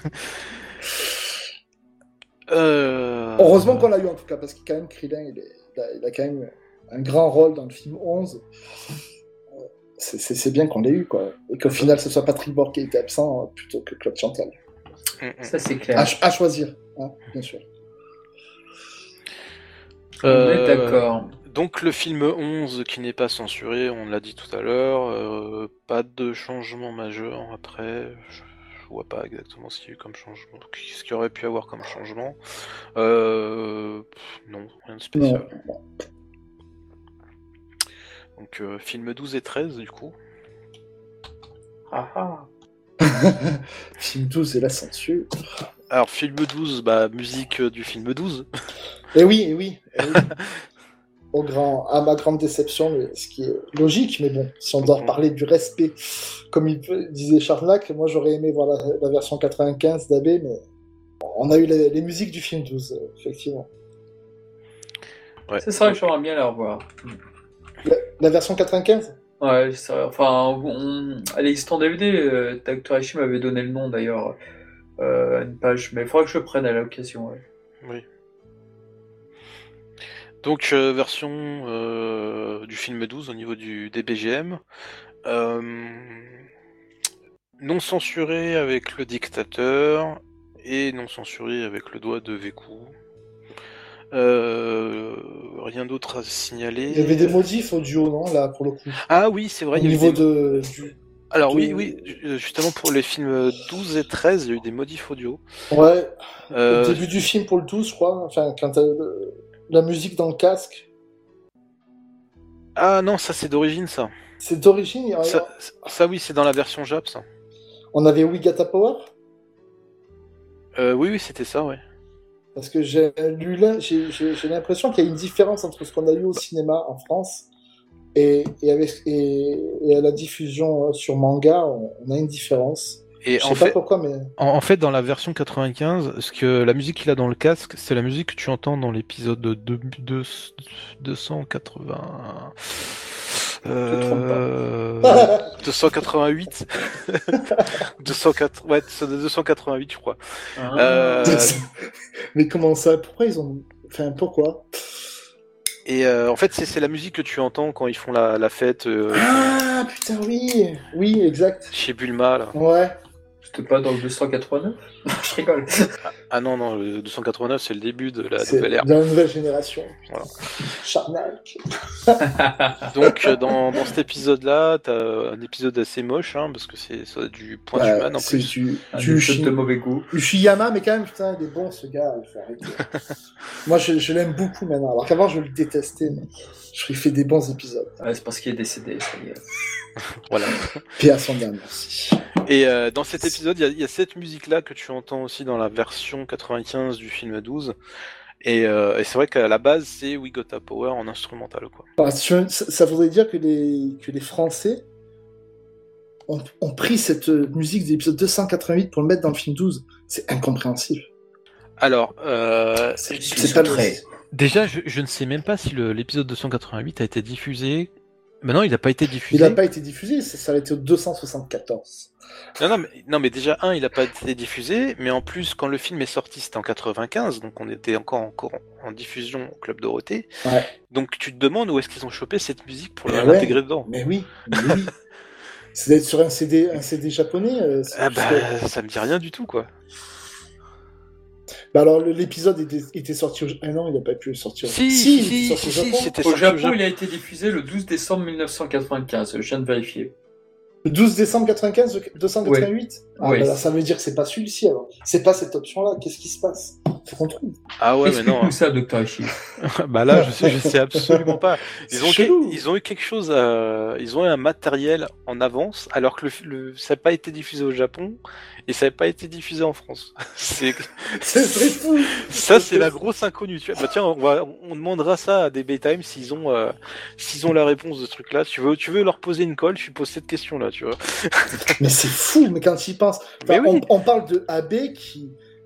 euh... Heureusement qu'on l'a eu en tout cas, parce que quand même, Krillin, il, est, il, a, il a quand même un grand rôle dans le film onze. C'est, c'est, c'est bien qu'on l'ait eu, quoi. Et qu'au final, ce soit Patrick Bord qui était absent plutôt que Claude Chantal. Ça, c'est clair. À, à choisir, hein, bien sûr. Euh... On est d'accord. Donc le film onze qui n'est pas censuré, on l'a dit tout à l'heure, euh, pas de changement majeur après, je, je vois pas exactement ce qu'il y a eu comme changement, ce qu'il y aurait pu avoir comme changement. Euh, non, rien de spécial. Non. Donc euh, film douze et treize du coup. Ah ah. Film douze et la censure. Alors film douze, bah musique du film douze. Eh oui, eh oui, eh oui. Au grand, à ma grande déception, mais ce qui est logique, mais bon, si on doit reparler du respect, comme il disait Charnac, moi j'aurais aimé voir la, la version quatre-vingt-quinze d'A B, mais on a eu les, les musiques du film douze, effectivement. Ouais. C'est ça que j'aimerais bien la revoir. La, la version quatre-vingt-quinze ? Ouais, c'est vrai. Enfin, on... elle existe en D V D. Euh, Docteur Ishii m'avait donné le nom d'ailleurs euh, à une page, mais il faudra que je le prenne à l'occasion. Ouais. Oui. Donc, euh, version euh, du film douze au niveau du des B G M. Euh, non censuré avec le dictateur et non censuré avec le doigt de Vécou. Euh, rien d'autre à signaler. Il y avait des modifs audio, non, là, pour le coup. Ah oui, c'est vrai. Au il y niveau avait des... de... Du... Alors de... oui, oui, justement pour les films douze et treize, il y a eu des modifs audio. Ouais, euh... au début du film pour le douze, je crois, enfin, quand t'as le... la musique dans le casque. Ah non, ça c'est d'origine, ça. C'est d'origine a... ça, ça oui, c'est dans la version Jap, ça. On avait We Got a Power euh, Oui, oui, c'était ça, ouais. Parce que j'ai lu là, j'ai, j'ai, j'ai l'impression qu'il y a une différence entre ce qu'on a eu au cinéma en France et, et, avec, et, et à la diffusion sur manga, on, on a une différence. Et je en sais fait, pas pourquoi, mais... En, en fait, dans la version quatre-vingt-quinze, ce que la musique qu'il a dans le casque, c'est la musique que tu entends dans l'épisode de deux cent quatre-vingts... Euh... deux cent quatre-vingt-huit deux cent quatre... Ouais, c'est de deux cent quatre-vingt-huit, je crois. Ah. Euh... Mais comment ça? Pourquoi ils ont... Enfin, pourquoi? Et euh, en fait, c'est, c'est la musique que tu entends quand ils font la, la fête. Euh, ah, putain, oui. Oui, exact. Chez Bulma, là. Ouais. C'était pas dans le deux cent quatre-vingt-neuf? Je rigole. Ah, ah non, non, le deux cent quatre-vingt-neuf, c'est le début de la c'est nouvelle ère. De la nouvelle génération. Voilà. Charnac. Donc, dans, dans cet épisode-là, t'as un épisode assez moche, hein, parce que c'est ça, du point bah, du man en c'est plus. Du, un du Ushi... de mauvais goût. Ushiyama, mais quand même, putain, il est bon ce gars. Il faut arrêter. Moi, je, je l'aime beaucoup maintenant. Alors qu'avant, je le détestais, mais je lui fais des bons épisodes. Ouais, c'est parce qu'il est décédé, ça y est. Voilà. Paix à son âme, merci. Et euh, dans cet épisode, il y, y a cette musique-là que tu entends aussi dans la version quatre-vingt-quinze du film douze. Et, euh, et c'est vrai qu'à la base, c'est We Got a Power en instrumental, quoi. Parce que ça, ça voudrait dire que les, que les Français ont, ont pris cette musique de l'épisode deux cent quatre-vingt-huit pour le mettre dans le film douze. C'est incompréhensible. Alors, euh, c'est, c'est pas très... Déjà, je, je ne sais même pas si le, l'épisode deux cent quatre-vingt-huit a été diffusé. Mais non, il n'a pas été diffusé. Il n'a pas été diffusé, ça, ça a été au deux cent soixante-quatorze. Non, non, mais, non, mais déjà, un, il n'a pas été diffusé, mais en plus, quand le film est sorti, c'était en quatre-vingt-quinze, donc on était encore, encore en diffusion au Club Dorothée. Ouais. Donc tu te demandes où est-ce qu'ils ont chopé cette musique pour mais l'intégrer ouais, dedans. Mais oui, mais oui. C'est d'être sur un C D, un C D japonais. Euh, ah bah, que... ça me dit rien du tout, quoi. Bah alors, l'épisode était, était sorti au Japon. Ah non, il n'a pas pu sortir au si, si, si, si, si, si, c'était au Japon. Au Japon, il a été diffusé le douze décembre mille neuf cent quatre-vingt-quinze. Je viens de vérifier. Le douze décembre quatre-vingt-quinze, deux cent quatre-vingt-huit oui. Ah, oui. Bah, ça veut dire que c'est pas celui-ci, alors. C'est pas cette option-là. Qu'est-ce qui se passe? Faut qu'on trouve. Ah ouais, mais non. Explique-nous ça, Docteur Ishii. Bah là, je sais, je sais absolument pas. Ils ont, que, ils ont eu quelque chose à... Ils ont eu un matériel en avance, alors que le, le... ça n'a pas été diffusé au Japon, et ça n'a pas été diffusé en France. C'est, c'est très fou. Ça, c'est la grosse inconnue. Tu vois. Bah, tiens, on, va... on demandera ça à D B Time s'ils ont, euh... s'ils ont la réponse de ce truc-là. Tu veux, tu veux leur poser une colle, je pose cette question-là, tu vois. Mais c'est fou, mais quand tu y penses. Enfin, oui. on, on parle de A B qui,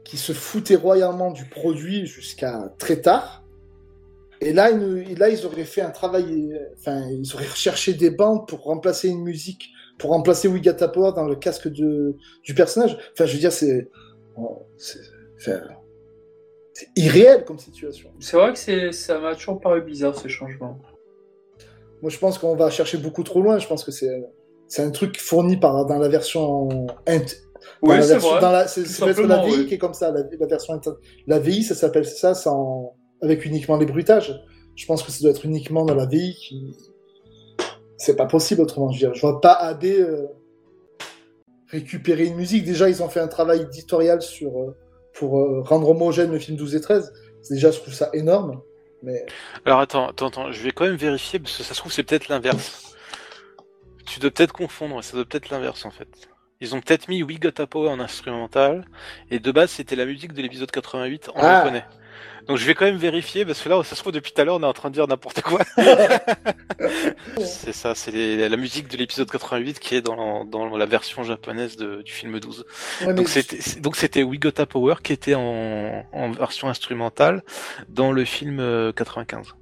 qui se foutaient royalement du produit jusqu'à très tard. Et là, ils, là, ils auraient fait un travail, enfin, ils auraient recherché des bandes pour remplacer une musique, pour remplacer We Got That Power dans le casque de, du personnage. Enfin, je veux dire, c'est, c'est, enfin, c'est irréel comme situation. C'est vrai que c'est, ça m'a toujours paru bizarre, ce changement. Moi, je pense qu'on va chercher beaucoup trop loin. Je pense que c'est, c'est un truc fourni par, dans la version int, oui, la c'est version, vrai. dans la, c'est, c'est la V I oui. qui est comme ça. La, la version inter... la V I, ça s'appelle ça, sans, avec uniquement les bruitages. Je pense que ça doit être uniquement dans la V I qui. C'est pas possible autrement. Je veux dire, je vois pas A B euh, récupérer une musique. Déjà, ils ont fait un travail éditorial sur euh, pour euh, rendre homogène le film douze et treize. C'est déjà, je trouve ça énorme. Mais... Alors attends, attends, attends, je vais quand même vérifier parce que ça se trouve c'est peut-être l'inverse. Tu dois peut-être confondre, ça doit peut-être l'inverse en fait. Ils ont peut-être mis We Got That Power en instrumental et de base c'était la musique de l'épisode quatre-vingt-huit en Ah. japonais. Donc je vais quand même vérifier parce que là ça se trouve depuis tout à l'heure on est en train de dire n'importe quoi. C'est ça, c'est les, la musique de l'épisode quatre-vingt-huit qui est dans, dans la version japonaise de, du film douze. Ouais, mais donc, c'était, donc c'était We Got That Power qui était en, en version instrumentale dans le film euh, quatre-vingt-quinze.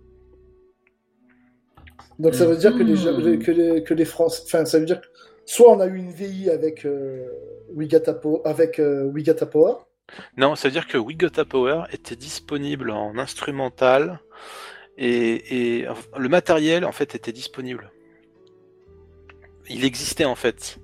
Donc ça veut dire que les, Mmh. que les, que les Français... Enfin, ça veut dire que soit on a eu une V I avec euh, We Got That Power, avec euh, We Got That Power. Non, ça veut dire que We Got That Power était disponible en instrumental et, et le matériel en fait était disponible. Il existait en fait.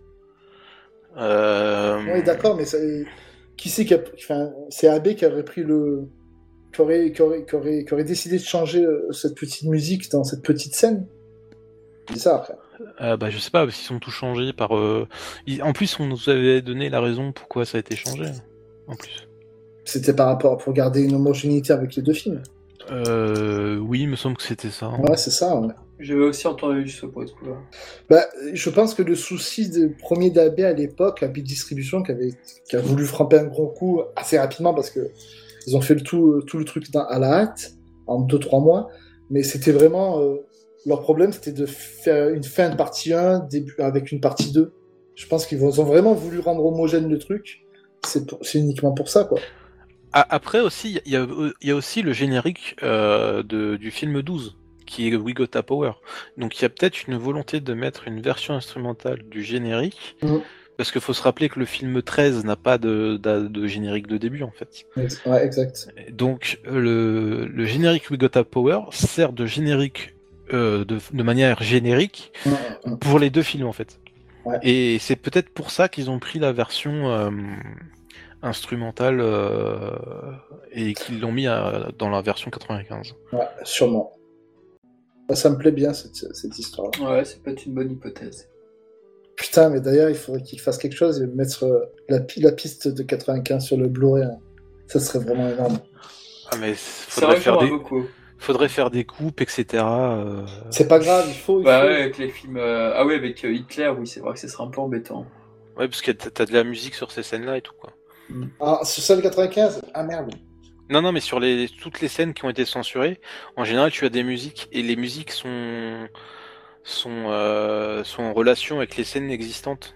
Euh... Oui, d'accord, mais ça, qui c'est qui a... Enfin, c'est A B qui aurait pris le... Qui aurait, qui, aurait, qui, aurait, qui aurait décidé de changer euh, cette petite musique dans cette petite scène. C'est ça, après. Euh, bah, je sais pas, parce qu'ils sont tous changés par. Euh... ils- En plus, on nous avait donné la raison pourquoi ça a été changé. En plus. C'était par rapport pour garder une homogénéité avec les deux films. Euh... Oui, il me semble que c'était ça. Ouais, c'est ça, ouais. J'avais aussi entendu ce bruit de coup-là. Bah, je pense que le souci des premiers d'A B à l'époque, A B Distribution, qui, avait, qui a voulu frapper un gros coup assez rapidement parce que ils ont fait le tout, tout le truc dans, à la hâte, en deux trois mois, mais c'était vraiment... Euh, leur problème, c'était de faire une fin de partie un début, avec une partie deux. Je pense qu'ils ont vraiment voulu rendre homogène le truc. C'est, pour, c'est uniquement pour ça, quoi. Après aussi, il y, y a aussi le générique euh, de, du film douze, qui est We Got That Power. Donc il y a peut-être une volonté de mettre une version instrumentale du générique, mmh. parce qu'il faut se rappeler que le film treize n'a pas de, de, de générique de début, en fait. Ouais, exact. Donc le, le générique We Got That Power sert de générique euh, de, de manière générique mmh, mmh. pour les deux films, en fait. Ouais. Et c'est peut-être pour ça qu'ils ont pris la version... Euh, instrumental euh, et qu'ils l'ont mis à, dans la version quatre-vingt-quinze. Ouais, sûrement. Ça me plaît bien cette, cette histoire. Ouais, c'est peut-être une bonne hypothèse. Putain, mais d'ailleurs, il faudrait qu'ils fassent quelque chose et mettre la, la piste de quatre-vingt-quinze sur le Blu-ray. Hein. Ça serait vraiment énorme. Ah, mais faudrait faire des... beaucoup. Faudrait faire des coupes, et cetera. Euh... C'est pas grave, il faut. Il bah faut... ouais, avec les films. Euh... Ah oui, avec euh, Hitler, oui, c'est vrai que ce serait un peu embêtant. Ouais, parce que t'as de la musique sur ces scènes-là et tout, quoi. Ah, sur celle quatre-vingt-quinze ? Ah merde. Non, non, mais sur les, toutes les scènes qui ont été censurées, en général, tu as des musiques, et les musiques sont, sont, euh, sont en relation avec les scènes existantes.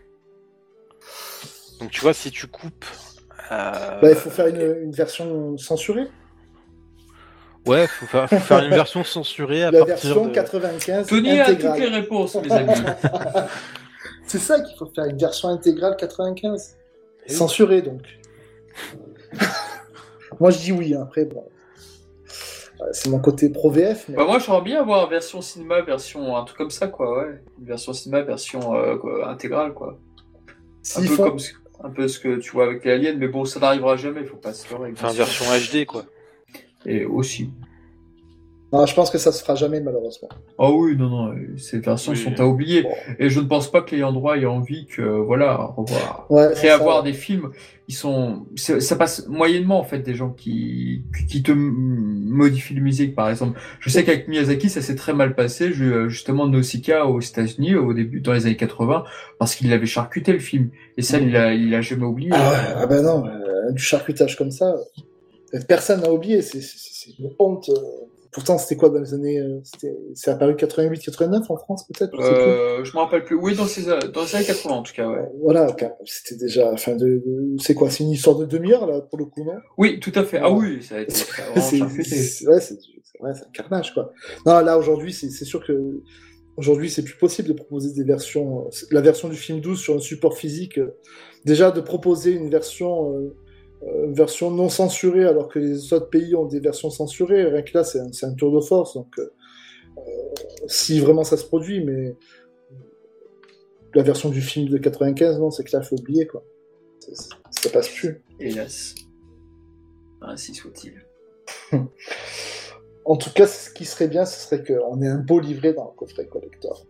Donc, tu vois, si tu coupes... Euh... Bah, il faut faire une, une version censurée. Ouais, faut faire, faut faire une version censurée à La partir version de... quatre-vingt-quinze Tony intégrale. a toutes les réponses, mes amis. C'est ça qu'il faut faire, une version intégrale quatre-vingt-quinze. Et censurée, oui. Donc. Moi, je dis oui, hein. Après, bon. C'est mon côté pro-V F. Mais... Bah, moi, j'aimerais bien avoir version cinéma, version... un truc comme ça, quoi, ouais. Une version cinéma, version euh, quoi, intégrale, quoi. Si un peu font... comme ce... un peu ce que tu vois avec les aliens, mais bon, ça n'arrivera jamais, faut pas se leurrer. Enfin, version H D, quoi. Et aussi. Non, je pense que ça se fera jamais, malheureusement. Ah oh oui, non, non, ces versions oui. sont à oublier. Bon. Et je ne pense pas que l'ayant droit ait envie que, voilà, revoir, ouais, réavoir ça. Des films. Ils sont, ça passe moyennement, en fait, des gens qui, qui te modifient la musique, par exemple. Je sais qu'avec Miyazaki, ça s'est très mal passé, justement, Nausicaa aux États-Unis, au début, dans les années quatre-vingts, parce qu'il avait charcuté le film. Et ça, mmh. il l'a, il l'a jamais oublié. Ah, ouais, ah ben non, euh, du charcutage comme ça, personne n'a oublié, c'est, c'est, c'est une honte. Euh... pourtant, c'était quoi dans les années... Euh, c'était... C'est apparu quatre-vingt-huit quatre-vingt-neuf en France, peut-être je, euh, je me rappelle plus. Oui, dans, ces, dans les années quatre-vingts, en tout cas, ouais. Voilà, c'était déjà... Enfin, de, de... C'est quoi? C'est une histoire de demi-heure, là, pour le coup, non? Oui, tout à fait. Ah oui, ça a été c'est, c'est, ouais, c'est, ouais, c'est un carnage, quoi. Non, là, aujourd'hui, c'est, c'est sûr que... Aujourd'hui, c'est plus possible de proposer des versions... La version du film douze sur un support physique... Déjà, de proposer une version... Euh, Une version non censurée, alors que les autres pays ont des versions censurées. Rien que là, c'est un, c'est un tour de force. Donc, euh, si vraiment ça se produit, mais la version du film de quatre-vingt-quinze, non, c'est que là, il faut oublier, quoi. C'est, c'est, ça passe plus. Hélas. Ainsi soit-il. En tout cas, ce qui serait bien, ce serait qu'on ait un beau livret dans le coffret collector.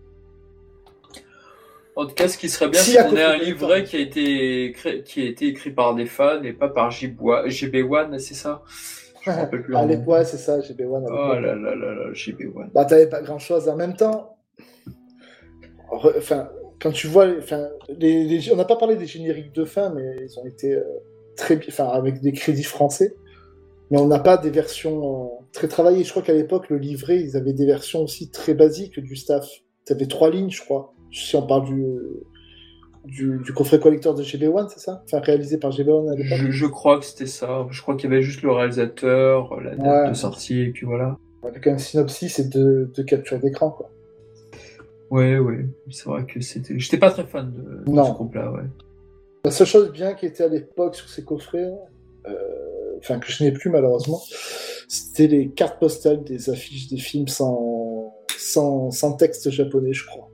En tout cas, ce qui serait bien, si c'est qu'on ait un livret qui a, été cré... qui a été écrit par des fans et pas par G B un, c'est ça? Je me rappelle plus. Allez, ouais, c'est ça, G B un. Oh là là là là, G B un. Bah, t'avais pas grand-chose. En même temps, enfin, quand tu vois, enfin, les, les... on n'a pas parlé des génériques de fin, mais ils ont été euh, très bien, enfin, avec des crédits français. Mais on n'a pas des versions euh, très travaillées. Je crois qu'à l'époque, le livret, ils avaient des versions aussi très basiques du staff. T'avais trois lignes, je crois. Si on parle du, du, du coffret collector de G B un, c'est ça? Enfin, réalisé par G B un à l'époque. Je, je crois que c'était ça. Je crois qu'il y avait juste le réalisateur, la date ouais. de sortie, et puis voilà. Avec un synopsis et deux, deux captures d'écran, quoi. Ouais, ouais. C'est vrai que c'était... J'étais pas très fan de, de ce groupe-là, ouais. La seule chose bien qui était à l'époque sur ces coffrets, euh, enfin, que je n'ai plus malheureusement, c'était les cartes postales des affiches des films sans, sans, sans texte japonais, je crois.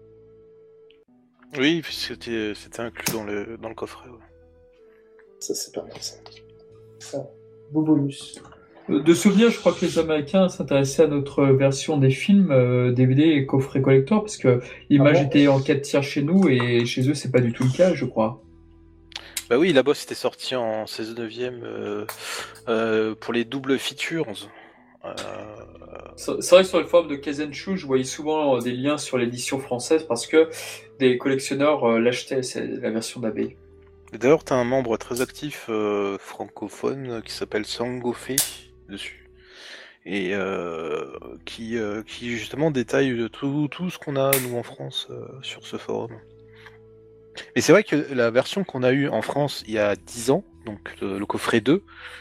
Oui, c'était, c'était inclus dans le, dans le coffret. Ouais. Ça, c'est pas mal, ça. ça. Beau bonus. De souvenir, je crois que les Américains s'intéressaient à notre version des films, euh, D V D et coffret collector, parce que l'image ah bon était en quatre tiers chez nous, et chez eux, c'est pas du tout le cas, je crois. Bah oui, là-bas, c'était sorti en seize neuvième euh, euh, pour les doubles features. Euh... C'est vrai que sur le forum de Kazenshu, je voyais souvent des liens sur l'édition française parce que des collectionneurs euh, l'achetaient, c'est la version d'A B. D'ailleurs, tu as un membre très actif euh, francophone qui s'appelle Sangofé dessus et euh, qui, euh, qui justement détaille tout, tout ce qu'on a nous en France euh, sur ce forum. Et c'est vrai que la version qu'on a eue en France il y a dix ans, donc le, le coffret deux,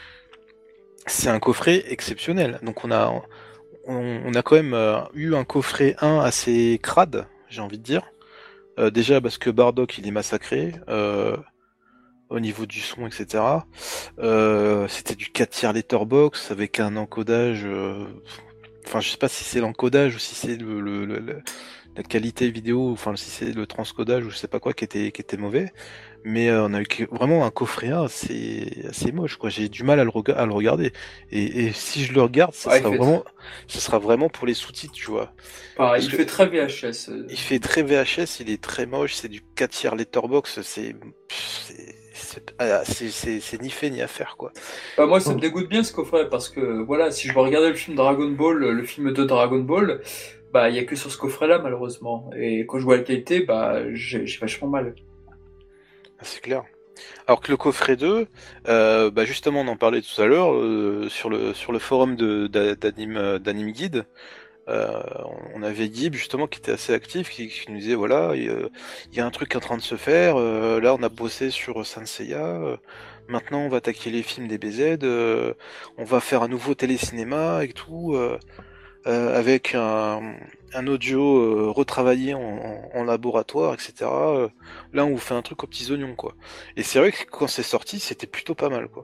c'est un coffret exceptionnel. Donc on a on, on a quand même euh, eu un coffret un assez crade, j'ai envie de dire. Euh, déjà parce que Bardock il est massacré euh, au niveau du son, et cetera. Euh, c'était du quatre tiers letterbox avec un encodage. Euh... Enfin, je sais pas si c'est l'encodage ou si c'est le, le, le, le la qualité vidéo, enfin si c'est le transcodage ou je sais pas quoi qui était qui était mauvais. Mais euh, on a eu vraiment un coffret un assez assez moche, quoi. J'ai du mal à le, rega- à le regarder. Et, et si je le regarde, ça ouais, sera vraiment, très... ça sera vraiment pour les sous-titres, tu vois. Pareil, il fait très V H S. Il fait très V H S, il est très moche, c'est du quatre tiers letterbox, c'est c'est c'est, ah, c'est, c'est, c'est ni fait ni à faire, quoi. Bah, moi, ça me dégoûte bien ce coffret parce que voilà, si je veux regarder le film Dragon Ball, le film de Dragon Ball, bah il y a que sur ce coffret-là malheureusement. Et quand je vois la qualité, bah j'ai, j'ai vachement mal. C'est clair. Alors que le coffret deux, euh, bah justement on en parlait tout à l'heure euh, sur le sur le forum de d'anime d'anime guide, euh, on avait Guib justement qui était assez actif, qui, qui nous disait voilà il euh, y a un truc en train de se faire, euh, là on a bossé sur Saint Seiya, euh, maintenant on va attaquer les films des B Z, euh, on va faire un nouveau télécinéma et tout. Euh, Euh, avec un, un audio euh, retravaillé en, en, en laboratoire, et cetera. Euh, là, on vous fait un truc aux petits oignons, quoi. Et c'est vrai que quand c'est sorti, c'était plutôt pas mal, quoi.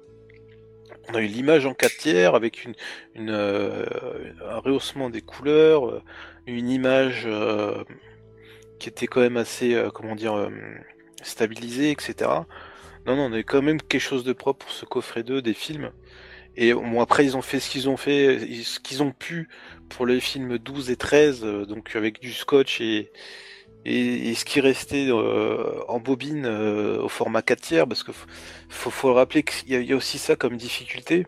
On a eu l'image en quatre tiers avec une, une euh, un rehaussement des couleurs, une image euh, qui était quand même assez, euh, comment dire, euh, stabilisée, et cetera. Non, non, on a eu quand même quelque chose de propre pour ce coffret deux des films. Et bon, après, ils ont fait ce qu'ils ont fait, ce qu'ils ont pu pour les films douze et treize, euh, donc avec du scotch et, et, et ce qui restait euh, en bobine euh, au format quatre tiers, parce que faut, faut rappeler qu'il y a, il y a aussi ça comme difficulté.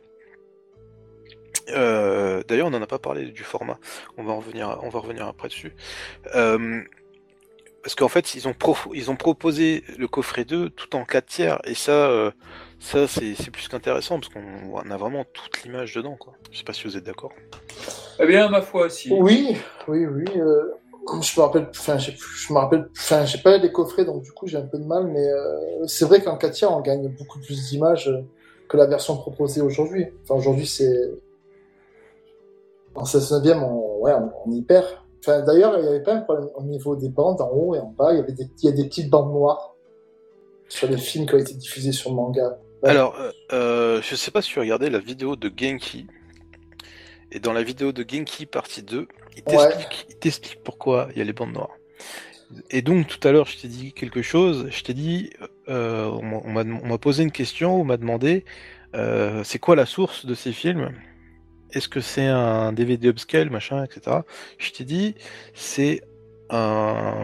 Euh, d'ailleurs, on n'en a pas parlé du format. On va en revenir, on va revenir après dessus. Euh, parce qu'en fait, ils ont, pro... ils ont proposé le coffret deux tout en quatre tiers, et ça, euh, ça c'est... c'est plus qu'intéressant, parce qu'on on a vraiment toute l'image dedans, quoi. Je sais pas si vous êtes d'accord. Eh bien, ma foi, si. Oui, oui, oui. Euh, je me rappelle, enfin, je, je me rappelle, enfin, j'ai pas les coffrets, donc du coup, j'ai un peu de mal, mais euh, c'est vrai qu'en quatre tiers, on gagne beaucoup plus d'images que la version proposée aujourd'hui. Enfin, aujourd'hui, c'est en seize neuvième, on, ouais, on, on y perd. Enfin, d'ailleurs, il n'y avait pas un problème au niveau des bandes, en haut et en bas, il y avait des, il y a des petites bandes noires sur les films qui ont été diffusés sur le manga. Ouais. Alors, euh, euh, je sais pas si tu as regardé la vidéo de Genki. Et dans la vidéo de Genki partie deux, il t'explique, ouais. il t'explique pourquoi il y a les bandes noires. Et donc tout à l'heure, je t'ai dit quelque chose. Je t'ai dit, euh, on, m'a, on m'a posé une question, on m'a demandé, euh, c'est quoi la source de ces films ? Est-ce que c'est un D V D upscale, machin, et cetera. Je t'ai dit, c'est un,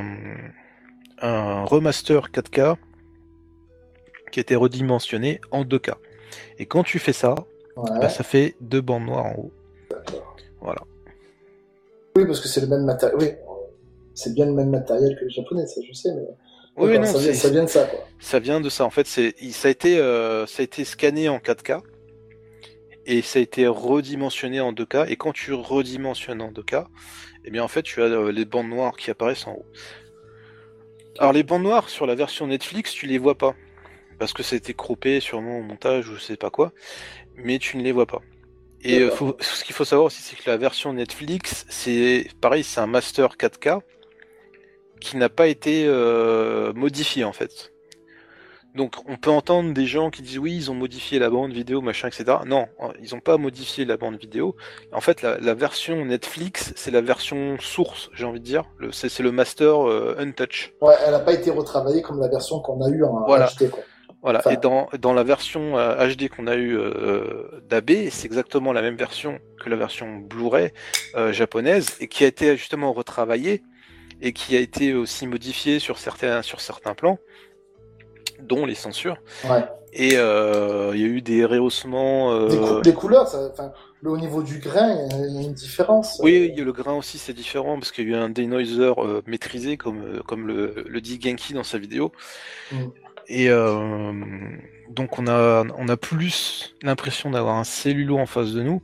un remaster quatre K qui a été redimensionné en deux K. Et quand tu fais ça, ouais. bah, ça fait deux bandes noires en haut. D'accord. Voilà. Oui, parce que c'est le même matériel. Oui, c'est bien le même matériel que le japonais, ça je sais, mais. Oui, D'accord, non, ça, vient, ça vient de ça, quoi. Ça vient de ça. En fait, c'est, ça a été, euh, ça a été scanné en quatre K et ça a été redimensionné en deux K. Et quand tu redimensionnes en deux K, eh bien en fait, tu as euh, les bandes noires qui apparaissent en haut. Alors les bandes noires sur la version Netflix, tu les vois pas parce que ça a été croppé sûrement au montage ou je sais pas quoi, mais tu ne les vois pas. Et euh, faut, ce qu'il faut savoir aussi, c'est que la version Netflix, c'est pareil, c'est un master quatre K qui n'a pas été euh, modifié en fait. Donc on peut entendre des gens qui disent oui, ils ont modifié la bande vidéo, machin, et cetera. Non, ils n'ont pas modifié la bande vidéo. En fait, la, la version Netflix, c'est la version source, j'ai envie de dire. Le, c'est, c'est le master euh, untouch. Ouais, elle n'a pas été retravaillée comme la version qu'on a eue en voilà. H D, quoi. Voilà, enfin... et dans, dans la version euh, H D qu'on a eue euh, d'A B, c'est exactement la même version que la version Blu-ray euh, japonaise, et qui a été justement retravaillée, et qui a été aussi modifiée sur certains, sur certains plans, dont les censures. Ouais. Et il euh, y a eu des rehaussements... Euh... Des, cou- des couleurs, ça, le, au niveau du grain, il y a une différence. Oui, euh... le grain aussi c'est différent, parce qu'il y a eu un denoiser euh, maîtrisé, comme, comme le, le dit Genki dans sa vidéo. Mm. Et euh, donc on a, on a plus l'impression d'avoir un cellulo en face de nous.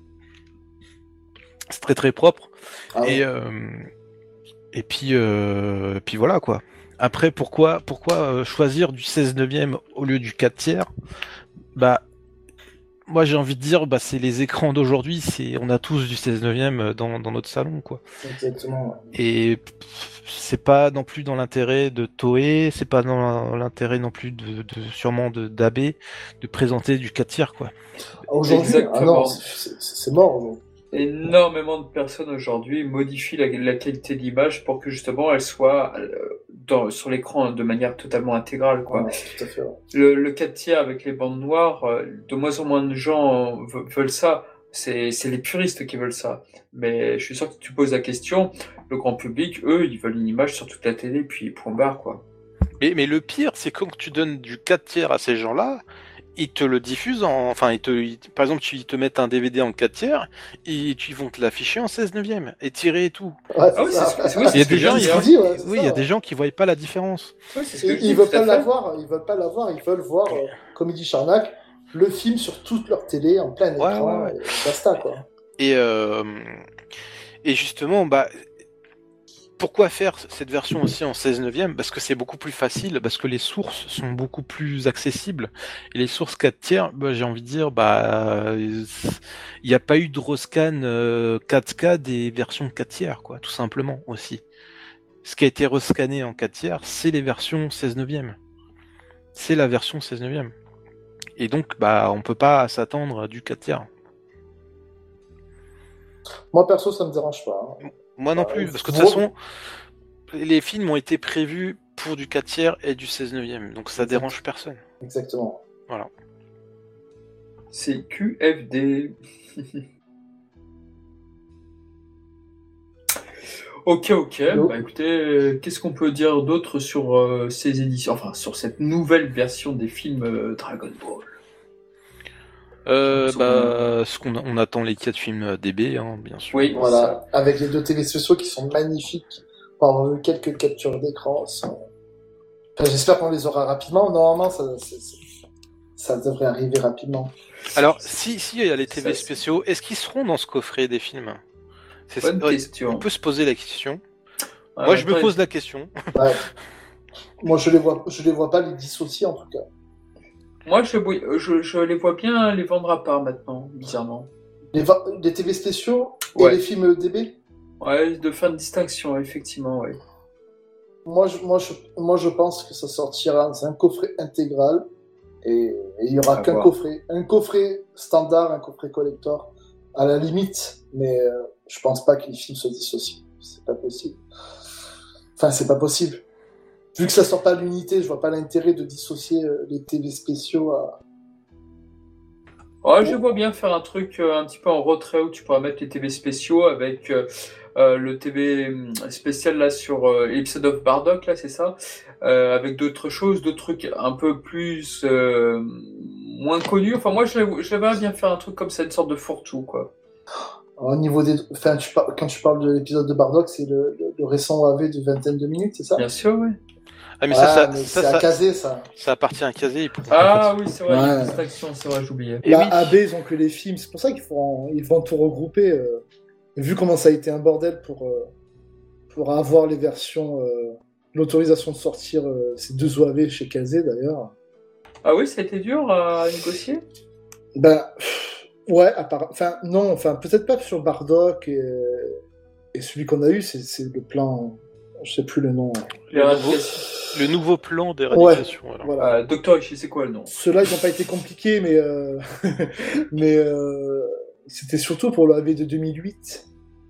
C'est très très propre. Ah et, ouais. euh, et puis, euh, puis voilà quoi. Après, pourquoi, pourquoi choisir du seize neuvième au lieu du quatre tiers ? Bah, moi j'ai envie de dire, bah, c'est les écrans d'aujourd'hui, c'est, on a tous du seize neuvième dans, dans notre salon, quoi. Exactement. Et c'est pas non plus dans l'intérêt de Toei, c'est pas dans l'intérêt non plus de, de sûrement de d'A B de présenter du quatre tiers, quoi. Aujourd'hui, ah non, c'est, c'est mort aujourd'hui. Énormément de personnes aujourd'hui modifient la, la qualité de l'image pour que justement elle soit dans, sur l'écran de manière totalement intégrale, quoi. Ouais, tout à fait, ouais. le, le quatre tiers avec les bandes noires, de moins en moins de gens veulent ça. C'est, c'est les puristes qui veulent ça. Mais je suis sûr que tu poses la question, le grand public, eux, ils veulent une image sur toute la télé, puis point barre, quoi. Mais, mais le pire, c'est quand tu donnes du quatre tiers à ces gens-là, ils te le diffusent en, enfin, ils te, ils, par exemple, tu, ils te mettent un D V D en quatre tiers, et ils vont te l'afficher en seize neuvième, étiré et tout. Ouais, ah oui, c'est ce que, c'est, oui, c'est il y a des gens, il dit, ouais, oui, il y a des gens qui voient pas la différence. Ouais, c'est ce ils, ils veulent pas l'avoir, ils veulent pas l'avoir, ils veulent voir, euh, comme il dit Charnac, le film sur toute leur télé, en plein ouais, écran, ouais, ouais. et basta, quoi. Et, euh, et justement, bah, pourquoi faire cette version aussi en seize neuvième ? Parce que c'est beaucoup plus facile, parce que les sources sont beaucoup plus accessibles. Et les sources quatre tiers, bah, j'ai envie de dire, bah, il n'y a pas eu de rescan euh, quatre K des versions quatre tiers, quoi, tout simplement aussi. Ce qui a été rescanné en quatre tiers, c'est les versions seize neuvième. C'est la version seize neuvième. Et donc, bah, on peut pas s'attendre à du quatre tiers. Moi, perso, ça me dérange pas. Hein. Moi non plus, parce que de toute façon, les films ont été prévus pour du quatre tiers et du seize neuvième, donc ça Exactement. dérange personne. Exactement. Voilà. C'est Q F D. ok, ok. Hello. Bah écoutez, qu'est-ce qu'on peut dire d'autre sur euh, ces éditions, enfin sur cette nouvelle version des films euh, Dragon Ball ? Euh, bah, ce qu'on a, on attend les quatre films D B, hein, bien sûr. Oui, voilà, ça. Avec les deux télé spéciaux qui sont magnifiques pour avoir vu quelques captures d'écran. Enfin, j'espère qu'on les aura rapidement. Normalement, ça, c'est, c'est... ça devrait arriver rapidement. Alors, si, si il y a les T V ça, spéciaux, est-ce qu'ils seront dans ce coffret des films? C'est Bonne ça. question. On peut se poser la question. Ouais, Moi, je me pose la question. Ouais. Moi, je les vois, je les vois pas les dissocier en tout cas. Moi, je, je, je les vois bien les vendre à part maintenant, bizarrement. Les, va- les T V spéciaux et ouais. les films D B. Ouais, de fin de distinction, effectivement, ouais. Moi, je, moi, je, moi, je pense que ça sortira dans un coffret intégral et il y aura à qu'un voir. coffret, un coffret standard, un coffret collector, à la limite. Mais euh, je pense pas que les films soient dissociés. C'est pas possible. Enfin, c'est pas possible. Vu que ça sort pas à l'unité, je vois pas l'intérêt de dissocier euh, les T V spéciaux à. Ouais, je vois bien faire un truc euh, un petit peu en retrait où tu pourras mettre les T V spéciaux avec euh, euh, le T V spécial là sur euh, Episode of Bardock, là, c'est ça, euh, avec d'autres choses, d'autres trucs un peu plus euh, moins connus. Enfin, moi, je l'avais bien faire un truc comme ça, une sorte de fourre-tout, quoi. Au niveau des, enfin, tu par... quand tu parles de l'épisode de Bardock, c'est le, le, le récent A V de vingtaine de minutes, c'est ça? Bien sûr, oui. Ah, mais ça, ah, ça, mais ça, c'est ça, à caser, ça. Ça appartient à caser. Pour... Ah oui, c'est vrai, ouais. il y a une distraction, c'est vrai, j'oubliais. La oui. A B, ils ont que les films, c'est pour ça qu'ils font, ils vont tout regrouper. Euh... Vu comment ça a été un bordel pour, euh, pour avoir les versions, euh, l'autorisation de sortir euh, ces deux O A V chez Kazé, d'ailleurs. Ah oui, ça a été dur à négocier? Ben, ouais, à part... enfin, non, enfin, peut-être pas sur Bardock et, et celui qu'on a eu, c'est, c'est le plan, je sais plus le nom. Le nouveau plan d'éradication. Ouais, alors. Voilà. Euh, Docteur Ishii, c'est quoi le nom? Ceux-là, ils n'ont pas été compliqués, mais, euh... mais euh... c'était surtout pour le A V de deux mille huit.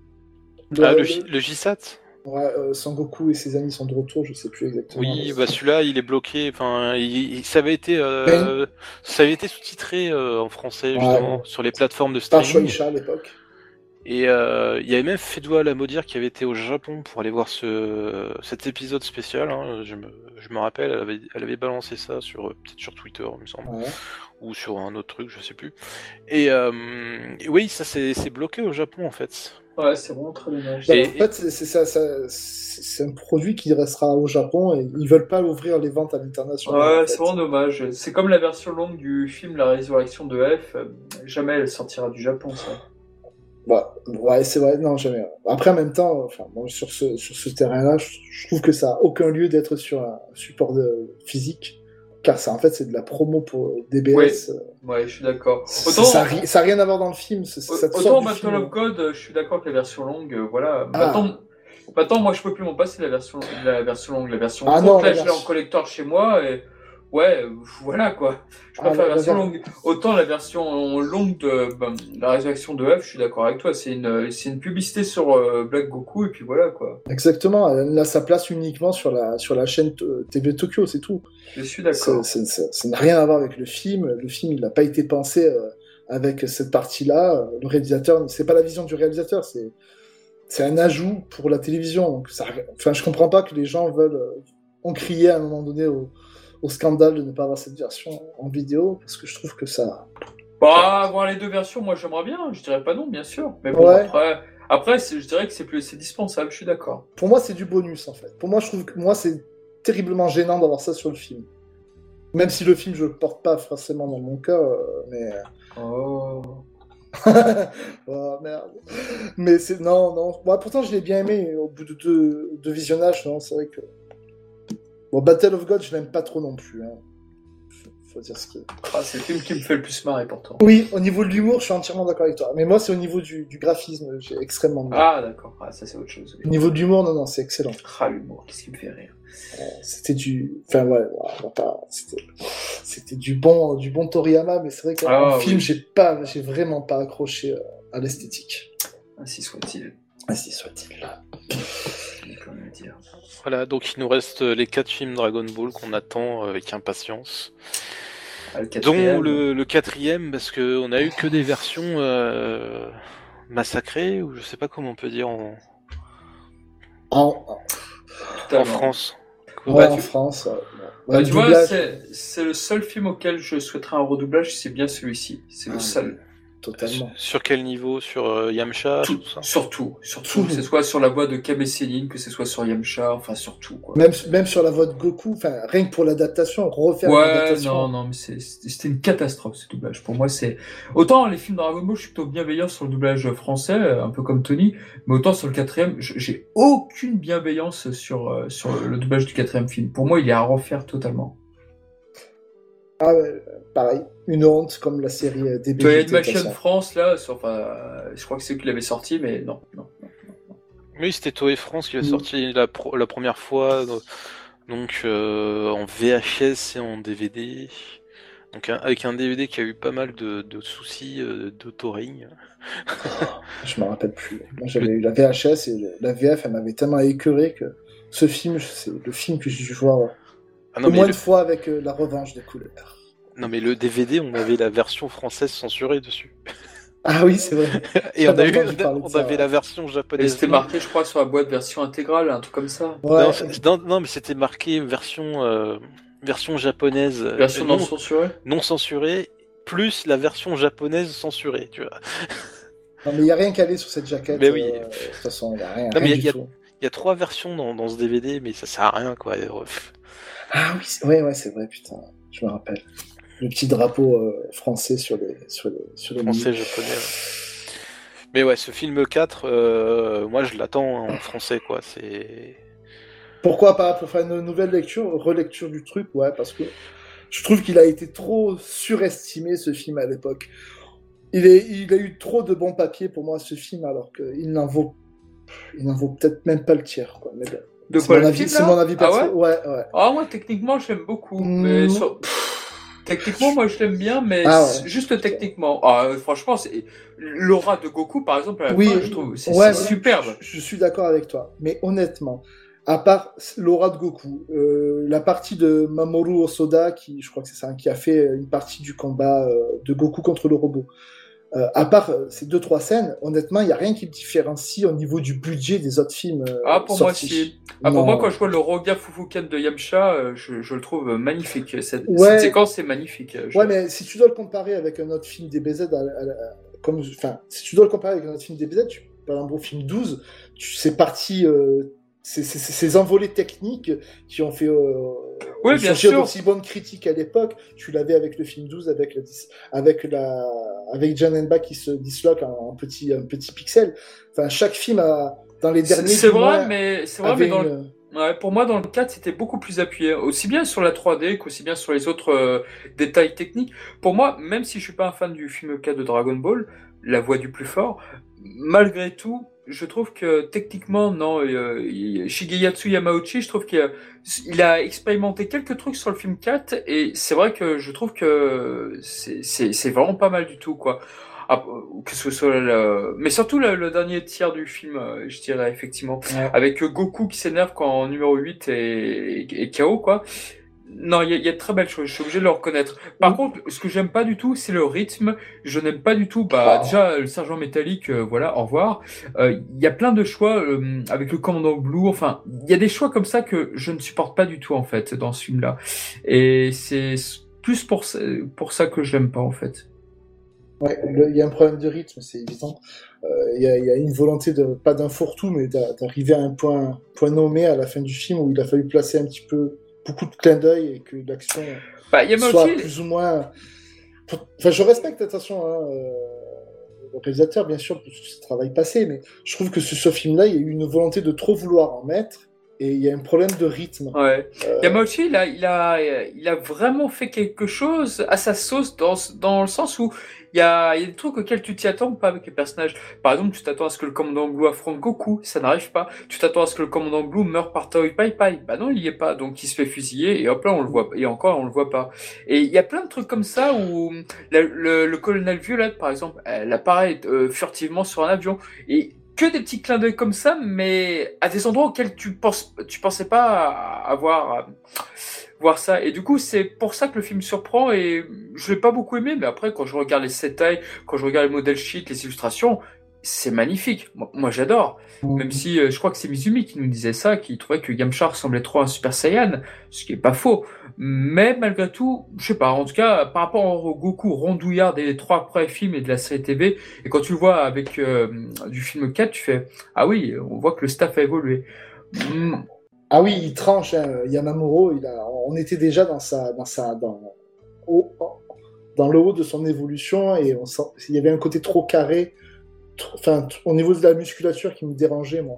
Le, ah, le, J- le J SAT Ouais, euh, Sangoku et ses amis sont de retour, je sais plus exactement. Oui, bah celui-là, il est bloqué. Enfin, il, il, ça avait été, euh, ben... ça avait été sous-titré euh, en français justement ouais. sur les plateformes de streaming. Par Shueisha à l'époque. Et euh, il y avait même Fedwa Lamaudir qui avait été au Japon pour aller voir ce cet épisode spécial. Hein. Je me je me rappelle, elle avait elle avait balancé ça sur peut-être sur Twitter, il me semble, ouais. ou sur un autre truc, je sais plus. Et, euh, et oui, ça c'est c'est bloqué au Japon en fait. Ouais, c'est vraiment très dommage. Et, en fait, c'est, c'est, ça, ça, c'est un produit qui restera au Japon et ils veulent pas ouvrir les ventes à l'international. Ouais, en fait. c'est vraiment dommage. C'est comme la version longue du film La Résurrection de F. Jamais elle sortira du Japon, ça. Bah, ouais, c'est vrai, non, jamais. Après, en même temps, enfin, bon, sur ce, sur ce terrain-là, je, je trouve que ça a aucun lieu d'être sur un support de, physique. Car ça, en fait, c'est de la promo pour D B S. Ouais, ouais je suis d'accord. Autant, ça n'a rien à voir dans le film. Ça, ça autant Battle of God, je suis d'accord que la version longue, voilà. Ah. Maintenant, maintenant, moi, je peux plus m'en passer la version, la version longue. La version ah courte, non, là, je l'ai version... en collector chez moi et ouais, voilà quoi. Je préfère ah, la version la... longue. Autant la version longue de ben, la résurrection de F, je suis d'accord avec toi. C'est une, c'est une publicité sur euh, Black Goku et puis voilà quoi. Exactement. Elle a sa place uniquement sur la, sur la chaîne T V Tokyo, c'est tout. Je suis d'accord. C'est, c'est, c'est, ça n'a rien à voir avec le film. Le film, il n'a pas été pensé euh, avec cette partie-là. Le réalisateur, c'est pas la vision du réalisateur, c'est, c'est un ajout pour la télévision. Donc ça, enfin, je comprends pas que les gens veulent, euh, ont crié à un moment donné au au scandale de ne pas avoir cette version en vidéo, parce que je trouve que ça... Bah, avoir les deux versions, moi j'aimerais bien, je dirais pas non, bien sûr. Mais bon, ouais. après, après c'est, je dirais que c'est, plus, c'est dispensable, je suis d'accord. Pour moi, c'est du bonus, en fait. Pour moi, je trouve que moi, c'est terriblement gênant d'avoir ça sur le film. Même si le film, je le porte pas forcément dans mon cœur, mais... Oh... oh merde. Mais c'est... Non, non. Bon, pourtant, je l'ai bien aimé, au bout de deux, deux visionnages, non, c'est vrai que... Bon, Battle of God, je l'aime pas trop non plus. Hein. Faut dire ce qui est. Ah, c'est le film qui me fait le plus marrer pourtant. Oui, au niveau de l'humour, je suis entièrement d'accord avec toi. Mais moi, c'est au niveau du, du graphisme, j'ai extrêmement mal. Ah, d'accord. Ah, ça, c'est autre chose. Oui. Au niveau de l'humour, non, non, c'est excellent. Ah, l'humour, qu'est-ce qui me fait rire. Euh, c'était du. Enfin, ouais, on va pas. C'était, c'était du bon, du bon Toriyama, mais c'est vrai qu'en ah, film, oui. j'ai pas, j'ai vraiment pas accroché à l'esthétique. Ainsi soit-il. Ainsi soit-il. Dire. Voilà, donc il nous reste les quatre films Dragon Ball qu'on attend avec impatience. Ah, le dont le, le quatrième, parce qu'on a eu que des versions euh, massacrées, ou je sais pas comment on peut dire en, en, en France. Ouais, bah, en tu... France. Ouais. Bah, ouais, tu vois, c'est, c'est le seul film auquel je souhaiterais un redoublage, c'est bien celui-ci. C'est le ah, seul. totalement. Sur, sur quel niveau? Sur euh, Yamcha tout, tout ça Surtout, surtout, que ce soit sur la voix de Kame Sennin, que ce soit sur Yamcha, enfin surtout quoi. Même, même sur la voix de Goku, enfin rien que pour l'adaptation, refaire ouais, l'adaptation. non, non, mais c'est, c'était une catastrophe ce doublage. Pour moi, c'est autant les films Dragon Ball, je suis plutôt bienveillant sur le doublage français, un peu comme Tony, mais autant sur le quatrième, j'ai aucune bienveillance sur euh, sur le doublage du quatrième film. Pour moi, il est à refaire totalement. Ah ouais, pareil, une honte comme la série D B J. Toy Animation France là, sur, enfin, euh, je crois que c'est eux qui l'avaient sorti, mais non, non. non, non. Oui, c'était Toei France qui l'a sorti la, pro- la première fois, donc euh, en V H S et en D V D. Donc un, avec un D V D qui a eu pas mal de, de soucis euh, d'autoring. Je me rappelle plus. Moi j'avais eu la V H S et la V F, elle m'avait tellement écœuré que ce film, c'est le film que j'ai dû voir ah non, au moins le... une fois avec euh, la revanche des couleurs. Non mais le D V D, on avait la version française censurée dessus. Ah oui, c'est vrai. Et on, a eu, on ça, avait ouais. la version japonaise. Et c'était marqué, je crois, sur la boîte version intégrale, un truc comme ça. Ouais. Non, non, non, mais c'était marqué version, euh, version japonaise. Version non, non censurée. Non censurée, plus la version japonaise censurée, tu vois. Non, mais il n'y a rien calé sur cette jaquette. Mais oui. Euh, de toute façon, il n'y a rien. Non, rien mais il y, y, y a trois versions dans, dans ce D V D, mais ça sert à rien, quoi. Ah oui, c'est... ouais, ouais, c'est vrai, putain. Je me rappelle. Le petit drapeau euh, français sur les sur les sur les français milieux. Japonais. Ouais. Mais ouais, ce film quatre, euh, moi je l'attends en français quoi. C'est pourquoi pas pour faire une nouvelle lecture, relecture du truc, ouais, parce que je trouve qu'il a été trop surestimé ce film à l'époque. Il est il a eu trop de bons papiers pour moi ce film alors qu'il n'en vaut il n'en vaut peut-être même pas le tiers quoi. Mais bon. De c'est quoi mon le avis, film, c'est mon avis perso. Ah ouais, ouais, ouais. Ah moi techniquement j'aime beaucoup, mmh. mais sur... techniquement moi je l'aime bien, mais ah ouais. juste techniquement. Ah, franchement, c'est l'aura de Goku par exemple à la oui, fin, je trouve c'est, ouais, c'est superbe. Je, je suis d'accord avec toi, mais honnêtement, à part l'aura de Goku, euh, la partie de Mamoru Hosoda qui, je crois que c'est ça, qui a fait une partie du combat euh, de Goku contre le robot. Euh, à part euh, ces deux trois scènes, honnêtement, il y a rien qui me différencie au niveau du budget des autres films. Euh, ah pour sortis. moi si. Ah pour moi quand je vois le Roga Fufuken de Yamcha, euh, je, je le trouve magnifique. Cette, ouais. cette séquence est magnifique. Je... Ouais, mais si tu dois le comparer avec un autre film D B Z, à, à, à, comme, enfin, si tu dois le comparer avec un autre film D B Z, tu, par exemple au film douze, tu, c'est parti. Euh, C'est, c'est, c'est ces envolées techniques qui ont fait euh, oui, bien sûr. Aussi bonne critique à l'époque. Tu l'avais avec le film douze, avec la, avec la, avec Janemba qui se disloque en, en petit, un petit pixel. Enfin, chaque film a, dans les derniers. C'est, c'est vrai, mais c'est vrai, mais dans une... le... ouais, pour moi, dans le quatre, c'était beaucoup plus appuyé, aussi bien sur la trois D qu'aussi bien sur les autres euh, détails techniques. Pour moi, même si je suis pas un fan du film quatre de Dragon Ball, la voix du plus fort, malgré tout. Je trouve que techniquement, non, euh, Shigeyasu Yamauchi, je trouve qu'il a, il a expérimenté quelques trucs sur le film quatre et c'est vrai que je trouve que c'est, c'est, c'est vraiment pas mal du tout, quoi. Ah, que ce soit le, mais surtout le, le dernier tiers du film, je dirais effectivement, ouais. Avec Goku qui s'énerve quand numéro huit est, est K O, quoi. Non, il y, y a de très belles choses, je suis obligé de le reconnaître. Par mmh. contre, ce que j'aime pas du tout, c'est le rythme. Je n'aime pas du tout, bah, oh. déjà, le sergent métallique, euh, voilà, au revoir. Il euh, y a plein de choix, euh, avec le commandant Blue, enfin, il y a des choix comme ça que je ne supporte pas du tout, en fait, dans ce film-là. Et c'est plus pour, pour ça que je l'aime pas, en fait. Ouais, il y a un problème de rythme, c'est évident. Il euh, y, y a une volonté, de pas d'un fourre-tout, mais d'arriver à un point, point nommé à la fin du film où il a fallu placer un petit peu beaucoup de clins d'œil et que l'action bah, soit aussi... plus ou moins. Enfin, je respecte, attention, hein, euh, le réalisateur, bien sûr, pour ce travail passé, mais je trouve que sur ce film-là, il y a eu une volonté de trop vouloir en mettre et il y a un problème de rythme. Ouais. Euh... Yamauchi, il a, il, a, il a vraiment fait quelque chose à sa sauce dans, dans le sens où il y a, il y a des trucs auxquels tu t'y attends pas avec les personnages. Par exemple, tu t'attends à ce que le commandant Blue affronte Goku, ça n'arrive pas. Tu t'attends à ce que le commandant Blue meure par Toei Pai Pai. Bah non, il y est pas. Donc il se fait fusiller et hop là, on le voit. Et encore, on le voit pas. Et il y a plein de trucs comme ça où le, le, le colonel Violette, par exemple, elle apparaît euh, furtivement sur un avion. Et que des petits clins d'œil comme ça, mais à des endroits auxquels tu penses, tu pensais pas avoir, voir ça. Et du coup, c'est pour ça que le film surprend et je l'ai pas beaucoup aimé, mais après, quand je regarde les Sentai, quand je regarde les modèles sheets, les illustrations, c'est magnifique. Moi, moi, j'adore. Mmh. Même si euh, je crois que c'est Mizumi qui nous disait ça, qui trouvait que Yamcha ressemblait trop à un Super Saiyan, ce qui est pas faux. Mais malgré tout, je sais pas, en tout cas, par rapport au Goku rondouillard des trois premiers films et de la série T V, et quand tu le vois avec euh, du film quatre, tu fais « Ah oui, on voit que le staff a évolué. Mm. » Ah oui, il tranche, hein. Yamamuro, il a, on était déjà dans sa, dans sa, dans, au, dans le haut de son évolution, et on sent, il y avait un côté trop carré, trop, enfin, au niveau de la musculature qui me dérangeait, moi.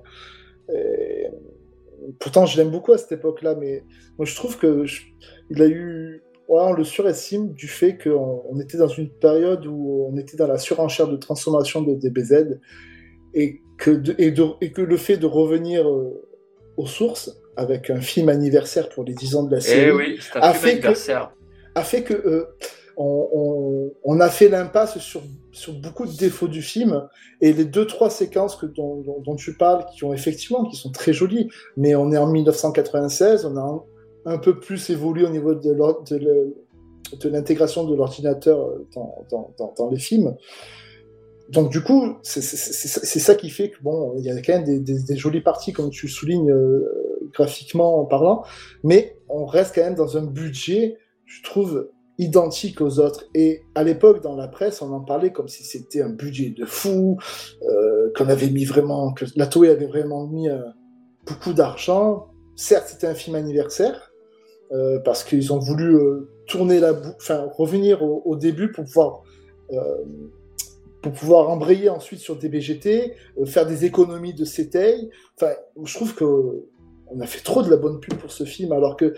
Et, pourtant, je l'aime beaucoup à cette époque-là, mais moi, je trouve que je, il a eu, ouais, on le surestime du fait qu'on on était dans une période où on était dans la surenchère de transformation de D B Z, et que, de, et, de, et que le fait de revenir euh, aux sources avec un film anniversaire pour les dix ans de la série, eh oui, c'est un a, film fait anniversaire. que, a fait que euh, on, on, on a fait l'impasse sur, sur beaucoup de défauts du film, et les deux trois séquences que, dont, dont, dont tu parles, qui ont effectivement, qui sont très jolies, mais on est en mille neuf cent quatre-vingt-seize, on a un, un peu plus évolué au niveau de, de, de, de l'intégration de l'ordinateur dans, dans, dans, dans les films. Donc du coup, c'est, c'est, c'est, c'est ça qui fait que bon, il y a quand même des, des, des jolies parties, comme tu le soulignes, euh, graphiquement en parlant, mais on reste quand même dans un budget, je trouve, identique aux autres. Et à l'époque, dans la presse, on en parlait comme si c'était un budget de fou, euh, qu'on avait mis vraiment, que la Toei avait vraiment mis euh, beaucoup d'argent. Certes, c'était un film anniversaire, euh, parce qu'ils ont voulu euh, tourner la boucle, enfin revenir au, au début pour pouvoir euh, pour pouvoir embrayer ensuite sur D B G T, euh, faire des économies de C T I. Enfin, je trouve que on a fait trop de la bonne pub pour ce film, alors que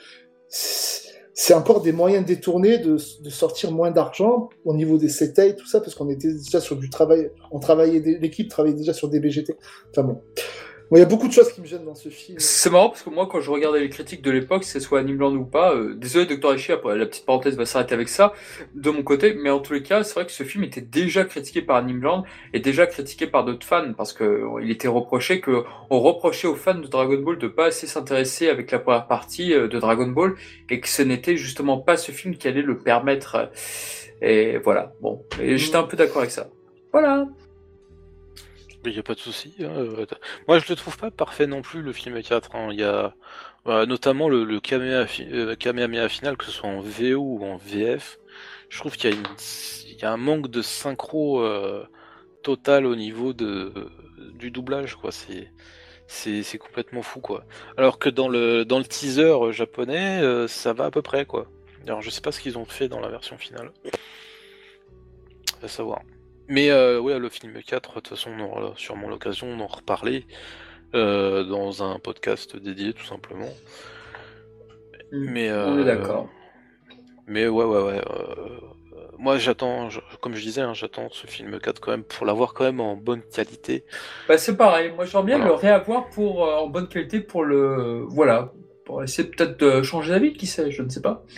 c'est encore des moyens détournés de, de sortir moins d'argent au niveau des C T I, tout ça, parce qu'on était déjà sur du travail, on travaillait, l'équipe travaillait déjà sur D B G T. Enfin bon. Bon, il y a beaucoup de choses qui me gênent dans ce film. C'est marrant parce que moi, quand je regardais les critiques de l'époque, c'est soit Animeland ou pas, euh, désolé Docteur Ishii, après la petite parenthèse va s'arrêter avec ça, de mon côté, mais en tous les cas, c'est vrai que ce film était déjà critiqué par Animeland et déjà critiqué par d'autres fans, parce que euh, il était reproché que, on reprochait aux fans de Dragon Ball de pas assez s'intéresser avec la première partie euh, de Dragon Ball, et que ce n'était justement pas ce film qui allait le permettre. Et voilà, bon, et j'étais un peu d'accord avec ça. Voilà. Il n'y a pas de souci. Hein. Moi, je le trouve pas parfait non plus, le film quatre. Hein. Il y a euh, notamment le, le Kamehameha, euh, Kamehameha final, que ce soit en V O ou en V F. Je trouve qu'il y a, une, il y a un manque de synchro euh, total au niveau de, du doublage, quoi. C'est, c'est, c'est complètement fou, quoi. Alors que dans le, dans le teaser japonais, euh, ça va à peu près, quoi. Alors, je sais pas ce qu'ils ont fait dans la version finale. À savoir. Mais euh, ouais, le film quatre, de toute façon, on aura sûrement l'occasion d'en reparler euh, dans un podcast dédié, tout simplement. Mais, euh, on est d'accord. Mais ouais, ouais, ouais. Euh, moi, j'attends, je, comme je disais, hein, j'attends ce film quatre quand même pour l'avoir quand même en bonne qualité. Bah, c'est pareil. Moi, j'aimerais bien voilà. le réavoir pour euh, en bonne qualité pour le, voilà, pour essayer peut-être de changer d'avis, qui sait, je ne sais pas.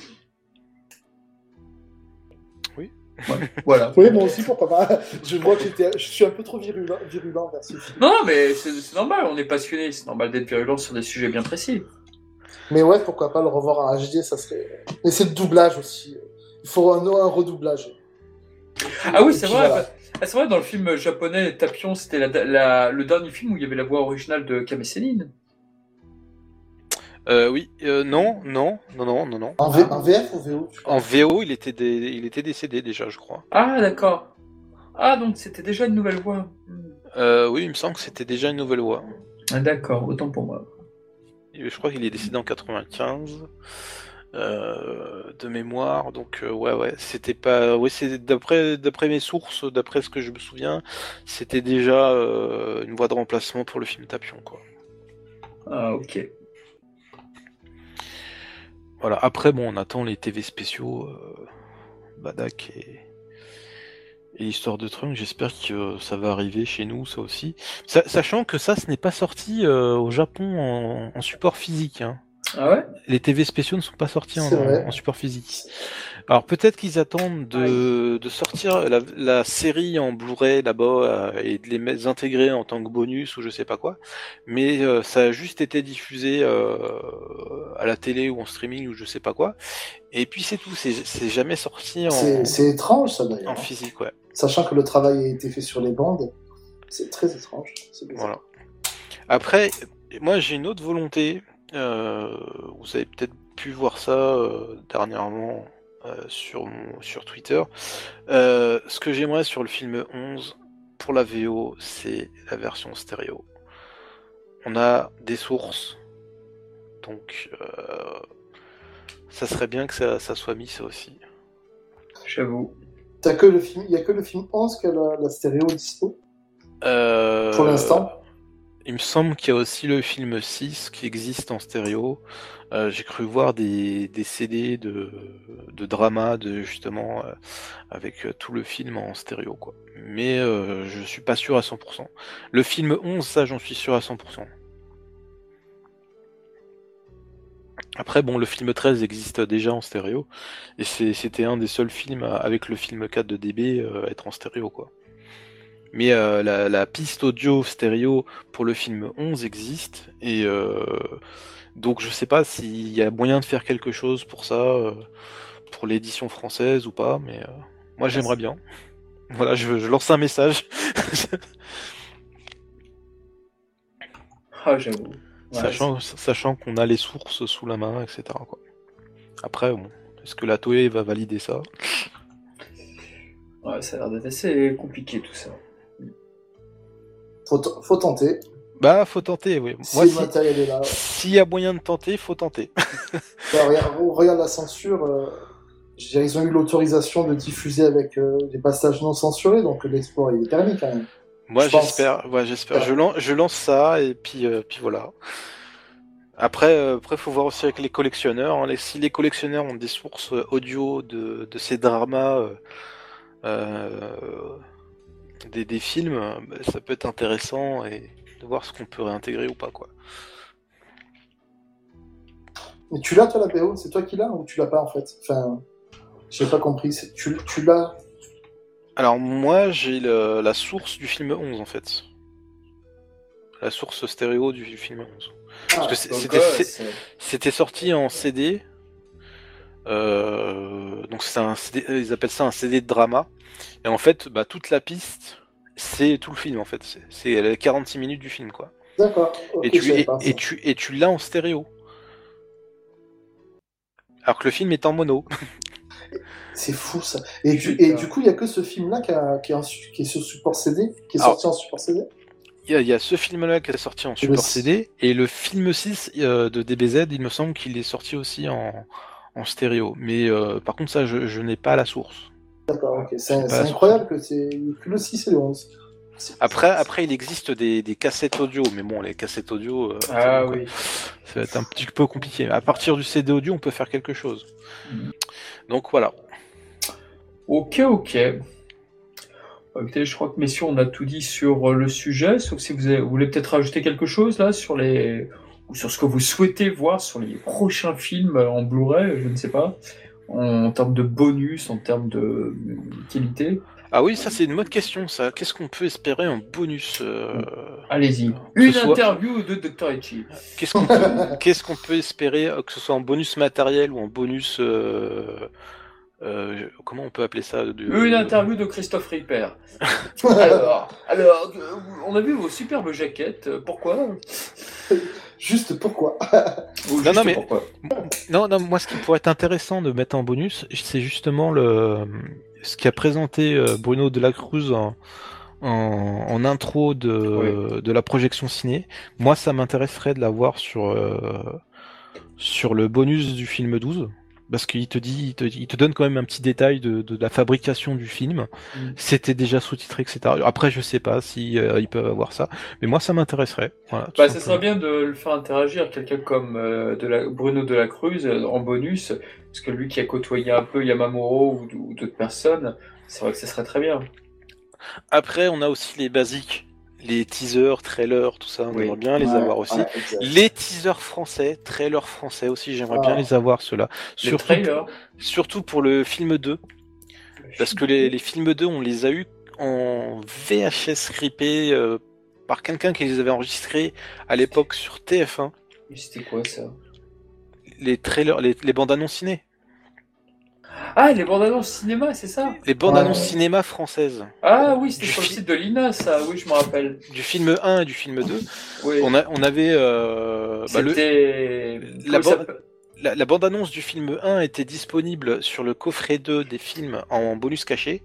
Oui. Ouais, voilà. Oui, moi aussi, pourquoi pas. Je vois que j'étais, je suis un peu trop virulent, virulent vers ce film. Non, mais c'est, c'est normal, on est passionné, c'est normal d'être virulent sur des sujets bien précis. Mais ouais, pourquoi pas le revoir en H D, ça serait. Mais c'est le doublage aussi. Il faut un, un redoublage. Ah oui, c'est puis, vrai. voilà. Ah, c'est vrai, dans le film japonais Tapion, c'était la, la, le dernier film où il y avait la voix originale de Kame Sennin. Euh, oui, euh, non, non, non, non, non, non. En, v, en V F ou V O? En V O, il était, dé, il était décédé déjà, je crois. Ah, d'accord. Ah, donc c'était déjà une nouvelle voix. Euh, oui, il me semble que c'était déjà une nouvelle voix. Ah, d'accord, autant pour moi. Je crois qu'il est décédé en quatre-vingt-quinze euh, de mémoire, donc euh, ouais, ouais, c'était pas, ouais, c'est d'après, d'après mes sources, d'après ce que je me souviens, c'était déjà euh, une voix de remplacement pour le film Tapion, quoi. Ah, ok. Voilà. Après, bon, on attend les T V spéciaux, euh, Badak et, et Histoire de Trunk. J'espère que ça va arriver chez nous, ça aussi. Sa- sachant que ça, ce n'est pas sorti euh, au Japon en, en support physique. Hein. Ah ouais? Les T V spéciaux ne sont pas sortis en, C'est vrai. en support physique. Alors peut-être qu'ils attendent de, de sortir la, la série en Blu-ray là-bas euh, et de les mettre, intégrer en tant que bonus ou je sais pas quoi. Mais euh, ça a juste été diffusé euh, à la télé ou en streaming ou je sais pas quoi. Et puis c'est tout. C'est, c'est jamais sorti en, C'est, c'est étrange, ça, d'ailleurs. en physique, ouais. Sachant que le travail a été fait sur les bandes. C'est très étrange. C'est bizarre. Voilà. Après, moi j'ai une autre volonté. Euh, vous avez peut-être pu voir ça euh, dernièrement euh, sur, mon, sur Twitter. Euh, ce que j'aimerais sur le film onze, pour la V O, c'est la version stéréo. On a des sources, donc euh, ça serait bien que ça, ça soit mis ça aussi. J'avoue. T'as que le film, il y a que le film onze qui a la, la stéréo dispo. Euh, Pour l'instant. Il me semble qu'il y a aussi le film six qui existe en stéréo. Euh, j'ai cru voir des, des C D de, de drama, de justement euh, avec tout le film en stéréo, quoi. Mais euh, je suis pas sûr à cent pour cent. Le film onze, ça j'en suis sûr à cent pour cent. Après, bon, le film treize existe déjà en stéréo, et c'est, c'était un des seuls films à- avec le film quatre de D B euh, à être en stéréo, quoi. Mais euh, la, la piste audio stéréo pour le film onze existe, et euh, donc je sais pas s'il y a moyen de faire quelque chose pour ça, euh, pour l'édition française ou pas, mais euh, moi j'aimerais bien. Voilà, je, je lance un message. Ah, j'avoue. Ouais, sachant, sachant qu'on a les sources sous la main, et cetera, quoi. Après, bon, est-ce que la Toei va valider ça? Ouais, ça a l'air d'être assez compliqué tout ça. Faut, t- faut tenter. Bah, faut tenter, oui. Si Moi, le si- matériel est là. s'il y a moyen de tenter, faut tenter. Bah, regarde, regarde la censure. euh, je veux dire, ils ont eu l'autorisation de diffuser avec euh, des passages non censurés, donc l'exploit il est permis quand même. Moi, Je pense. j'espère, ouais, j'espère. Je lance, je lance ça, et puis, euh, puis voilà. Après, euh, après, faut voir aussi avec les collectionneurs, hein. Les- si les collectionneurs ont des sources euh, audio de, de ces dramas, euh, euh, des, des films, euh, bah, ça peut être intéressant et de voir ce qu'on peut réintégrer ou pas, quoi. Mais tu l'as toi la B O, c'est toi qui l'as ou tu l'as pas en fait? Enfin, j'ai pas compris. C'est- Tu, tu l'as. Alors moi, j'ai le- la source du film onze en fait, la source stéréo du film onze. Parce que c'est- Donc, c'était, ouais, c'est- c'est- c'était sorti en C D. Euh, donc c'est un C D, ils appellent ça un C D de drama. Et en fait, bah, toute la piste, c'est tout le film en fait. C'est, c'est les quarante-six minutes du film, quoi. D'accord. Ok, et tu je savais et, pas, ça. et tu et tu l'as en stéréo. Alors que le film est en mono. C'est fou ça. Et du, Putain. et du coup, il y a que ce film-là qui, a- qui, est en su- qui est sur support C D, qui est Alors- sorti en support C D. Il y, a, il y a ce film-là qui est sorti en support le- C D, et le film six euh, de D B Z, il me semble qu'il est sorti aussi en, en stéréo. Mais euh, par contre, ça, je, je n'ai pas la source. D'accord, ok. C'est C'est pas c'est la incroyable que c'est que le six et le onze. C'est- Après, c'est- après, il existe des, des cassettes audio, mais bon, les cassettes audio, euh, Ah c'est bon, quoi. oui. Ça va être un petit peu compliqué. À partir du C D audio, on peut faire quelque chose. Mhm. Donc voilà. Ok, ok. Bah, écoutez, je crois que messieurs, on a tout dit sur euh, le sujet, sauf si vous, avez- vous voulez peut-être rajouter quelque chose là sur les ou sur ce que vous souhaitez voir sur les prochains films euh, en Blu-ray, je ne sais pas, en termes de bonus, en termes de euh, utilité. Ah oui, ça c'est une bonne question, ça. Qu'est-ce qu'on peut espérer en bonus euh, Allez-y. que Une ce soit- interview de docteur Echi. Qu'est-ce qu'on peut, qu'est-ce qu'on peut espérer, euh, que ce soit en bonus matériel ou en bonus... euh, euh, comment on peut appeler ça de... Une interview de Christophe Ripper. Alors, alors, euh, on a vu vos superbes jaquettes. euh, Pourquoi Juste pourquoi? Ou Non, juste non, mais- pourquoi Non, non, moi ce qui pourrait être intéressant de mettre en bonus, c'est justement le ce qu'a présenté euh, Bruno Delacruz en, en, en intro de, de la projection ciné. Moi, ça m'intéresserait de la voir sur, euh, sur le bonus du film douze. Parce qu'il te dit, il te, il te donne quand même un petit détail de, de la fabrication du film. Mm. C'était déjà sous-titré, et cetera. Après, je sais pas si euh, ils peuvent avoir ça, mais moi, ça m'intéresserait. Voilà, tout Bah, ça simplement. serait bien de le faire interagir quelqu'un comme euh, de la, Bruno Delacruz euh, en bonus, parce que lui qui a côtoyé un peu Yamamuro ou, ou d'autres personnes, c'est vrai que ça serait très bien. Après, on a aussi les basiques, les teasers, trailers, tout ça. On Oui. aimerait bien les Ouais, avoir aussi. ouais, exact. Les teasers français, trailers français aussi, j'aimerais Ah. bien les avoir, ceux-là. Les Surtout, trailers. surtout pour le film deux, parce que les, les films deux, on les a eu en V H S rippé euh, par quelqu'un qui les avait enregistrés à l'époque sur T F un. Mais c'était quoi ça? Les trailers, les, les bandes annonces ciné. Ah, les bandes annonces cinéma, c'est ça? Les bandes Ouais. annonces cinéma françaises. Ah oui, c'était Du sur le fi- site de l'I N A, ça, oui, je me rappelle. Du film un et du film deux. Oui. On, a, on avait. Euh, bah, le, C'était. la Comment ça bande- s'appelle la, la bande-annonce du film un était disponible sur le coffret deux des films en bonus caché.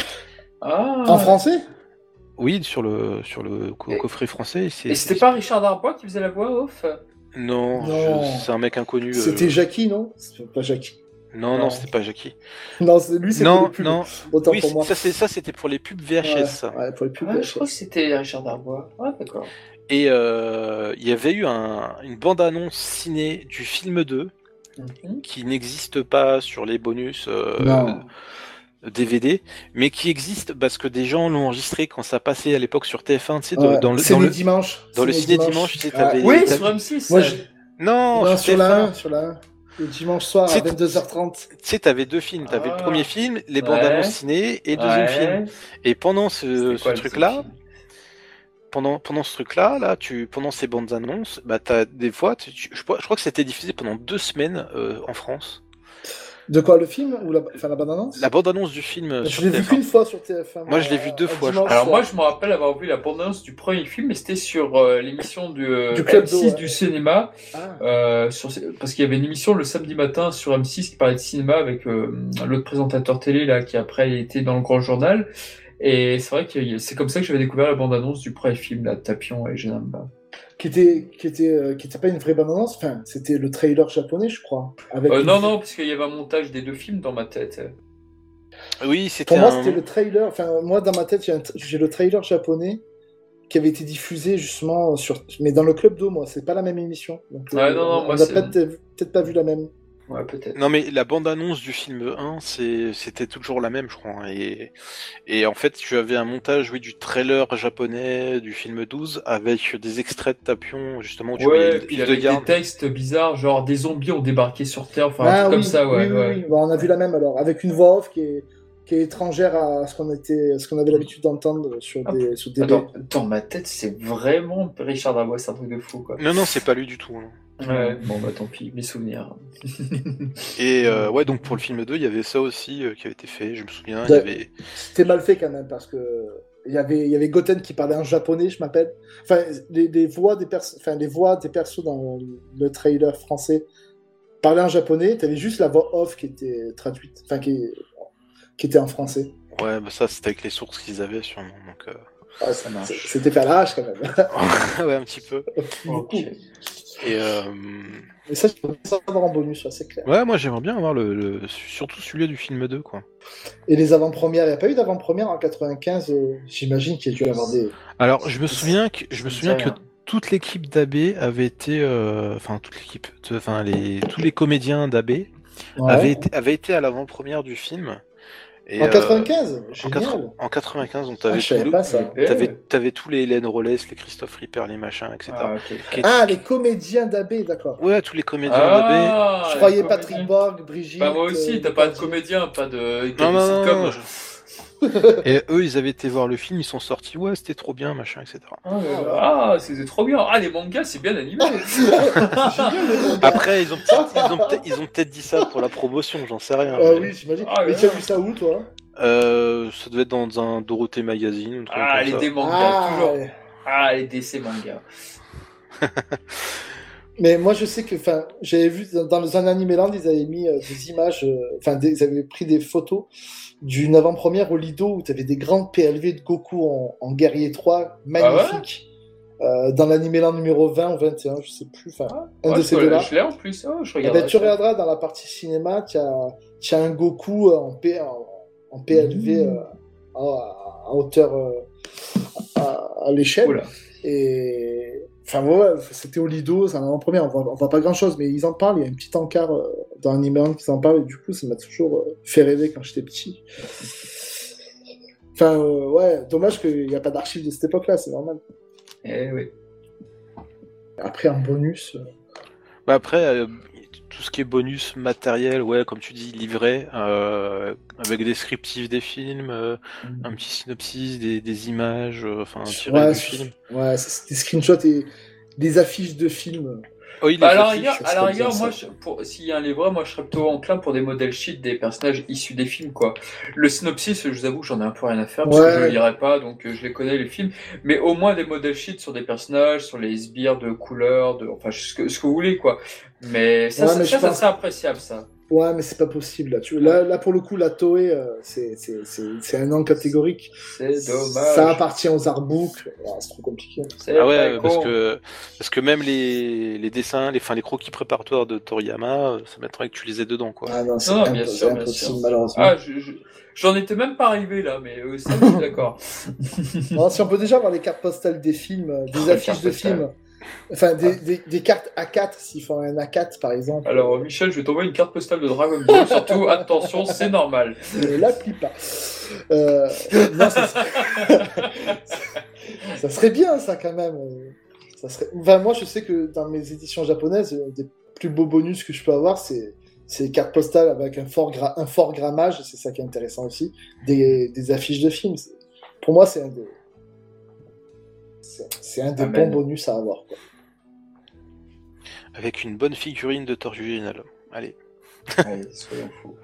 Ah. En français? Oui, sur le, sur le co- Et- coffret français. c'est- Et c'était pas Richard Darbois qui faisait la voix off? Non, Non. je- c'est un mec inconnu. euh, C'était Jackie, non? C'est pas Jackie. Non, non, Non. c'était pas Jackie. Non, c'est- lui, c'est pour Non, les pubs. non. Autant Oui, pour moi. ça, c'est, ça, c'était pour les pubs V H S. ça. Ouais, ouais, pour les pubs. Ah, V H je S. crois que c'était Richard Darbois. Ah, d'accord. Et euh, il y avait eu un, une bande-annonce ciné du film deux Mhm. qui n'existe pas sur les bonus euh, Non. D V D, mais qui existe parce que des gens l'ont enregistré quand ça passait à l'époque sur T F un, tu sais, Ouais, dans le, c'est dans les le, dimanches. dans le C'est les ciné dimanche, tu sais, t'avais- Ouais. Oui, t'as- sur M six. Moi, euh, je- Non, Non, sur sur T F un. la un, sur la un. Le dimanche soir à C'est- vingt-deux heures trente. Tu sais, t'avais deux films. T'avais Ah. le premier film, les Ouais. bandes annonces ciné, et le deuxième ouais. film. Et pendant ce, C'était ce quoi, le truc-là, deuxième film pendant, pendant ce truc-là, là, tu, pendant ces bandes annonces, bah, t'as des fois, tu- tu- je, crois- je crois que c'était diffusé pendant deux semaines euh, en France. De quoi, le film ou la, enfin, la bande-annonce? La bande-annonce du film euh, Je sur l'ai vu T F un. qu'une fois sur T F un. Moi, je l'ai vu deux un fois, je dimanche crois. Alors moi, soir. je me rappelle avoir vu la bande-annonce du premier film, mais c'était sur euh, l'émission du, euh, Du Club M six d'eau, ouais. du cinéma, Ah. euh, sur, parce qu'il y avait une émission le samedi matin sur M six qui parlait de cinéma avec euh, l'autre présentateur télé là qui après était dans le Grand Journal. Et c'est vrai que y- c'est comme ça que j'avais découvert la bande-annonce du premier film, là, Tapion et Genamba. Qui était, qui était, euh, qui était pas une vraie bande-annonce. Enfin, c'était le trailer japonais, je crois. Avec Euh, une- non, non, parce qu'il y avait un montage des deux films dans ma tête. Oui, c'était Pour moi, un... c'était le trailer. Enfin, moi, dans ma tête, il y a un tra- j'ai le trailer japonais qui avait été diffusé justement sur. Mais dans le Club d'eau, moi, c'est pas la même émission. Donc, Ouais, non, non, on moi, a c'est- peut-être peut-être pas vu la même. Ouais, peut-être. Non, mais la bande-annonce du film un, c'est, c'était toujours la même, je crois. hein. Et, et en fait, tu avais un montage, oui, du trailer japonais du film douze avec des extraits de Tapion, justement, où tu voyais Ouais, une puis piste de avec des garde. textes bizarres, genre des zombies ont débarqué sur Terre, enfin un Ah truc oui, comme ça, ouais. oui, oui, ouais. oui. Bon, on a vu la même alors, avec une voix off qui est, qui est étrangère à ce qu'on était, à ce qu'on avait l'habitude d'entendre sur Ah, des, sur des Attends, dans ma tête, c'est vraiment Richard Darbois, c'est un truc de fou, quoi. Non, non, c'est pas lui du tout. hein. Ouais, bon, bah tant pis, mes souvenirs. Et euh, ouais, donc pour le film deux, il y avait ça aussi euh, qui avait été fait, je me souviens. Il y Ouais. avait... C'était mal fait quand même parce que il y avait, il y avait Goten qui parlait en japonais, je m'appelle. Enfin, les, les voix des persos, enfin les voix des persos dans le trailer français parlaient en japonais. T'avais juste la voix off qui était traduite, enfin qui, qui était en français. Ouais, bah ça, c'était avec les sources qu'ils avaient sûrement. Donc, euh... Ah, Ça marche. C'était fait à l'arrache quand même. ouais, un petit peu. Ok. Et euh... Mais ça, je peux pas avoir en bonus, ça, c'est clair. ouais, moi j'aimerais bien avoir le, le... surtout celui du film deux, quoi. Et les avant-premières, il n'y a pas eu d'avant-première en quatre-vingt-quinze, euh, j'imagine qu'il y a dû y avoir des. Alors, je me souviens que je me Ça me souviens dit que rien. toute l'équipe d'A B avait été, euh, enfin toute l'équipe, de- enfin les tous les comédiens d'A B Ouais. avaient été, avaient été à l'avant-première du film. Et, En euh, quatre-vingt-quinze, en, génial. quatre- en quatre-vingt-quinze, donc Ah, t'avais je savais tout le- pas ça. Eh, t'avais t'avais tous les Hélène Rollès, les Christophe Ripper, les machins, et cetera. Ah, ok. Qui- Ah, les comédiens d'A B, d'accord. Ouais, tous les comédiens Ah, Je les croyais comédiens. Patrick Borg, Brigitte. Bah, moi aussi, euh, t'as pas de Patrick- comédien, pas de. Non, non, non, sitcom. non, je- Et eux, ils avaient été voir le film, ils sont sortis, ouais, c'était trop bien, machin, et cetera. Ah, ouais. Ah, c'était trop bien. Ah, les mangas, c'est bien animé. C'est génial, les mangas. Après, ils ont peut-être ils ont peut-être- ils ont peut-être dit ça pour la promotion, j'en sais rien. Ah mais- oui, j'imagine. Ah, Mais ouais. tu as vu ça où, toi? Euh, ça devait être dans un Dorothée Magazine, un truc Ah, comme les ça. D mangas, Ah, toujours. ouais. Ah, les D C mangas. Mais moi, je sais que, enfin, j'avais vu dans, dans un Animeland, ils avaient mis euh, des images, euh, enfin, des- ils avaient pris des photos d'une avant-première au Lido où tu avais des grandes P L V de Goku en, en guerrier trois, magnifiques. Euh, dans l'Animeland numéro vingt ou vingt et un, je sais plus, enfin, un Ouais, de je ces peux- deux-là. Je l'ai en plus. Oh, je Eh regarde. ben, tu regarderas dans la partie cinéma, tu as, tu as un Goku en, P, en, en P L V Mmh. euh, à, à hauteur euh, à, à l'échelle. Oula. Et enfin, ouais, c'était au Lido, c'est un avant-première, on voit, on voit pas grand-chose, mais ils en parlent, il y a un petit encart euh, dans Animeland qui en parle, et du coup, ça m'a toujours euh, fait rêver quand j'étais petit. Enfin, euh, ouais, dommage qu'il n'y a pas d'archives de cette époque-là, c'est normal. Eh oui. Après, en bonus. euh, Bah après, euh, tout ce qui est bonus matériel, ouais, comme tu dis, livré, euh, avec descriptif des films, euh, un petit synopsis, des, des images, euh, enfin, tiré Ouais, du c'est- film. ouais, c'est des screenshots et des affiches de films. Oh, il Bah, à est la facile, rigueur, ça à la serait rigueur, bien, moi, ça. je- pour, s'il y a un livret, moi, je serais plutôt enclin pour des modèles sheets des personnages issus des films, quoi. Le synopsis, je vous avoue, que j'en ai un peu rien à faire parce que je le Ouais, lirai pas, donc euh, je les connais les films. Mais au moins des modèles sheets sur des personnages, sur les sbires de couleurs, de, enfin, ce que, ce que vous voulez, quoi. Mais ça, ouais, ça, mais ça, je ça pense. serait appréciable, ça. Ouais, mais c'est pas possible là. Tu... là, là, pour le coup, la Toei, euh, c'est c'est- c'est- c'est un non catégorique. C'est Ça dommage. appartient aux artbooks. Ouais, c'est trop compliqué. C'est Ah ouais, très ouais, parce con. que parce que même les, les dessins, les, enfin, les croquis préparatoires de Toriyama, euh, ça m'étonnerait que tu les aies dedans, quoi. Ah non, c'est Non, non, impo- bien c'est sûr, bien impossible, sûr. malheureusement. Ah, je, je- j'en étais même pas arrivé là, mais euh, ça, je suis d'accord. Non, si on peut déjà avoir les cartes postales des films, euh, des Oh, les affiches cartes de postales. films, enfin des, des, des cartes A quatre, s'ils font un A quatre par exemple. Alors, Michel, je vais t'envoyer une carte postale de Dragon Ball. Surtout, attention, c'est normal. Ne l'appuie pas. Euh, non, ça serait... ça serait bien, ça, quand même. Ça serait... enfin, moi, je sais que dans mes éditions japonaises, un des plus beaux bonus que je peux avoir, c'est c'est les cartes postales avec un fort, gra... un fort grammage, c'est ça qui est intéressant aussi, des, des affiches de films. C'est- Pour moi, c'est un des, c'est c'est un des Amen. bons bonus à avoir, quoi. Avec une bonne figurine de Tortue Géniale. Allez. Allez, soyons fous.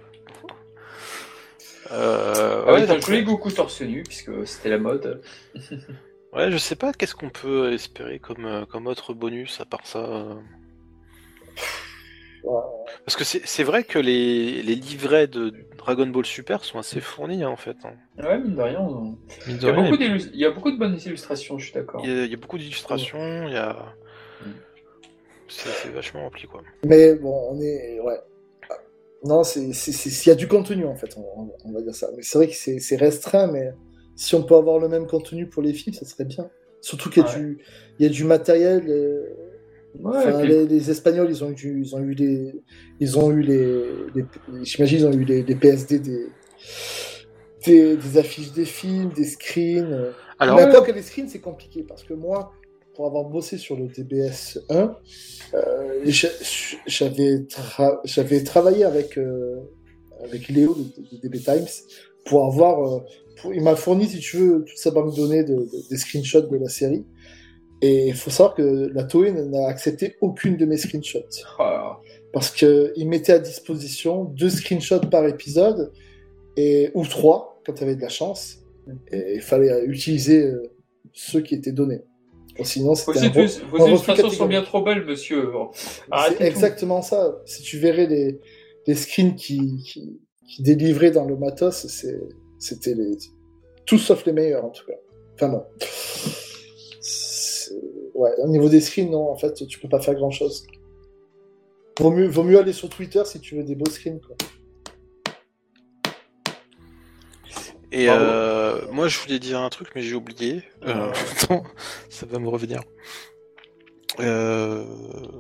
Euh, Ah ouais, ouais, t'as donc, joué Goku torse nu, puisque c'était la mode. ouais, je sais pas qu'est-ce qu'on peut espérer comme, euh, comme autre bonus à part ça. euh. Ouais. Parce que c'est c'est vrai que les, les livrets de Dragon Ball Super sont assez fournis, hein, en fait. hein. Ouais, mine de rien. on- Mine Il de y, a rien, beaucoup d'illus- il y a beaucoup de bonnes illustrations, je suis d'accord. Il y, a, il y a beaucoup d'illustrations, il y a... Mm. C'est c'est vachement rempli, quoi. Mais bon, on est. Ouais. Non, c'est c'est- c'est- s'il y a du contenu, en fait, on, on- on va dire ça. Mais c'est vrai que c'est c'est restreint, mais si on peut avoir le même contenu pour les films, ça serait bien. Surtout qu'il y a, Ouais. du, il y a du matériel. euh, Ouais, enfin, et puis- les, les Espagnols, ils ont eu, du- ils ont eu les, ils ont eu les, les- j'imagine, ils ont eu les, les P S D des, des, des affiches des films, des screens. euh. Alors, Mais encore que les screens, c'est compliqué parce que moi, pour avoir bossé sur le D B S un, euh, j'a- j'avais tra- j'avais travaillé avec, euh, avec Léo de, de D B Times pour avoir. euh, pour- il m'a fourni, si tu veux, toute sa banque de données de, de- des screenshots de la série. Et il faut savoir que la Toei n'a accepté aucune de mes screenshots. Ah, Parce qu'il mettait à disposition deux screenshots par épisode, et, ou trois, quand tu avais de la chance. Et il fallait utiliser euh, ceux qui étaient donnés. Bon, sinon, c'était Vos, un, illus- re- vos un refus illustrations sont catégorique. bien trop belles, monsieur. Bon, C'est arrêtez tout. exactement ça. Si tu verrais les, les screens qui, qui, qui délivraient dans le matos, c'est- c'était les... tout sauf les meilleurs, en tout cas. Enfin bon. C'est- Ouais, au niveau des screens, non, en fait, tu peux pas faire grand-chose. Vaut mieux, vaut mieux aller sur Twitter si tu veux des beaux screens, quoi. et Bravo. euh, moi, je voulais dire un truc, mais j'ai oublié. Euh, attends, ça va me revenir. Euh...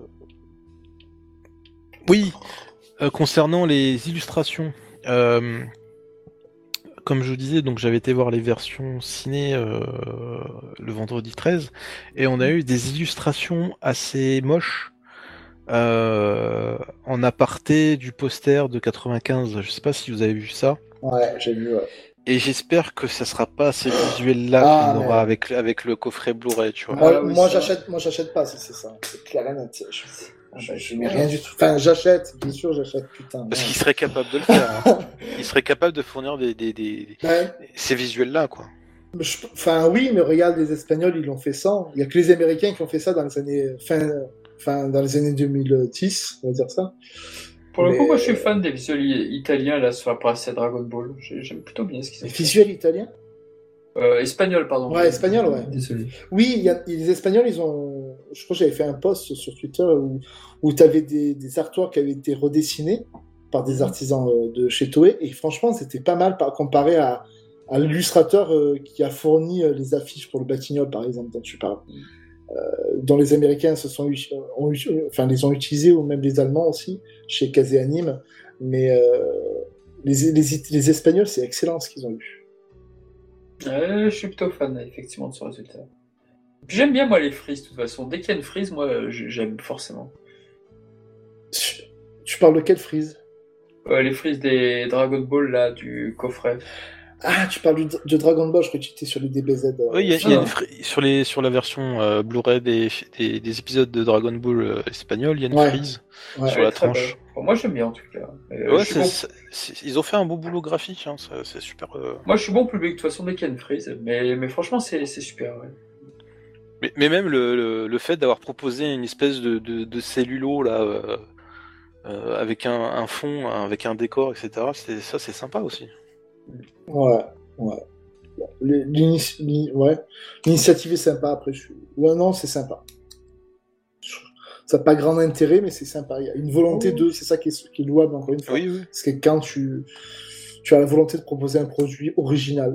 Oui, euh, concernant les illustrations, euh, comme je vous disais, donc j'avais été voir les versions ciné euh, le vendredi treize, et on a eu des illustrations assez moches euh, en aparté du poster de quatre-vingt-quinze. Je sais pas si vous avez vu ça. Ouais, j'ai vu, ouais. Et j'espère que ça sera pas ces visuels-là Ah, qu'on mais- aura avec, avec le coffret Blu-ray, tu vois. Moi, Ah oui, moi ça. j'achète, moi, j'achète pas, si c'est ça. C'est clair et net. Je, Ah je, bah, je c'est mets bon. rien du tout. Enfin, j'achète, bien sûr, j'achète, putain. Parce ouais. qu'il serait capable de le faire. hein. Il serait capable de fournir des, des, des- Ben, ces visuels-là, quoi. je- Enfin, oui, mais regarde, les Espagnols, ils l'ont fait ça. Il y a que les Américains qui ont fait ça dans les années, fin, fin, dans les années deux mille dix, on va dire ça. Pour le Mais- coup, moi, je suis fan des visuels i- italiens là sur la presse de Dragon Ball. J'ai- J'aime plutôt bien ce qu'ils ont Les fait. visuels italiens? Euh, espagnol, pardon. Ouais, espagnol, ouais. Désolé. Oui, il y a, les Espagnols, ils ont. Je crois que j'avais fait un post sur Twitter où, où tu avais des, des artworks qui avaient été redessinés par des artisans euh, de chez Toei, et franchement, c'était pas mal par, comparé à, à l'illustrateur euh, qui a fourni euh, les affiches pour le Batignolles, par exemple, dont tu parles. Euh, dont les Américains se sont, u- ont, u- enfin, les ont utilisés, ou même les Allemands aussi, chez Kazé Anime. Mais euh, les, les, les Espagnols, c'est excellent ce qu'ils ont eu. Ouais, je suis plutôt fan, effectivement, de ce résultat. Puis j'aime bien, moi, les frises, de toute façon. Dès qu'il y a une frise, moi, euh, j'aime forcément. Tu, tu parles de quelle frise? Euh, les frises des Dragon Ball, là, du coffret. Ah, tu parles du, de Dragon Ball, je crois que tu étais sur les D B Z. Euh, oui, il y a, y a une fri- sur, les, sur la version euh, Blu-ray des, des, des épisodes de Dragon Ball euh, espagnol, il y a une Ouais. frise Ouais. sur Ouais, la très tranche. belle. Bon, moi j'aime bien en tout cas. Euh, Ouais, je suis c'est, bon. c'est- c'est- ils ont fait un beau boulot graphique, hein, c'est, c'est super. euh. Moi je suis bon public, de toute façon dès qu'il y a une frise. Mais, mais franchement c'est, c'est super. Ouais. Mais, mais même le, le, le fait d'avoir proposé une espèce de, de, de cellulo là, euh, euh, avec un, un fond, avec un décor, et cetera. C'est, ça, c'est sympa aussi. Ouais, ouais. Les- l'inici- l'ini- ouais. L'initiative est sympa, après. Je... Ouais, non, c'est sympa. Ça n'a pas grand intérêt, mais c'est sympa. Il y a une volonté Oh. de, c'est ça qui est, qui est louable, encore une fois. Oui, oui. Parce que quand tu, tu as la volonté de proposer un produit original.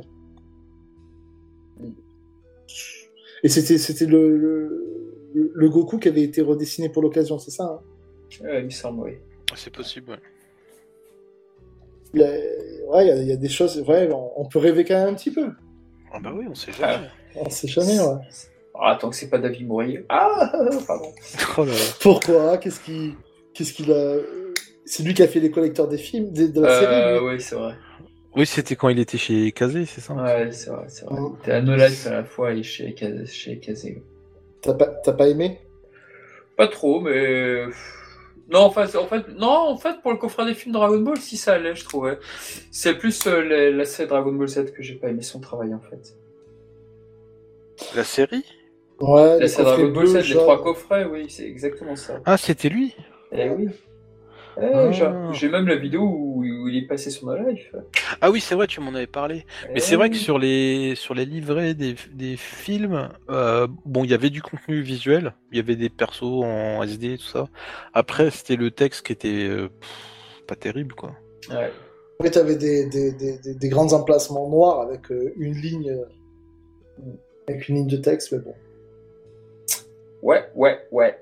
Et c'était, c'était le, le, le Goku qui avait été redessiné pour l'occasion, c'est ça hein Ouais, il me semble, oui. C'est possible, ouais. Il y a, ouais, il y a, il y a des choses, ouais, on, on peut rêver quand même un petit peu. Ah bah oui, on sait jamais. On sait jamais, ouais. Ah, tant que c'est pas David Mourier. Ah, pardon. Oh là là. Pourquoi Qu'est-ce qui, qu'est-ce qu'il a C'est lui qui a fait les collecteurs des films, de, de la Euh, série. lui. oui, c'est vrai. Oui, c'était quand il était chez Kazé, c'est ça Ouais, c'est vrai, c'est vrai. Ouais. T'es à No Life à la fois et chez Kazé. Chez Kazé. T'as pas, t'as pas aimé Pas trop, mais. Non, en fait, en fait, non, en fait, pour le coffret des films Dragon Ball, si ça allait, je trouvais. C'est plus euh, la, la série Dragon Ball Z que j'ai pas aimé son travail, en fait. La série Ouais, La les série coffrets Dragon Ball bleus, Z, les genre. trois coffrets, oui, c'est exactement ça. Ah, c'était lui Eh oui. Eh, Ah. j'ai, j'ai même la vidéo où, où il est passé sur No Life. Ah oui, c'est vrai, tu m'en avais parlé. Mais Eh c'est vrai oui. que sur les sur les livrets des, des films, euh, bon, il y avait du contenu visuel, il y avait des persos en S D et tout ça. Après, c'était le texte qui était euh, pff, pas terrible, quoi. Ouais. Après, t'avais des, des, des, des, des grands emplacements noirs avec euh, une ligne, euh, avec une ligne de texte, mais bon. Ouais, ouais, ouais.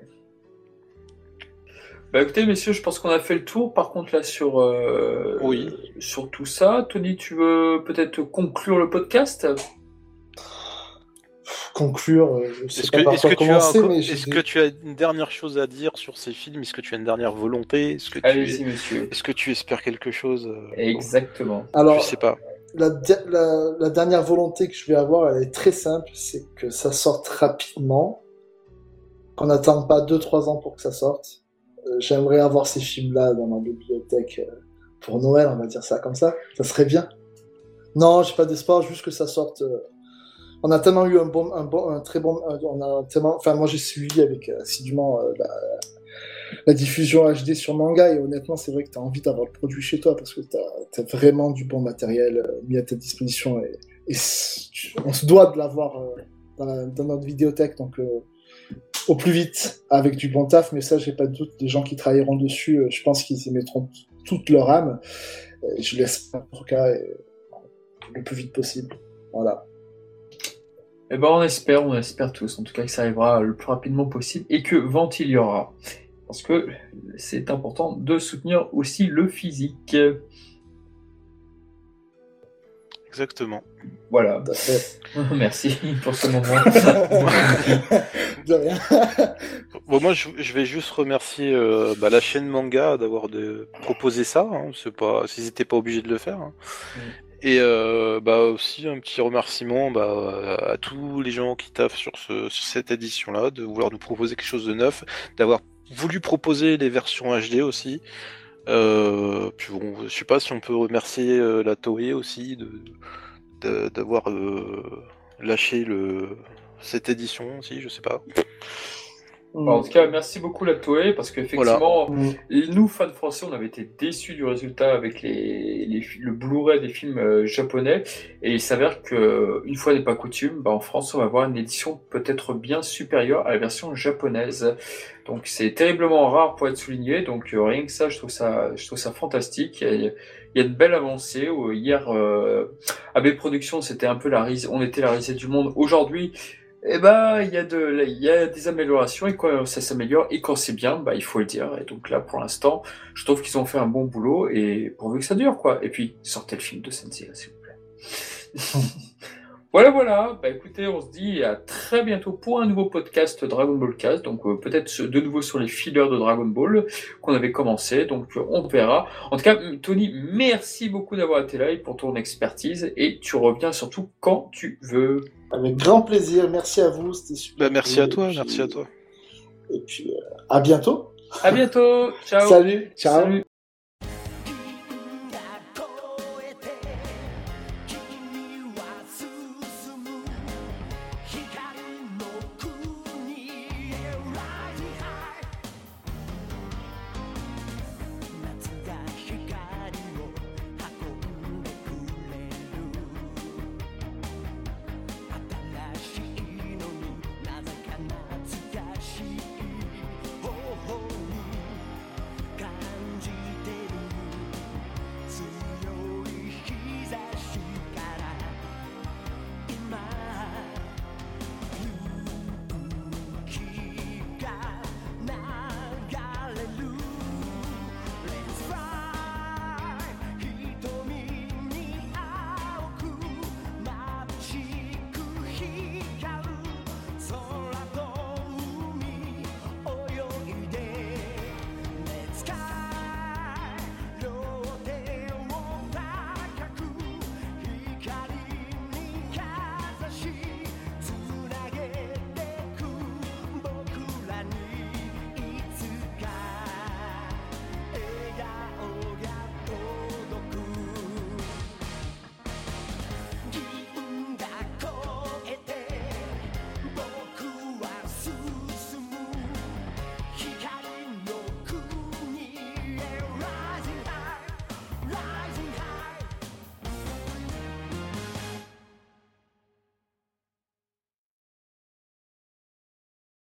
Bah écoutez, messieurs, je pense qu'on a fait le tour. Par contre, là, sur, euh, Oui. sur tout ça, Tony, tu veux peut-être conclure le podcast? Conclure, euh, je sais Est-ce pas que, par est-ce quoi que, tu as, commencer, encore- mais j'ai est-ce des- que tu as une dernière chose à dire sur ces films? Est-ce que tu as une dernière volonté? Est-ce que tu, Allez-y, monsieur. est-ce que tu espères quelque chose? euh, Exactement. Alors, Je sais pas. la, di- la, la dernière volonté que je vais avoir, elle est très simple, c'est que ça sorte rapidement, qu'on n'attende pas deux trois ans pour que ça sorte. Euh, j'aimerais avoir ces films-là dans ma bibliothèque euh, pour Noël, on va dire ça comme ça. Ça serait bien. Non, j'ai pas d'espoir, juste que ça sorte. euh. On a tellement eu un bon, un bon, un très bon, un- on a tellement, enfin moi j'ai suivi avec euh, assidûment euh, la, la diffusion H D sur manga et honnêtement c'est vrai que t'as envie d'avoir le produit chez toi parce que t'as, t'as vraiment du bon matériel euh, mis à ta disposition et, et c'est- tu- on se doit de l'avoir euh, dans, la- dans notre vidéothèque donc euh, au plus vite avec du bon taf, mais ça j'ai pas de doute, les gens qui travailleront dessus, euh, je pense qu'ils y mettront toute leur âme. Et je l'espère en tout cas et, le plus vite possible. Voilà. Eh ben, on espère, on espère tous, en tout cas, que ça arrivera le plus rapidement possible et que vente il y aura. Parce que c'est important de soutenir aussi le physique. Exactement. Voilà. Tout à fait. Merci pour ce moment. De rien. Bon, moi, je, je vais juste remercier euh, bah, la chaîne Manga d'avoir de, proposé ça. Hein, c'est pas, s'ils n'étaient pas obligés de le faire. Hein. Mm. Et euh, bah, aussi un petit remerciement bah, à tous les gens qui taffent sur, ce, sur cette édition-là, de vouloir nous proposer quelque chose de neuf, d'avoir voulu proposer les versions H D aussi. Euh, puis bon, je sais pas si on peut remercier euh, la Toei aussi de, de d'avoir euh, lâché le cette édition aussi, je sais pas. En tout cas, merci beaucoup la Toei, parce qu'effectivement, Mm. nous, fans français, on avait été déçus du résultat avec les, les, le Blu-ray des films euh, japonais, et il s'avère que, une fois n'est pas coutume, bah, en France, on va avoir une édition peut-être bien supérieure à la version japonaise. Donc c'est terriblement rare pour être souligné, donc euh, rien que ça, je trouve ça, je trouve ça fantastique. Il y a, il y a de belles avancées. Euh, Hier, euh, A B Productions, c'était un peu la risée, on était la risée du monde. Aujourd'hui, eh ben, il y a de, il y a des améliorations, et quand ça s'améliore, et quand c'est bien, bah, il faut le dire. Et donc là, pour l'instant, je trouve qu'ils ont fait un bon boulot, et pourvu que ça dure, quoi. Et puis, sortez le film de Sensei, là, s'il vous plaît. Voilà, voilà. Bah écoutez, on se dit à très bientôt pour un nouveau podcast Dragon Ball Cast. Donc euh, peut-être de nouveau sur les fillers de Dragon Ball qu'on avait commencé. Donc euh, on verra. En tout cas, Tony, merci beaucoup d'avoir été là et pour ton expertise. Et tu reviens surtout quand tu veux. Avec grand plaisir. Merci à vous. C'était super. Bah, merci à toi. Puis... Merci à toi. Et puis euh, à bientôt. À bientôt. Ciao. Salut. Ciao. Salut.